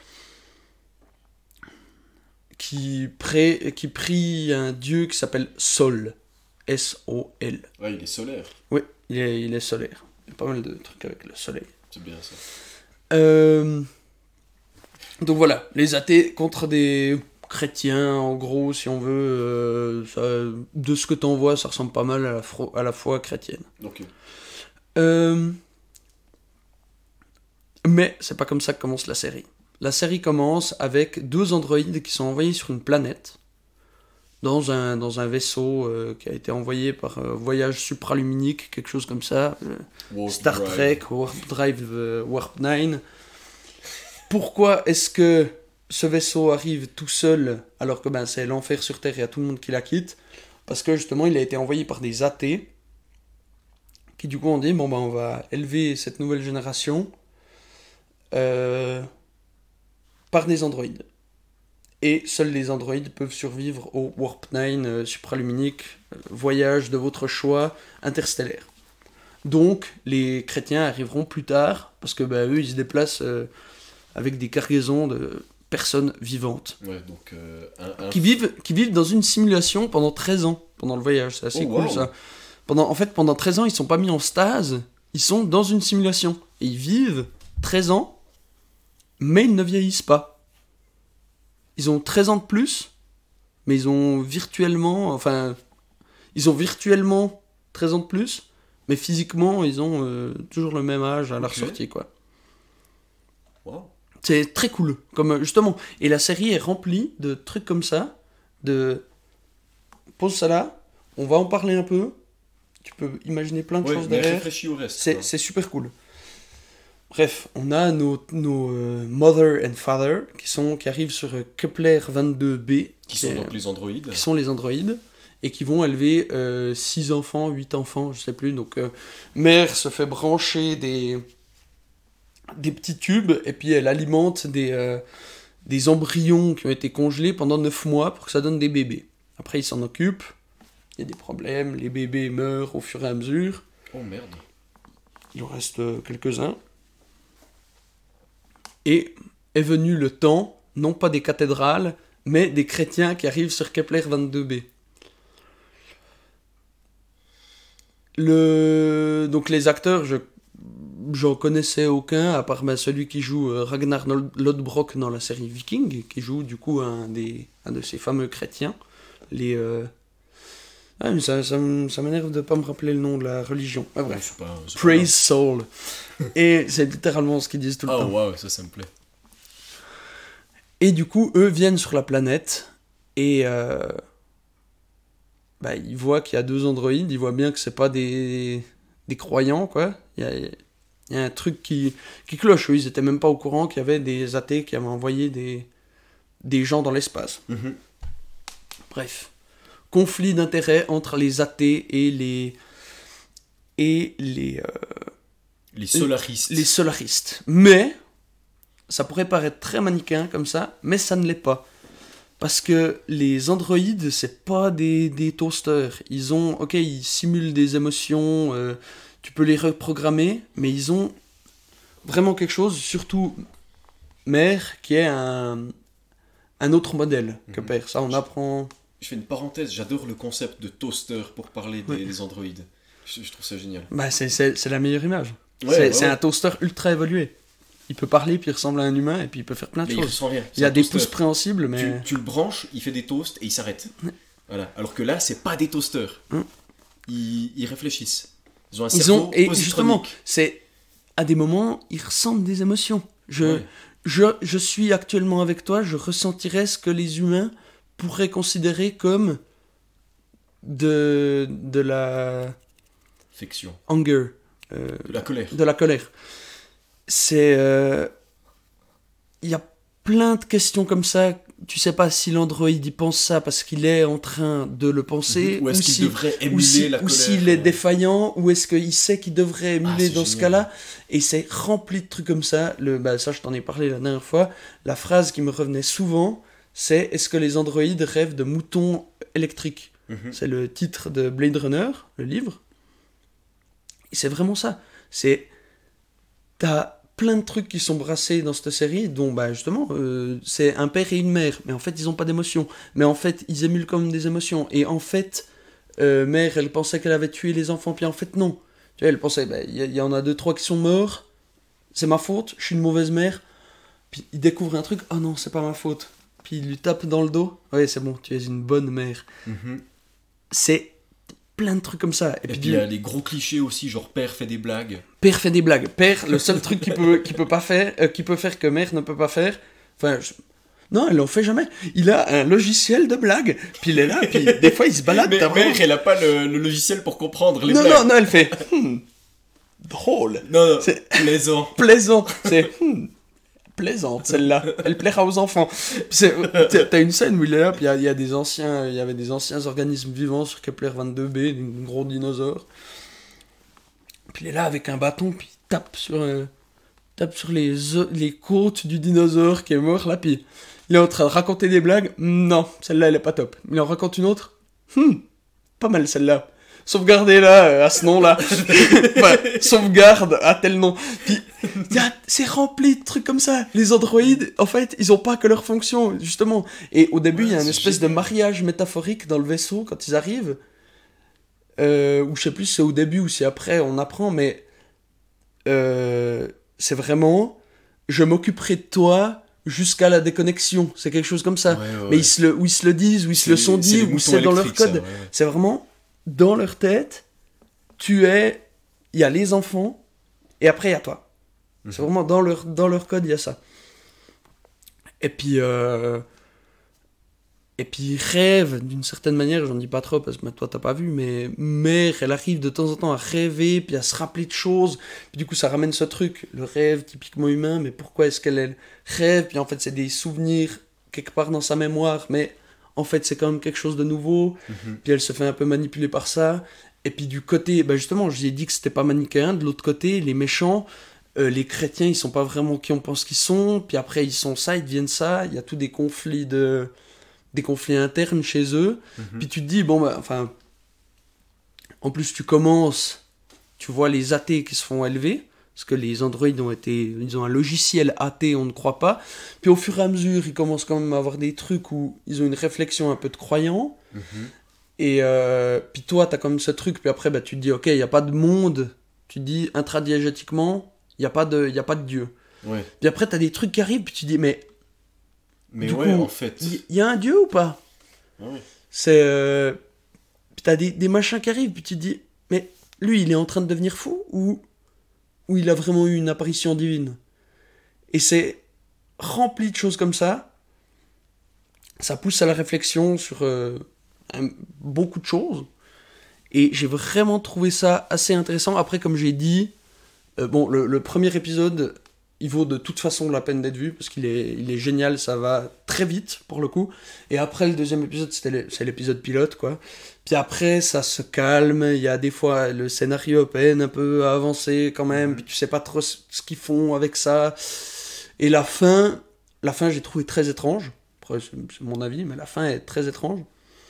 Qui, pré... qui prie un dieu qui s'appelle Sol. S O L. Ouais, il est solaire. Oui, il est, il est solaire. Il y a pas mal de trucs avec le soleil. C'est bien ça. Euh... Donc voilà, les athées contre des chrétiens, en gros, si on veut, euh, ça, de ce que t'en vois, ça ressemble pas mal à la, fro- à la foi chrétienne. Ok. Euh... Mais c'est pas comme ça que commence la série. La série commence avec deux androïdes qui sont envoyés sur une planète, dans un, dans un vaisseau euh, qui a été envoyé par euh, voyage supraluminique, quelque chose comme ça, euh, Warp Star Drive. Trek, Warp Drive, euh, Warp neuf. Pourquoi est-ce que ce vaisseau arrive tout seul alors que ben, c'est l'enfer sur Terre et il y a tout le monde qui la quitte? Parce que justement il a été envoyé par des athées qui du coup ont dit bon ben on va élever cette nouvelle génération euh, par des androïdes. Et seuls les androïdes peuvent survivre au Warp neuf euh, supraluminique, euh, voyage de votre choix interstellaire. Donc les chrétiens arriveront plus tard parce que ben, eux ils se déplacent euh, avec des cargaisons de personnes vivantes Ouais, donc euh, un, un... qui vivent, qui vivent dans une simulation pendant treize ans pendant le voyage. C'est assez Oh, cool wow. ça. Pendant, en fait, pendant treize ans, ils sont pas mis en stase, ils sont dans une simulation. Et ils vivent treize ans, mais ils ne vieillissent pas. Ils ont treize ans de plus, mais ils ont virtuellement, enfin, ils ont virtuellement treize ans de plus, mais physiquement, ils ont euh, toujours le même âge à leur Ok. sortie, quoi. Wow. C'est très cool, comme euh, justement. Et la série est remplie de trucs comme ça, de pose ça là, on va en parler un peu. Tu peux imaginer plein de Ouais, choses mais derrière. réfléchis au reste. C'est, quoi. c'est super cool. Bref, on a nos, nos euh, Mother and Father qui, sont, qui arrivent sur euh, Kepler vingt-deux b, Qui sont est- donc les androïdes. qui sont les androïdes, et qui vont élever six enfants, huit enfants, je sais plus. Donc, euh, mère se fait brancher des, des petits tubes, et puis elle alimente des, euh, des embryons qui ont été congelés pendant neuf mois pour que ça donne des bébés. Après, ils s'en occupent, il y a des problèmes, les bébés meurent au fur et à mesure. Oh merde. Il en reste euh, quelques-uns. Et est venu le temps, non pas des cathédrales, mais des chrétiens qui arrivent sur Kepler vingt-deux b. Le... Donc les acteurs, je j'en connaissais aucun, à part ben, celui qui joue euh, Ragnar Nol- Lodbrok dans la série Viking, qui joue du coup un, des, un de ces fameux chrétiens. Les... Euh... Ah, mais ça, ça, m- ça m'énerve de pas me rappeler le nom de la religion. Ah, Ouais, bref. c'est pas- c'est pas Praise Soul. Et c'est littéralement ce qu'ils disent tout le grave. temps. Oh waouh, ça, ça me plaît. Et du coup, eux viennent sur la planète et euh, bah, ils voient qu'il y a deux androïdes, ils voient bien que c'est pas des, des croyants, quoi. Il y a, il y a un truc qui, qui cloche. Eux, ils étaient même pas au courant qu'il y avait des athées qui avaient envoyé des, des gens dans l'espace. Mhm. Bref. Conflit d'intérêts entre les athées et les... et les... euh, Les solaristes. les solaristes. Mais, ça pourrait paraître très manichéen comme ça, mais ça ne l'est pas. Parce que les androïdes, c'est pas des, des toasters. Ils ont, ok, ils simulent des émotions, euh, tu peux les reprogrammer, mais ils ont vraiment quelque chose, surtout mère, qui est un, un autre modèle que Mhm. père. Ça, on apprend... Je fais une parenthèse, j'adore le concept de toaster pour parler des, Ouais. des androïdes. Je, je trouve ça génial. Bah, c'est, c'est, c'est la meilleure image. Ouais, c'est, ouais, c'est ouais. un toaster ultra évolué. Il peut parler, puis il ressemble à un humain, et puis il peut faire plein de Mais il choses. ressent rien. Il y a C'est un des toaster. pouces préhensibles, mais... Tu, tu le branches, il fait des toasts et il s'arrête. Voilà. Alors que là, c'est pas des toasters. Mm. Ils, ils réfléchissent. Ils ont un Ils cerveau ont, et positronique. justement, c'est à des moments, ils ressentent des émotions. Je, Ouais. je, je suis actuellement avec toi, je ressentirais ce que les humains pourraient considérer comme de, de la Affection. anger, euh, De la colère. de la colère. C'est, euh, il y a plein de questions comme ça tu sais pas si l'androïde il pense ça parce qu'il est en train de le penser, Ou est-ce qu'il si, devrait ou émuler si- la ou colère s'il est ouais. défaillant, ou est-ce qu'il sait qu'il devrait émuler Ah, c'est dans ce génial. cas-là. Et c'est rempli de trucs comme ça. Le, bah, ça, je t'en ai parlé la dernière fois. La phrase qui me revenait souvent, c'est « Est-ce que les androïdes rêvent de moutons électriques ?» Mhm. C'est le titre de Blade Runner, le livre. Et c'est vraiment ça. C'est... T'as plein de trucs qui sont brassés dans cette série, dont, bah, justement, euh, c'est un père et une mère. Mais en fait, ils n'ont pas d'émotions. Mais en fait, ils émulent comme des émotions. Et en fait, euh, mère, elle pensait qu'elle avait tué les enfants. Puis en fait, non. Tu vois, elle pensait, bah, il y, y en a deux, trois qui sont morts. C'est ma faute, je suis une mauvaise mère. Puis il découvre un truc, oh non, c'est pas ma faute. Puis il lui tape dans le dos, ouais, c'est bon, tu es une bonne mère. Mhm. C'est plein de trucs comme ça. Et, Et puis, puis il y a les gros clichés aussi, genre père fait des blagues. père fait des blagues. Père, le seul truc qu'il peut, qu'il peut pas faire, euh, qu'il peut faire que mère ne peut pas faire. Enfin, je- non, elle en fait jamais. Il a un logiciel de blagues. Puis il est là, puis des fois il se balade. Mais t'as vraiment- mère, elle a pas le, le logiciel pour comprendre les Non, blagues. non, non, elle fait hmm, drôle, Non, non, C'est- plaisant. plaisant. C'est hmm, plaisante celle-là. Elle plaira aux enfants. C'est- t'as- T'as une scène où il est là, puis il y a- il y, a des anciens, il y avait des anciens organismes vivants sur Kepler vingt-deux b, des gros dinosaures. Puis il est là avec un bâton, puis il tape sur, euh, tape sur les, o- les côtes du dinosaure qui est mort là, puis il est en train de raconter des blagues. Non, celle-là elle est pas top. Il en raconte une autre. Hmm, pas mal celle-là. Sauvegardez-la euh, à ce nom-là. Enfin, sauvegarde à tel nom. Puis, y a- c'est rempli de trucs comme ça. Les androïdes, en fait, ils ont pas que leur fonction, justement. Et au début, il Ouais, y a une c'est espèce génial. de mariage métaphorique dans le vaisseau quand ils arrivent. Euh, ou je sais plus si c'est au début ou si après on apprend, mais euh, c'est vraiment je m'occuperai de toi jusqu'à la déconnexion. C'est quelque chose comme ça. Ouais, ouais, Mais ouais. ils se le, ou ils se le disent, ou ils se le C'est- sont c'est dit, les ou moutons c'est dans leur électriques, ça, code. ouais, ouais. C'est vraiment dans leur tête, tu es. Il y a les enfants, et après il y a toi. C'est vraiment dans leur, dans leur code, il y a ça. Et puis. Euh, et puis ils rêvent d'une certaine manière, j'en dis pas trop parce que bah, toi t'as pas vu, mais mère, elle arrive de temps en temps à rêver, puis à se rappeler de choses, puis du coup ça ramène ce truc, le rêve typiquement humain, mais pourquoi est-ce qu'elle elle rêve, puis en fait c'est des souvenirs quelque part dans sa mémoire, mais en fait c'est quand même quelque chose de nouveau, Mhm. puis elle se fait un peu manipuler par ça, et puis du côté, bah justement je vous ai dit que c'était pas manichéen, de l'autre côté les méchants, euh, les chrétiens ils sont pas vraiment qui on pense qu'ils sont, puis après ils sont ça, ils deviennent ça, il y a tous des conflits de... des conflits internes chez eux, Mhm. puis tu te dis, bon, bah, enfin, en plus tu commences, tu vois les athées qui se font élever, parce que les androïdes ont été, ils ont un logiciel athée, on ne croit pas, puis au fur et à mesure, ils commencent quand même à avoir des trucs où ils ont une réflexion un peu de croyants, Mhm. et euh, puis toi, t'as quand même ce truc, puis après, bah, tu te dis, ok, il n'y a pas de monde, tu te dis, intradiégétiquement, il n'y a, pas de- y a pas de Dieu. Ouais. Puis après, t'as des trucs qui arrivent, puis tu te dis, mais Mais du ouais, coup, en fait. il y, y a un Dieu ou pas? Ouais. C'est. Euh... Puis t'as des, des machins qui arrivent, puis tu te dis, mais lui, il est en train de devenir fou ou, ou il a vraiment eu une apparition divine? Et c'est rempli de choses comme ça. Ça pousse à la réflexion sur euh, un- beaucoup de choses. Et j'ai vraiment trouvé ça assez intéressant. Après, comme j'ai dit, euh, bon, le, le premier épisode, il vaut de toute façon la peine d'être vu parce qu'il est, il est génial, ça va très vite pour le coup. Et après, le deuxième épisode, c'était le- c'est l'épisode pilote, quoi. Puis après, ça se calme. Il y a des fois, le scénario peine un peu à avancer quand même. Puis tu sais pas trop ce ce qu'ils font avec ça. Et la fin, la fin, j'ai trouvé très étrange. Après, c'est c'est mon avis, mais la fin est très étrange.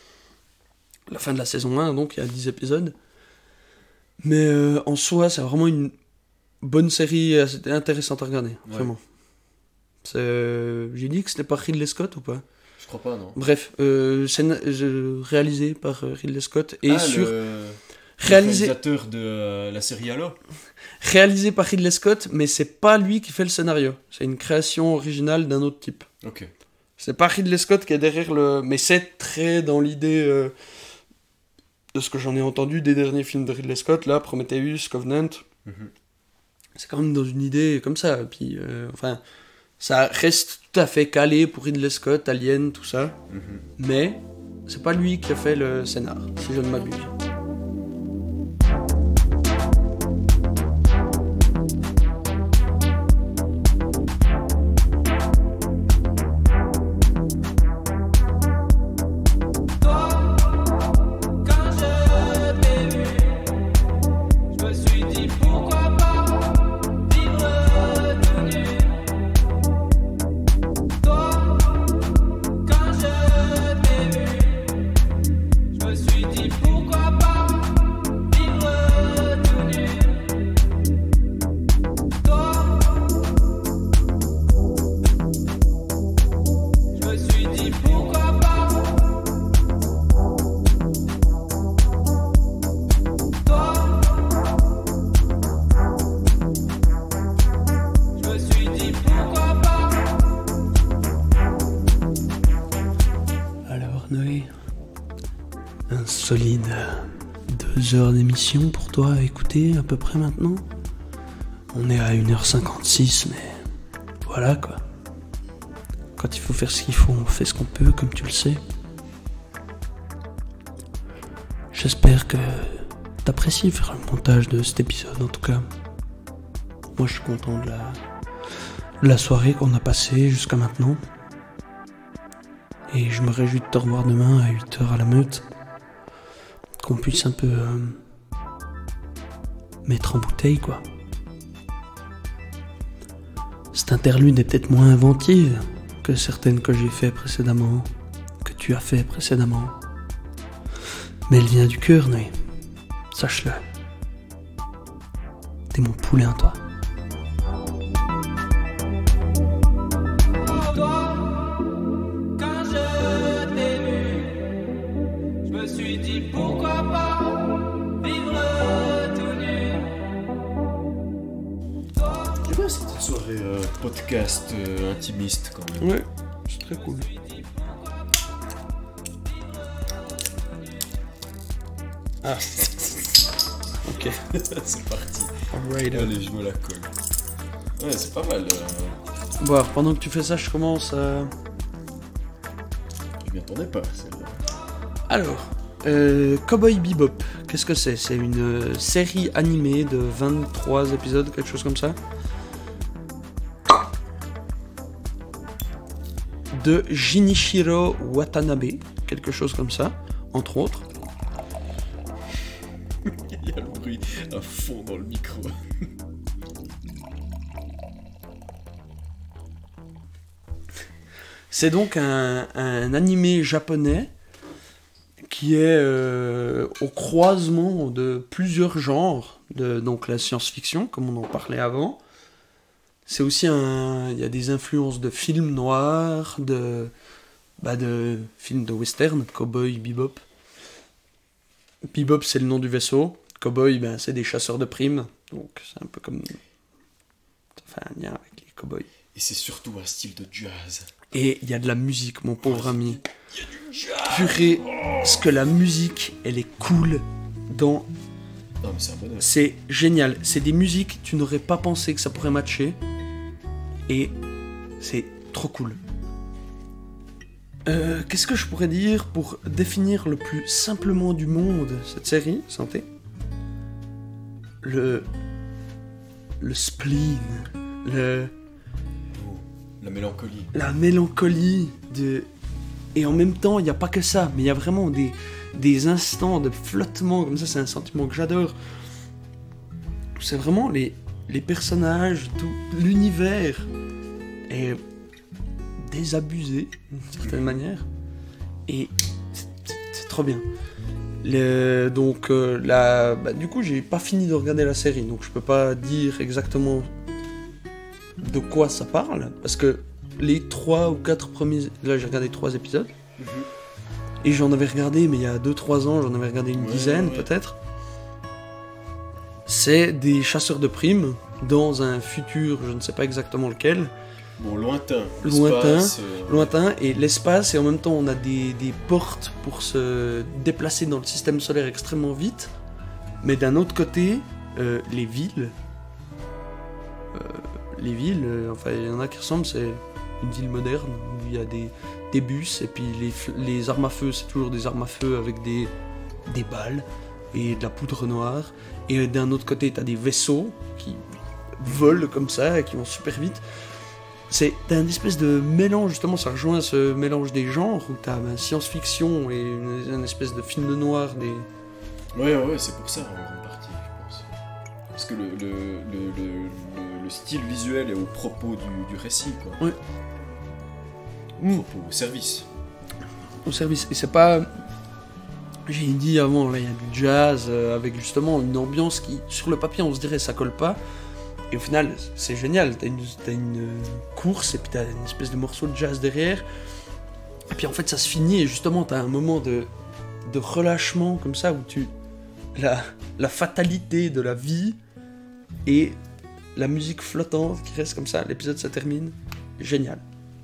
La fin de la saison un, donc, il y a dix épisodes. Mais euh, en soi, c'est vraiment une bonne série, euh, c'était intéressante à regarder, Ouais. vraiment. C'est, euh, j'ai dit que c'était par Ridley Scott ou pas? Je crois pas, non. Bref, euh, scén- euh, réalisé par euh, Ridley Scott et Ah, sur le... réalisé, le réalisateur de euh, la série Halo. réalisé par Ridley Scott, mais c'est pas lui qui fait le scénario. C'est une création originale d'un autre type. Ok. C'est pas Ridley Scott qui est derrière le, mais c'est très dans l'idée euh, de ce que j'en ai entendu des derniers films de Ridley Scott, là, Prometheus, Covenant. Mhm. C'est quand même dans une idée comme ça. Puis, euh, enfin, ça reste tout à fait calé pour Ridley Scott, Alien, tout ça. Mhm. Mais c'est pas lui qui a fait le scénar, si je ne m'abuse. solide deux heures d'émission pour toi à écouter à peu près maintenant. On est à une heure cinquante-six, mais voilà quoi. Quand il faut faire ce qu'il faut, on fait ce qu'on peut, comme tu le sais. J'espère que t'apprécies faire le montage de cet épisode en tout cas. Moi je suis content de la, de la soirée qu'on a passée jusqu'à maintenant. Et je me réjouis de te revoir demain à huit heures à la Meute. Qu'on puisse un peu euh, mettre en bouteille quoi. Cette interlude est peut-être moins inventive que certaines que j'ai fait précédemment, que tu as fait précédemment. Mais elle vient du cœur, Noé. Sache-le. T'es mon poulain, toi. Pour toi, quand je t'ai vu, je me suis dit pourquoi pas vivre tout nu. J'aime bien cette soirée euh, podcast euh, intimiste quand même. Ouais, c'est très cool. Ah. Ok. C'est parti. Alright. Allez, je me la colle. Ouais, c'est pas mal. Euh... Bon, alors, pendant que tu fais ça, je commence à... Je m'y attendais pas, celle-là. Alors, euh, Cowboy Bebop, qu'est-ce que c'est? C'est une euh, série animée de vingt-trois épisodes, quelque chose comme ça. De Jinichiro Watanabe, quelque chose comme ça, entre autres. Il y a le bruit à fond dans le micro. C'est donc un, un animé japonais qui est euh, au croisement de plusieurs genres, de donc la science-fiction, comme on en parlait avant. C'est aussi un... Il y a des influences de films noirs, de... Bah de films de western, Cowboy Bebop. Bebop, c'est le nom du vaisseau. Cowboy, ben, c'est des chasseurs de primes. Donc, c'est un peu comme... Ça fait un lien avec les cowboys. Et c'est surtout un style de jazz. Et il y a de la musique, mon pauvre ami. Il y a du jazz. Purée, ce que la musique, elle est cool dans... Non, mais c'est un bonheur. C'est génial. C'est des musiques, tu n'aurais pas pensé que ça pourrait matcher. Et c'est trop cool. Euh, qu'est-ce que je pourrais dire pour définir le plus simplement du monde cette série, santé? Le... Le spleen. Le... Oh, la mélancolie. La mélancolie de... Et en même temps, il n'y a pas que ça, mais il y a vraiment des, des instants de flottement, comme ça, c'est un sentiment que j'adore. C'est vraiment les, les personnages, tout l'univers est désabusé, d'une certaine manière. Et c'est, c'est, c'est trop bien. Le, donc, euh, la, bah, du coup, j'ai pas fini de regarder la série, donc je peux pas dire exactement de quoi ça parle, parce que les trois ou quatre premiers... Là, j'ai regardé trois épisodes. Mm-hmm. Et j'en avais regardé, mais il y a deux trois ans, j'en avais regardé une ouais, dizaine, ouais. peut-être. C'est des chasseurs de primes dans un futur, je ne sais pas exactement lequel. Bon, lointain. Lointain, euh... lointain. Et l'espace, et en même temps, on a des, des portes pour se déplacer dans le système solaire extrêmement vite. Mais d'un autre côté, euh, les villes... Euh, les villes, euh, enfin, il y en a qui ressemblent, c'est... une ville moderne où il y a des, des bus et puis les, les armes à feu, c'est toujours des armes à feu avec des, des balles et de la poudre noire. Et d'un autre côté, t'as des vaisseaux qui volent comme ça et qui vont super vite. C'est un espèce de mélange, justement, ça rejoint ce mélange des genres où t'as ben, science-fiction et une, une espèce de film noir. Des... Ouais, ouais, ouais, c'est pour ça en grande partie, je pense. Parce que le, le, le, le, le, le style visuel est au propos du, du récit, quoi. Ouais. Au propos, au service. Au service. Et c'est pas... J'ai dit avant, là, il y a du jazz euh, avec justement une ambiance qui, sur le papier, on se dirait ça colle pas. Et au final, c'est génial. T'as une, t'as une course et puis t'as une espèce de morceau de jazz derrière. Et puis en fait, ça se finit et justement, t'as un moment de, de relâchement comme ça où tu... La, la fatalité de la vie et la musique flottante qui reste comme ça. L'épisode se termine. Génial.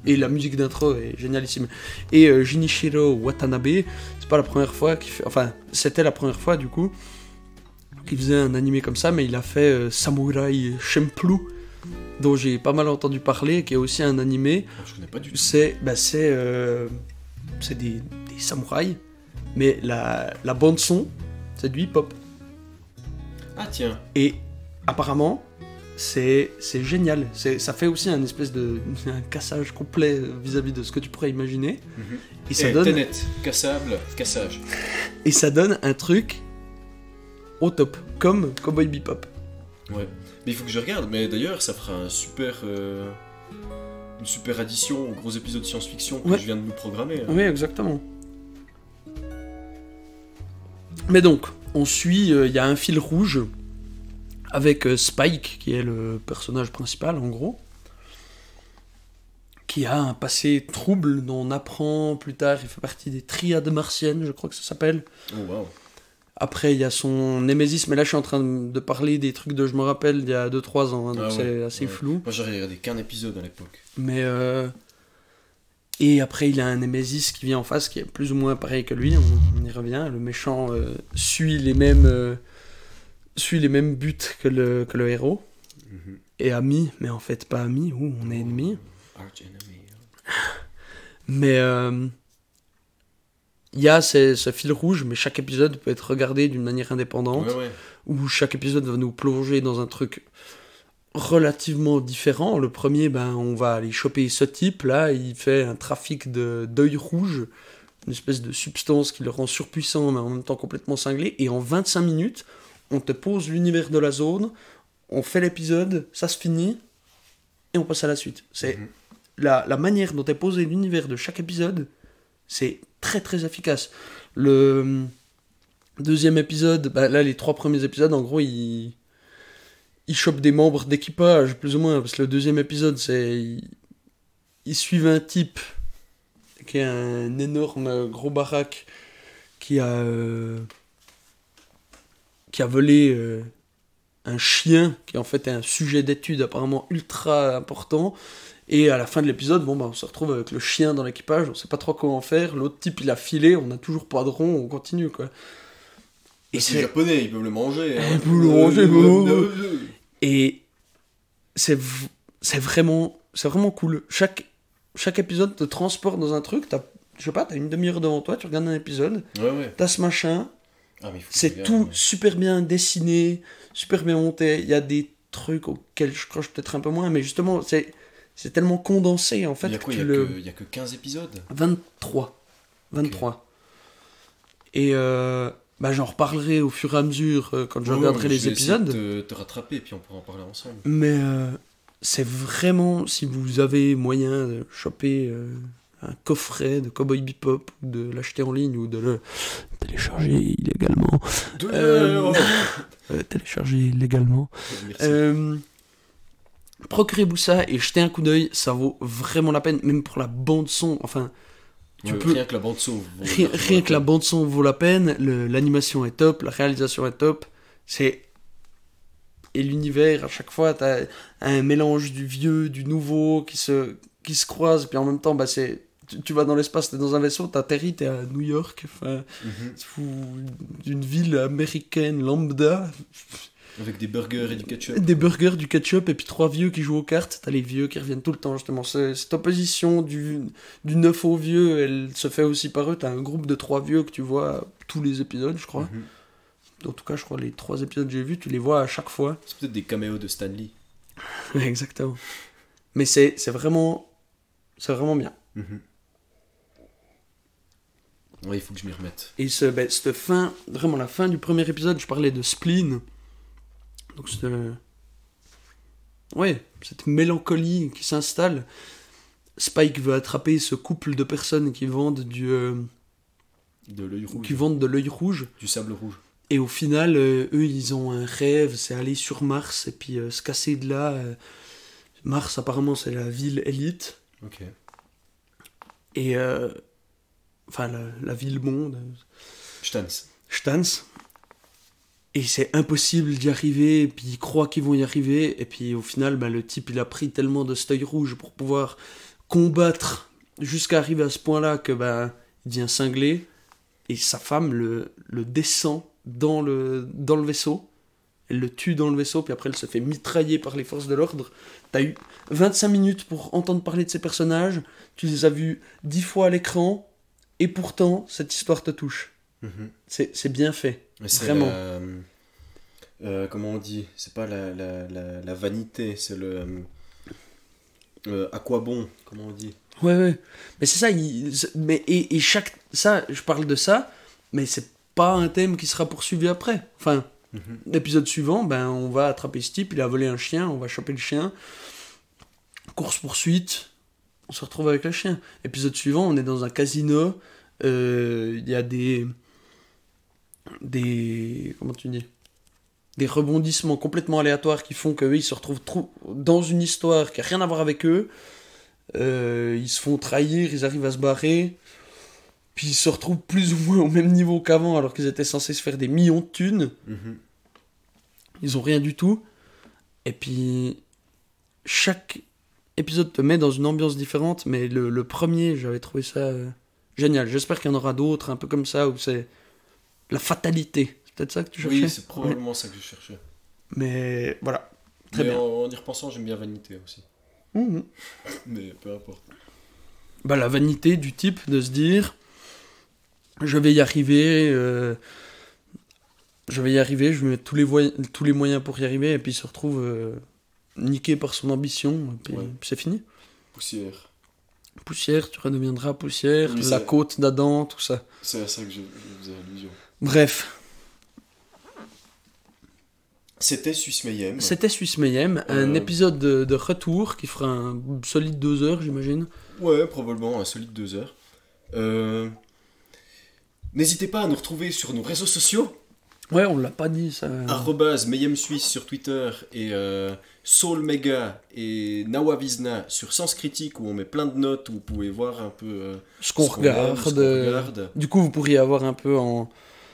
Et la musique d'intro est génialissime. Et euh, Junichiro Watanabe, c'est pas la première fois qu'il fait... Enfin, c'était la première fois, du coup, qu'il faisait un animé comme ça, mais il a fait euh, Samurai Champloo, dont j'ai pas mal entendu parler, qui est aussi un animé. Ah, je connais pas du tout. C'est, bah, c'est, euh, c'est des, des samouraïs, mais la, la bande-son, c'est du hip-hop. Ah tiens. Et apparemment, c'est, c'est génial. C'est, ça fait aussi un espèce de un cassage complet vis-à-vis de ce que tu pourrais imaginer. Mm-hmm. Et ça Eh, donne, Tenet, cassable, cassage. et ça donne un truc au top, comme Cowboy Bebop. Ouais. Mais il faut que je regarde. Mais d'ailleurs, ça fera un super, euh, une super addition au gros épisode de science-fiction que Ouais. je viens de nous programmer. hein. Oui, exactement. Mais donc, on suit, il euh, y a un fil rouge avec euh, Spike, qui est le personnage principal, en gros, qui a un passé trouble dont on apprend plus tard, il fait partie des triades martiennes, je crois que ça s'appelle. Oh waouh. Après, il y a son Némésis, mais là, je suis en train de parler des trucs de je me rappelle il y a deux trois ans, hein, donc Ah c'est ouais, assez ouais. flou. Moi j'aurais regardé qu'un épisode à l'époque. Mais euh... Et après, il a un Némésis qui vient en face, qui est plus ou moins pareil que lui, on, on y revient. Le méchant euh, suit, les mêmes, euh, suit les mêmes buts que le, que le héros. Mm-hmm. Et ami, mais en fait pas ami, ouh, on est ennemis. Arch enemy. Mais euh, il y a ces- ce fil rouge, mais chaque épisode peut être regardé d'une manière indépendante, Ouais, ouais. où chaque épisode va nous plonger dans un truc relativement différent. Le premier, ben, on va aller choper ce type, là, il fait un trafic de d'œil rouge, une espèce de substance qui le rend surpuissant, mais en même temps complètement cinglé, et en vingt-cinq minutes, on te pose l'univers de la zone, on fait l'épisode, ça se finit, et on passe à la suite. C'est Mhm. la, la manière dont est posé l'univers de chaque épisode, c'est très très efficace. Le deuxième épisode, bah, là, les trois premiers épisodes, en gros, ils... ils chopent des membres d'équipage, plus ou moins, parce que le deuxième épisode, c'est... Ils, ils suivent un type qui est un énorme gros baraque qui a... euh, qui a volé euh, un chien, qui en fait est un sujet d'étude apparemment ultra important, et à la fin de l'épisode, bon, bah, on se retrouve avec le chien dans l'équipage, on sait pas trop comment faire, l'autre type il a filé, on a toujours pas de rond, on continue, quoi. Et c'est japonais, ils peuvent le manger. Hein. Ils peuvent le manger, Euh, bon. euh, euh, Et c'est, v- c'est vraiment c'est vraiment cool. Chaque, chaque épisode te transporte dans un truc. T'as, je sais pas, t'as une demi-heure devant toi, tu regardes un épisode, Ouais, ouais. t'as ce machin, Ah, mais il faut que je c'est regarde, tout ouais. super bien dessiné, super bien monté. Il y a des trucs auxquels je croche peut-être un peu moins, mais justement, c'est, c'est tellement condensé en fait. Il y a quoi que Il y tu a le... que- il y a que quinze épisodes. vingt-trois. vingt-trois. Et euh, bah, j'en reparlerai au fur et à mesure euh, quand je Ouais, regarderai ouais, les je vais essayer épisodes. de te, te rattraper, puis on pourra en parler ensemble. Mais euh, c'est vraiment, si vous avez moyen de choper euh, un coffret de Cowboy Bebop, ou de l'acheter en ligne, ou de le télécharger illégalement. De Euh, euh, télécharger légalement. Merci. Euh, procurez-vous ça et jetez un coup d'œil, ça vaut vraiment la peine, même pour la bande-son. Enfin, tu Ouais, peux... Rien que la bande son. Rien, rien que la bande son vaut la peine, le- l'animation est top, la réalisation est top, c'est... Et l'univers, à chaque fois, t'as un mélange du vieux, du nouveau, qui se, qui se croise, puis en même temps, bah c'est... Tu, tu vas dans l'espace, t'es dans un vaisseau, t'atterris, t'es à New York, enfin, Mhm. ou d'une ville américaine lambda, Avec des burgers et du ketchup. des burgers, du ketchup, et puis trois vieux qui jouent aux cartes. T'as les vieux qui reviennent tout le temps, justement. C'est- Cette opposition du, du neuf au vieux, elle se fait aussi par eux. T'as un groupe de trois vieux que tu vois tous les épisodes, je crois. Mhm. En tout cas, je crois les trois épisodes que j'ai vus, tu les vois à chaque fois. C'est peut-être des caméos de Stanley. Exactement. Mais c'est c'est vraiment... C'est vraiment bien. Mhm. Ouais, il faut que je m'y remette. Et ce, ben, cette fin, vraiment la fin du premier épisode, je parlais de spleen. Donc c'est... Ouais, cette mélancolie qui s'installe. Spike veut attraper ce couple de personnes qui vendent du... euh, De l'œil rouge. qui vendent de l'œil rouge. Du sable rouge. Et au final, euh, eux, ils ont un rêve, c'est aller sur Mars et puis euh, se casser de là. euh. Mars, apparemment, c'est la ville élite. Ok. Et... euh, Enfin, la, la ville monde. Stans. Stans. Et c'est impossible d'y arriver, et puis ils croient qu'ils vont y arriver, et puis au final, bah, le type, il a pris tellement de cet œil rouge pour pouvoir combattre jusqu'à arriver à ce point-là que bah, il devient cinglé et sa femme le, le descend dans le, dans le vaisseau. Elle le tue dans le vaisseau, puis après elle se fait mitrailler par les forces de l'ordre. T'as eu vingt-cinq minutes pour entendre parler de ces personnages, tu les as vus dix fois à l'écran, et pourtant cette histoire te touche. Mm-hmm. C'est, c'est bien fait, c'est vraiment. La, euh, comment on dit ? C'est pas la, la, la, la vanité, c'est le... Euh, à quoi bon ? Comment on dit ? Ouais, ouais. Mais c'est ça, il, c'est- mais, et, et chaque... Ça, je parle de ça, mais c'est pas un thème qui sera poursuivi après. Enfin... L'épisode suivant, ben, on va attraper ce type, il a volé un chien, on va choper le chien. Course-poursuite, on se retrouve avec le chien. Épisode suivant, on est dans un casino, euh, il y a des... Des... Comment tu dis ? Des rebondissements complètement aléatoires qui font qu'eux, ils se retrouvent trop dans une histoire qui a rien à voir avec eux. Euh, ils se font trahir, ils arrivent à se barrer. Puis ils se retrouvent plus ou moins au même niveau qu'avant, alors qu'ils étaient censés se faire des millions de thunes. Mm-hmm. Ils ont rien du tout. Et puis, chaque épisode te met dans une ambiance différente, mais le, le premier, j'avais trouvé ça euh, génial. J'espère qu'il y en aura d'autres, un peu comme ça, où c'est la fatalité. C'est peut-être ça que tu cherchais ? Oui, c'est probablement Ouais. ça que je cherchais. Mais voilà, très Mais bien. En, en y repensant, j'aime bien Vanité aussi. Mhm. Mais peu importe. Bah, la vanité du type de se dire... Je vais y arriver, euh, je vais y arriver, je vais mettre tous les, voy- tous les moyens pour y arriver, et puis il se retrouve euh, niqué par son ambition, et puis, Ouais. puis c'est fini. Poussière. Poussière, tu redeviendras poussière, Oui, la c'est- côte d'Adam, tout ça. C'est à ça que je, je faisais allusion. Bref, C'était Suisse Mayhem. c'était Suisse Mayhem, un Euh. épisode de, de retour qui fera un solide deux heures, j'imagine. Ouais, probablement un solide deux heures. Euh... N'hésitez pas à nous retrouver sur nos réseaux sociaux. Ouais, on l'a pas dit ça. Arrobase Mayhem Suisse sur Twitter et euh, Soulmega et Nawavizna sur Sens Critique où on met plein de notes où vous pouvez voir un peu euh, Ce qu'on ce qu'on aime, regarde. ce qu'on regarde. Du coup, vous pourriez avoir un peu en...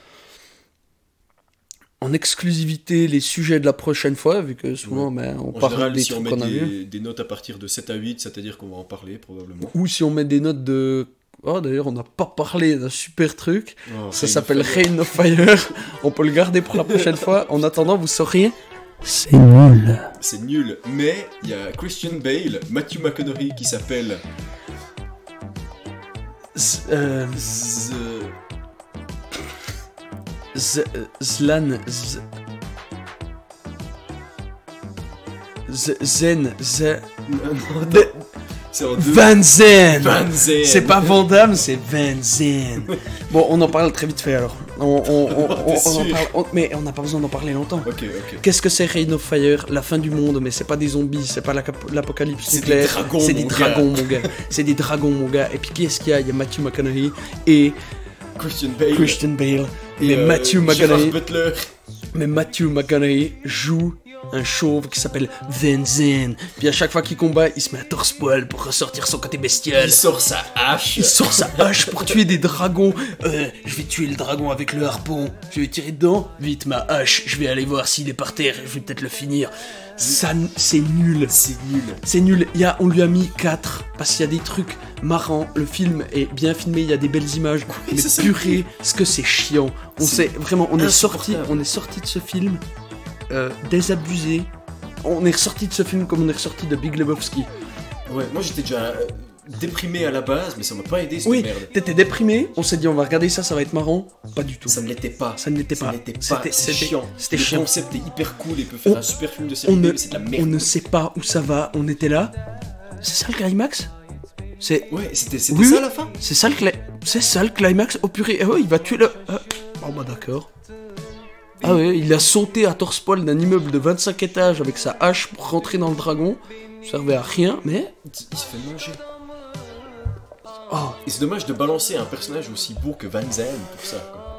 en exclusivité les sujets de la prochaine fois, vu que souvent Ouais. ben, on En parle général, des si on trucs met qu'on a vus. des, des notes à partir de sept à huit, c'est-à-dire qu'on va en parler probablement. Ou si on met des notes de... Oh, d'ailleurs, on n'a pas parlé d'un super truc. Oh, Ça Reign s'appelle of Fire. Reign of Fire. On peut le garder pour la prochaine fois. En attendant, vous sauriez... C'est nul. C'est nul, mais il y a Christian Bale, Matthew McConaughey qui s'appelle Z- euh, Z... Z- Zlan... Z- Z- Zen... Z... De- C'est en deux. Van Zen. Van Zen. C'est pas Van Damme, c'est Van Zen. Bon, on en parle très vite fait alors. On, on, on, on- on en sûr. parle, on- mais on n'a pas besoin d'en parler longtemps. Ok, ok. Qu'est-ce que c'est Reign of Fire? La fin du monde, mais c'est pas des zombies, c'est pas l'aca- l'apocalypse C'est nucléaire. des dragons, C'est des mon dragons, mon gars. C'est des dragons, mon gars. Et puis qui est-ce qu'il y a? Il y a Matthew McConaughey et Christian Bale. Christian Bale. et, Mais euh, Matthew Gerard McConaughey, Butler. mais Matthew McConaughey joue un chauve qui s'appelle Van Zen. Puis à chaque fois qu'il combat, il se met à torse poil pour ressortir son côté bestial. Il sort sa hache. Il sort sa hache pour tuer des dragons. Euh, je vais tuer le dragon avec le harpon. Je vais tirer dedans. Vite, ma hache. Je vais aller voir s'il est par terre. Je vais peut-être le finir. Ça, n- c'est nul. C'est nul. C'est nul. Il y a, on lui a mis quatre parce qu'il y a des trucs marrants. Le film est bien filmé. Il y a des belles images. Oui, mais ça, c'est purée, ce que c'est chiant. On C'est sait vraiment. On est sorti. insupportable. On est sorti de ce film euh, désabusé. On est ressorti de ce film comme on est ressorti de Big Lebowski. Ouais, moi j'étais déjà euh, déprimé à la base, mais ça m'a pas aidé cette Oui, merde. t'étais déprimé. On s'est dit on va regarder ça, ça va être marrant. Pas du tout. Ça ne l'était pas. Ça ne l'était Ça pas. n'était pas. C'était- C'est c'était- chiant. c'était Le chiant. concept est hyper cool et peut faire On- un super film de série On B, ne, mais c'est de la on merde. ne sait pas où ça va. On était là. C'est ça le climax? C'est Ouais, c'était c'était Oui, ça oui. à la fin. c'est ça le cli- c'est ça le climax. Oh purée. Oh, il va tuer le. Ah, oh bah d'accord. Ah ouais, il a sauté à torse poil d'un immeuble de vingt-cinq étages avec sa hache pour rentrer dans le dragon. Ça servait à rien, mais Il il se fait manger. oh Et c'est dommage de balancer un personnage aussi beau que Van Zandt pour ça. Quoi.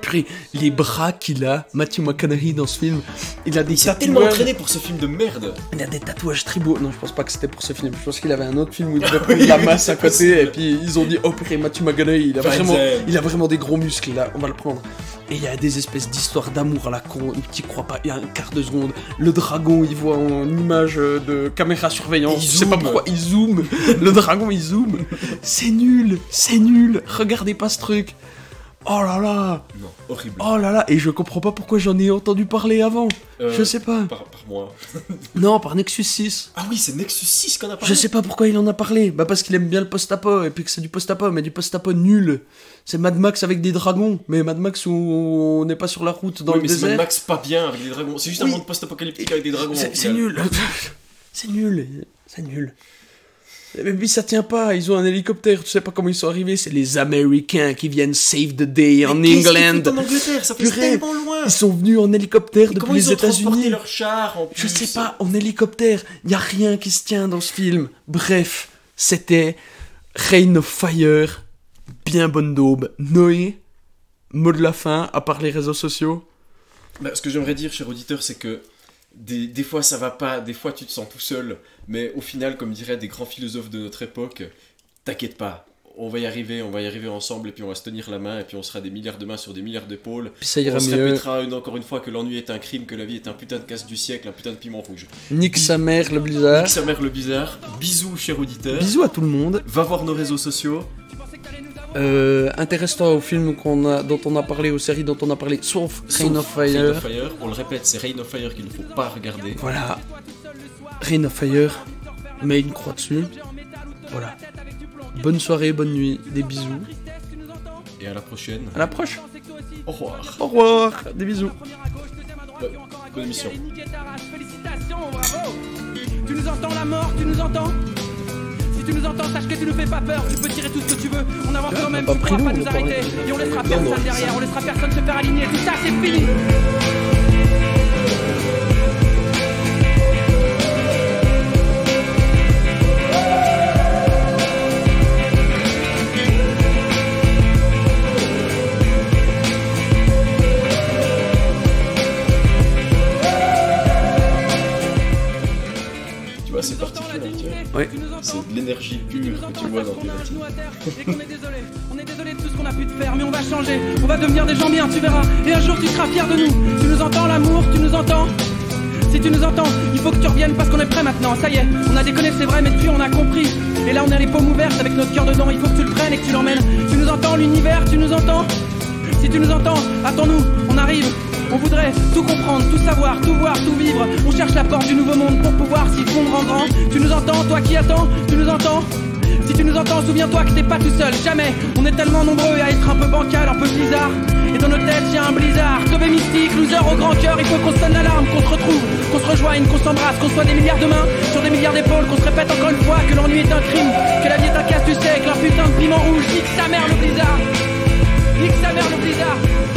purée, les bras qu'il a, Matthew McConaughey dans ce film, il a des Il s'est tellement tatouages. entraîné pour ce film de merde. Il a des tatouages tribaux. Non, je pense pas que c'était pour ce film. Je pense qu'il avait un autre film où il devait prendre de la masse à côté et puis ils ont dit oh purée, Matthew McConaughey, il a Van vraiment, Zandt. il a vraiment des gros muscles là, on va le prendre. Et il y a des espèces d'histoires d'amour à la con, tu crois pas, il y a un quart de seconde, le dragon il voit en image de caméra surveillance, Il je sais pas zoome. pourquoi, il zoome, le dragon il zoome, c'est nul, c'est nul, regardez pas ce truc. Oh là là, Non, horrible. oh là là, et je comprends pas pourquoi j'en ai entendu parler avant, Euh, je sais pas. Par, par moi. Non, par Nexus six. Ah oui, c'est Nexus six qu'on a parlé. Je sais pas pourquoi il en a parlé. Bah parce qu'il aime bien le post-apo et puis que c'est du post-apo, mais du post-apo nul. C'est Mad Max avec des dragons, mais Mad Max où on n'est pas sur la route dans Oui, le mais c'est désert. Mad Max pas bien avec des dragons. C'est juste Oui. un monde post-apocalyptique avec des dragons. C'est au c'est final. nul. C'est nul. C'est nul. Et puis ça tient pas, ils ont un hélicoptère, tu sais pas comment ils sont arrivés, c'est les Américains qui viennent save the day en Mais qu'est-ce qu'ils England. foutent en Angleterre, ça fait Purée, tellement loin. Ils sont venus en hélicoptère Et depuis comment les ils ont transporté États-Unis. leur char en plus. Je sais pas, en hélicoptère, y a rien qui se tient dans ce film. Bref, c'était Reign of Fire, bien bonne daube. Noé, mot de la fin, à part les réseaux sociaux. Bah, ce que j'aimerais dire, cher auditeur, c'est que des, des fois ça va pas, des fois tu te sens tout seul, mais au final, comme diraient des grands philosophes de notre époque, t'inquiète pas, on va y arriver, on va y arriver ensemble, et puis on va se tenir la main, et puis on sera des milliards de mains sur des milliards d'épaules. Puis ça ira On se mieux. répétera une, encore une fois que l'ennui est un crime, que la vie est un putain de casse du siècle, un putain de piment rouge. Nique sa mère, le blizzard. Nique sa mère le bizarre. Bisous, cher auditeur. Bisous à tout le monde. Va voir nos réseaux sociaux. Euh, Intéresse-toi aux films qu'on a, dont on a parlé, aux séries dont on a parlé, sauf Reign Sauf of Fire. Reign of Fire. On le répète, c'est Reign of Fire qu'il ne faut pas regarder. Voilà. Reign of Fire. Mets une croix dessus. Voilà. Bonne soirée, bonne nuit. Des bisous. Et à la prochaine. À la prochaine. Au revoir. Au revoir. Des bisous. Bonne, bonne émission. Félicitations, bravo. Tu nous entends la mort, tu nous entends. Si tu nous entends, sache que tu nous fais pas peur. Tu peux tirer tout ce que tu veux. On avance quand même, pas tu pris pourras nous, pas on nous a arrêter. parlé. Et on laissera Non, personne non. derrière, on laissera personne se faire aligner. Tout ça, c'est fini. Tu vois, c'est particulier, tu vois. Ouais. C'est de l'énergie pure que tu vois dans tes rétines. Et qu'on est désolé, on est désolé de tout ce qu'on a pu te faire, mais on va changer, on va devenir des gens bien, tu verras. Et un jour tu seras fier de nous. Tu nous entends l'amour, tu nous entends. Si tu nous entends, il faut que tu reviennes parce qu'on est prêt maintenant. Ça y est, on a déconné, c'est vrai, mais depuis on a compris. Et là on a les paumes ouvertes avec notre cœur dedans. Il faut que tu le prennes et que tu l'emmènes. Tu nous entends, l'univers, tu nous entends. Si tu nous entends, attends-nous, on arrive. On voudrait tout comprendre, tout savoir, tout voir, tout vivre. On cherche la porte du nouveau monde pour pouvoir s'y fondre en grand. Tu nous entends, toi qui attends, tu nous entends. Si tu nous entends, souviens-toi que t'es pas tout seul, jamais. On est tellement nombreux à être un peu bancal, un peu bizarre. Et dans nos têtes, y a un blizzard. Teubé mystique, loser au grand cœur. Il faut qu'on sonne l'alarme, qu'on se retrouve, qu'on se rejoigne, qu'on s'embrasse, qu'on soit des milliards de mains sur des milliards d'épaules, qu'on se répète encore une fois que l'ennui est un crime, que la vie est un casse du siècle, un putain de piment rouge. Nique sa mère le blizzard. Nique sa mère le blizzard.